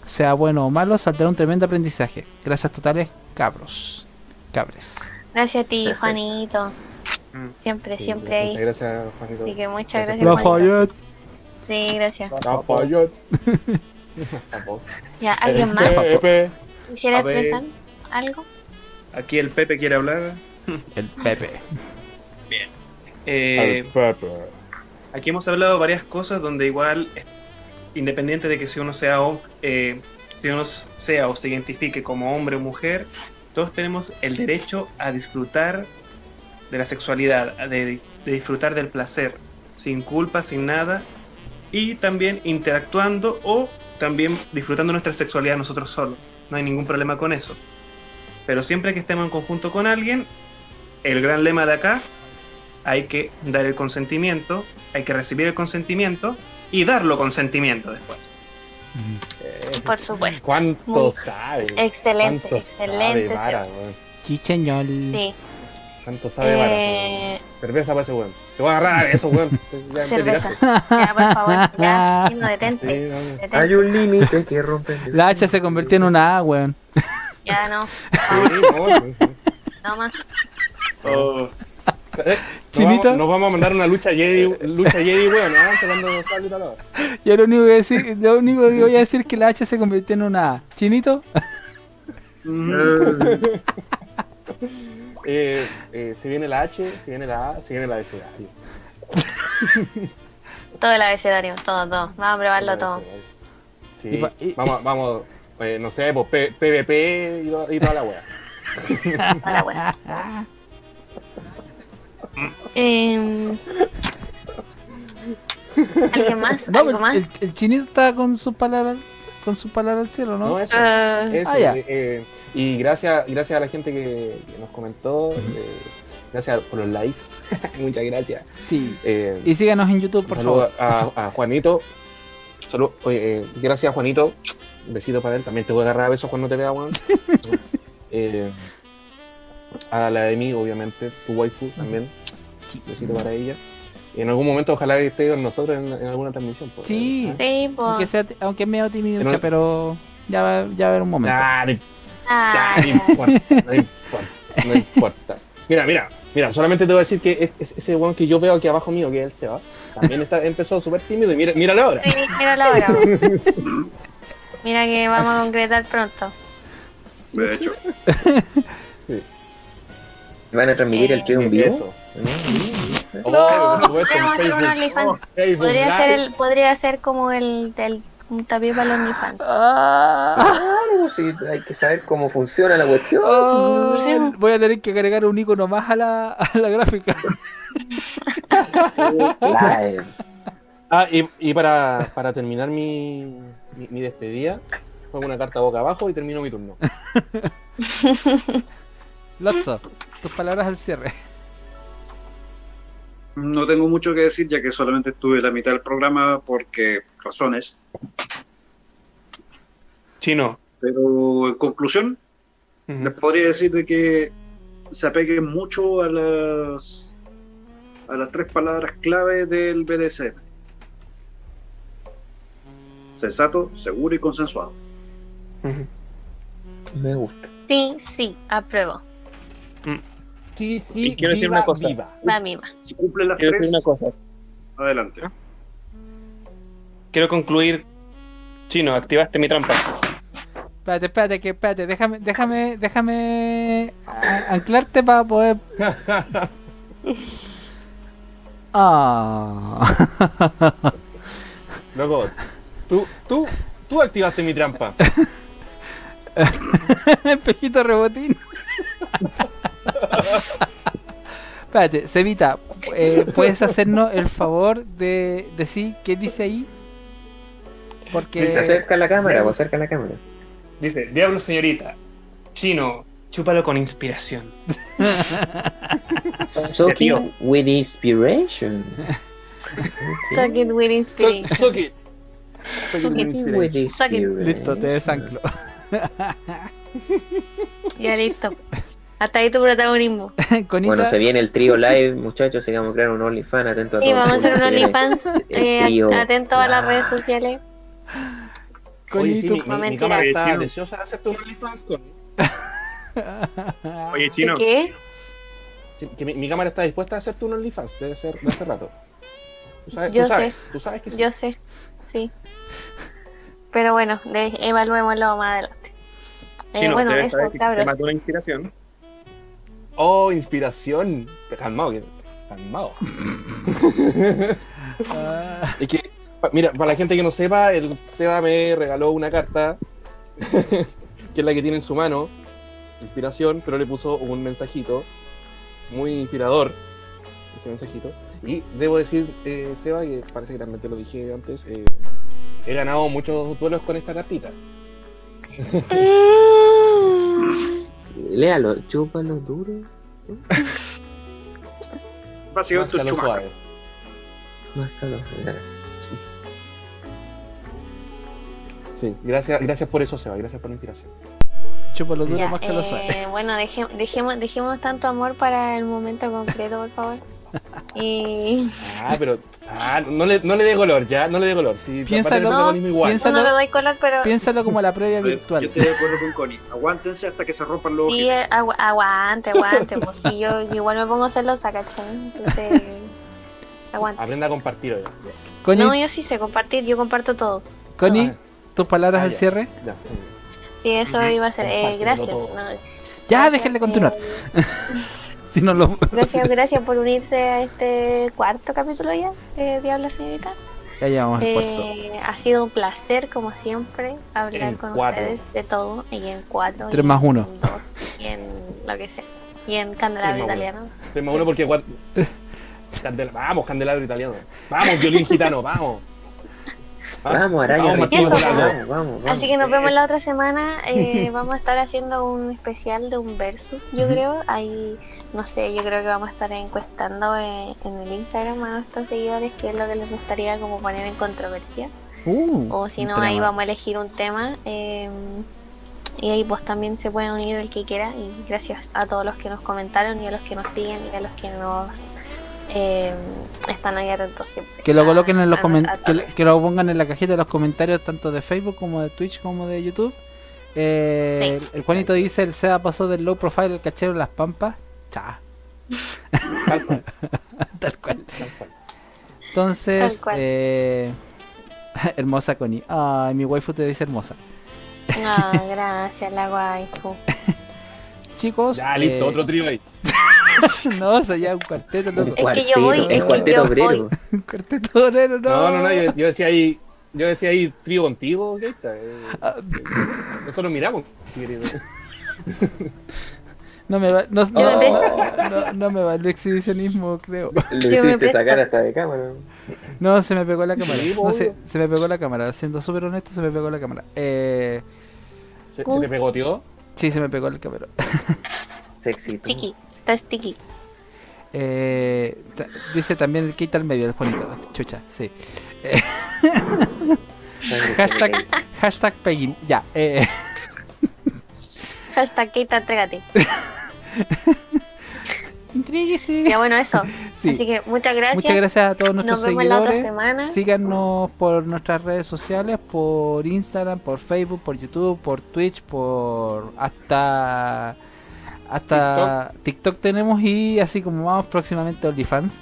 sea bueno o malo, saldrá un tremendo aprendizaje. Gracias totales, cabros. Cabres. Gracias a ti, Perfecto. Juanito. Siempre, Sí, siempre ahí. Muchas gracias, Juanito. Así que muchas Gracias. gracias, Juanito. Lafayette. Sí, gracias. Lafayette. Ya, ¿alguien más Pepe. quisiera A ver. expresar algo? Aquí el Pepe quiere hablar. El Pepe. Eh, Al Pepe. Aquí hemos hablado de varias cosas donde igual, eh, independiente de que si uno sea o, eh, si uno sea o se identifique como hombre o mujer, todos tenemos el derecho a disfrutar de la sexualidad, de, de disfrutar del placer, sin culpa, sin nada, y también interactuando o también disfrutando nuestra sexualidad nosotros solos. No hay ningún problema con eso. Pero siempre que estemos en conjunto con alguien, el gran lema de acá, hay que dar el consentimiento, hay que recibir el consentimiento y darlo consentimiento después. Eh, Por supuesto. ¿Cuánto Muy- sabe? Excelente, ¿Cuánto excelente. sabe Vara, sí. weón? Chicheñol. Sí. ¿Cuánto sabe Vara? Eh, Cerveza para ese weón. Te voy a agarrar a eso, weón. Ya te cerveza. tiraste. Ya, por favor, ya. No, detente. Sí, no, no. detente. Hay un límite que rompe. La hacha se convirtió en una A, weón. Ya, no. Sí, no, no, no. No más. Oh, Eh, Chinito. Nos vamos, nos vamos a mandar una lucha Jedi, lucha Jedi, weón, ¿ah? Hablando de sable y tal. Yo lo único que decir, lo único que voy a decir es que la H se convirtió en una A. Chinito. Eh, eh, se viene la H, se viene la A, se viene la abecedario. Todo el abecedario, todo, todo. Vamos a probarlo todo. Sí, Y pa- y- vamos, vamos, eh, no sé, pues P- PvP y, to- y toda la wea. Hola, bueno. Eh, ¿Alguien más? No, ¿Algo pues, más? el, el chinito está con sus palabras, con sus palabras al cielo, ¿no? No, eso. Eh, eso, Ah, ya. eh, eh, y gracias, gracias a la gente que, que nos comentó, eh, gracias por los likes, muchas gracias. Sí. Eh, Y síganos en YouTube, por saludo favor. a, a Juanito. Salud, oye, eh, gracias Juanito. Un besito para él. También te voy a agarrar a besos cuando te vea, Juan. eh, a la de mí, obviamente, tu waifu también. Un besito para ella. Y en algún momento ojalá esté con nosotros en, en alguna transmisión. pues. Sí. Sí, Aunque, pues. sea, aunque es medio tímido, Pero- pero ya va, ya va a haber un momento. Ah, no, Ah, no importa, no importa, no importa. Mira, mira, mira, solamente te voy a decir que es- es- ese weón que yo veo aquí abajo mío, que es el Seba, también está, empezó súper tímido y mira, míralo ahora. sí, míralo ahora. Mira que vamos a concretar pronto. De hecho, ¿Van a transmitir el trío en vivo? Eso. No, Oh, por supuesto, podemos en hacer un Facebook. OnlyFans. Oh, Facebook Podría Live. ser, el, podría ser como el del un tapiz para los OnlyFans. Ah, Claro, sí, hay que saber cómo funciona la cuestión. ah, Sí. voy a tener que agregar un icono más a la, a la gráfica. Live. Ah, y, y para, para terminar mi, mi, mi despedida, pongo una carta boca abajo y termino mi turno. Lotso, tus palabras al cierre. no tengo mucho que decir ya que solamente estuve la mitad del programa porque razones. Chino. Pero en conclusión, Ujú. les podría decir de que se apeguen mucho a las a las tres palabras clave del B D S M: sensato, seguro y consensuado. Ujú. Me gusta. Sí, sí, apruebo. Sí, sí, Y quiero decir una cosa. viva. La misma. Si cumplen las Quiero tres, decir una cosa. adelante. Quiero concluir. Chino, activaste mi trampa. Espérate, espérate, que espérate, déjame, déjame, déjame a- anclarte para poder. Ah. Loco, tú, tú, tú activaste mi trampa. Espejito rebotín. Espérate, Cevita, eh, ¿puedes hacernos el favor de decir qué dice ahí? Porque Se acerca a la cámara, o acerca a la cámara. Dice, diablo señorita. Chino, chúpalo con inspiración. Soaking with inspiration. Suck it with Suck, inspiration. suck it. Suck it. With Suck it. inspiration. listo, te desanclo. Ya listo. Hasta ahí tu protagonismo. Conita, Bueno, se viene el trío live, muchachos, así que vamos a crear un OnlyFans, atento a Sí, todo. vamos a hacer un Se viene OnlyFans. el Eh, trío atento a las live. redes sociales. Connie, Oye, sí, tú- mi, No, mi, mi mentira. cámara está Chino. deseosa de hacerte un OnlyFans, Connie. Oye, ¿De Chino, qué? Que, que mi, mi cámara está dispuesta a hacerte un OnlyFans de, hacer, de hace rato. Tú sabes, Yo tú sé. sabes, tú sabes que sí. Yo sé, sí. Pero bueno, de- evaluémoslo más adelante. Eh, Chino, bueno, debes eso, saber que te cabros. mató una inspiración. Oh, inspiración. Calmado, que- calmado. Ah, Es que, pa- mira, para la gente que no sepa, el Seba me regaló una carta, que es la que tiene en su mano, inspiración, pero le puso un mensajito muy inspirador, este mensajito. Y debo decir, eh, Seba, que parece que también te lo dije antes, eh, he ganado muchos duelos con esta cartita. Léalo, chúpalo duro. Básicamente un Máscalo chumaca. suave. Más calor. Sí, gracias, gracias por eso, Seba, gracias por la inspiración. chúpalo duro Ya, más que lo suave. eh, bueno, deje- dejemos, dejemos tanto amor para el momento concreto, por favor. Y Ah, pero ah, no, le, no le dé color, ya, no le dé color. Si Piénsalo, va a tener protagonismo igual. piensa- no le doy color, pero Piénsalo como la previa Yo virtual. estoy de acuerdo con Connie. Aguántense hasta que se rompan los sí, ojitos. eh, agu- aguante, aguante, porque yo igual me pongo celosa, ¿cachai? Entonces, aguante. Aprenda a compartir hoy. Connie, No, yo sí sé compartir, yo comparto todo. Connie, Ah, tus palabras ah, al ya. cierre. Ya. Sí, eso iba a ser. Eh, Compártelo gracias. todo. no, Ya, gracias, déjenle continuar. eh, Si no lo. gracias, gracias por unirse a este cuarto capítulo ya de Diablo Señorita. Ya llevamos el cuarto. Eh, ha sido un placer, como siempre, hablar En con cuatro. ustedes de todo. Y en cuatro. Tres y más en uno. dos, y en lo que sea. Y en candelabro Tres más uno. italiano. Tres más Sí. uno porque cuatro. Candela- Vamos, candelabro italiano. Vamos, violín gitano, vamos. Ah, Vamos, araña. vamos, Martín, Martín vamos, Polaco. vamos, vamos, Así que nos Eh. vemos la otra semana. Eh, vamos a estar haciendo un especial de un versus, yo Ujú. creo. Ahí, no sé, yo creo que vamos a estar encuestando eh, en el Instagram a nuestros seguidores qué es lo que les gustaría como poner en controversia. Uh, O si un no, tema. ahí vamos a elegir un tema. eh, y ahí pues también se puede unir el que quiera. Y gracias a todos los que nos comentaron y a los que nos siguen y a los que nos eh, están ahí atentos siempre. Que lo coloquen en los A- a- comen- a que, todos. que lo pongan en la cajita de los comentarios tanto de Facebook como de Twitch como de YouTube. Eh, Sí. el- el Juanito dice el Seba pasó del low profile al cachero en las pampas. Cha. Tal cual, Tal cual. tal cual. Entonces, Tal cual. eh, hermosa Connie. Ay, mi waifu te dice hermosa. Ah, gracias, la waifu. Chicos, Ya, listo, eh, otro trío ahí. no, o sea, ya un cuarteto, loco. Es que yo voy, es el que cuarteto yo obrero. voy. Un cuarteto obrero, no. No, no, no, yo, yo decía ahí. Yo decía ahí trío contigo, ¿qué está? Eh, nosotros miramos, si querés. No me va, no, ¿Yo me no, presto? no, no me va el exhibicionismo, creo. Lo Yo me hiciste presto. sacar hasta de cámara. No, se me pegó la cámara. Sí, No sé, obvio. se me pegó la cámara. Siendo súper honesto, se me pegó la cámara. Eh, ¿Se, se te pegoteó? sí, se me pegó la cámara. Sexy. Sticky, está sticky. Eh, ta- dice también el quita al medio, el Juanito. Chucha, sí. Eh, hashtag, hashtag Peguín. Ya. Eh, Hashtag Keita, entrégate. Intríguese. Ya bueno, eso. Sí. Así que muchas gracias. Muchas gracias a todos nuestros Nos vemos la otra seguidores. semana. Síganos por nuestras redes sociales, por Instagram, por Facebook, por YouTube, por Twitch, por hasta hasta TikTok, tenemos, y así como vamos próximamente a OnlyFans.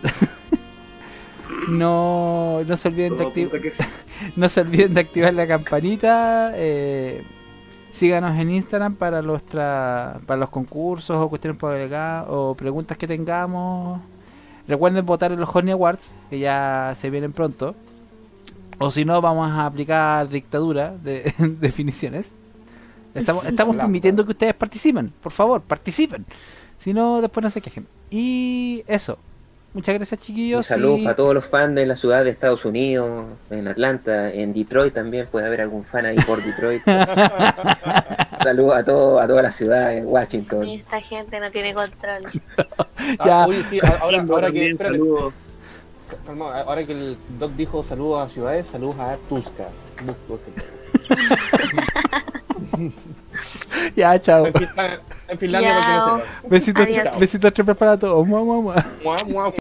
no, no se olviden de Todo activar apunta que sí. no se olviden de activar la campanita. eh, síganos en Instagram para nuestra para los concursos o cuestiones por agregar o preguntas que tengamos. Recuerden votar en los Honey Awards, que ya se vienen pronto. O si no, vamos a aplicar dictadura de definiciones. Estamos, estamos permitiendo que ustedes participen. Por favor, participen. Si no, después no se quejen. Y eso. Muchas gracias, Un chiquillos. saludo y- para todos los fans de la ciudad de Estados Unidos, en Atlanta, en Detroit también puede haber algún fan ahí por Detroit. Saludos a todo, a toda la ciudad en Washington. Esta gente no tiene control. Ya. Ah, oye, sí, a- ahora, ahora que. También, espérate, saludos. calma, ahora que el Doc dijo saludos a ciudades, saludos a Tusca. Ya, chao. En Finlandia, en Finlandia Yao. para que no sepa. Besitos, Adiós. besitos tres para todos. Mua, mua, mua. Mua, mua.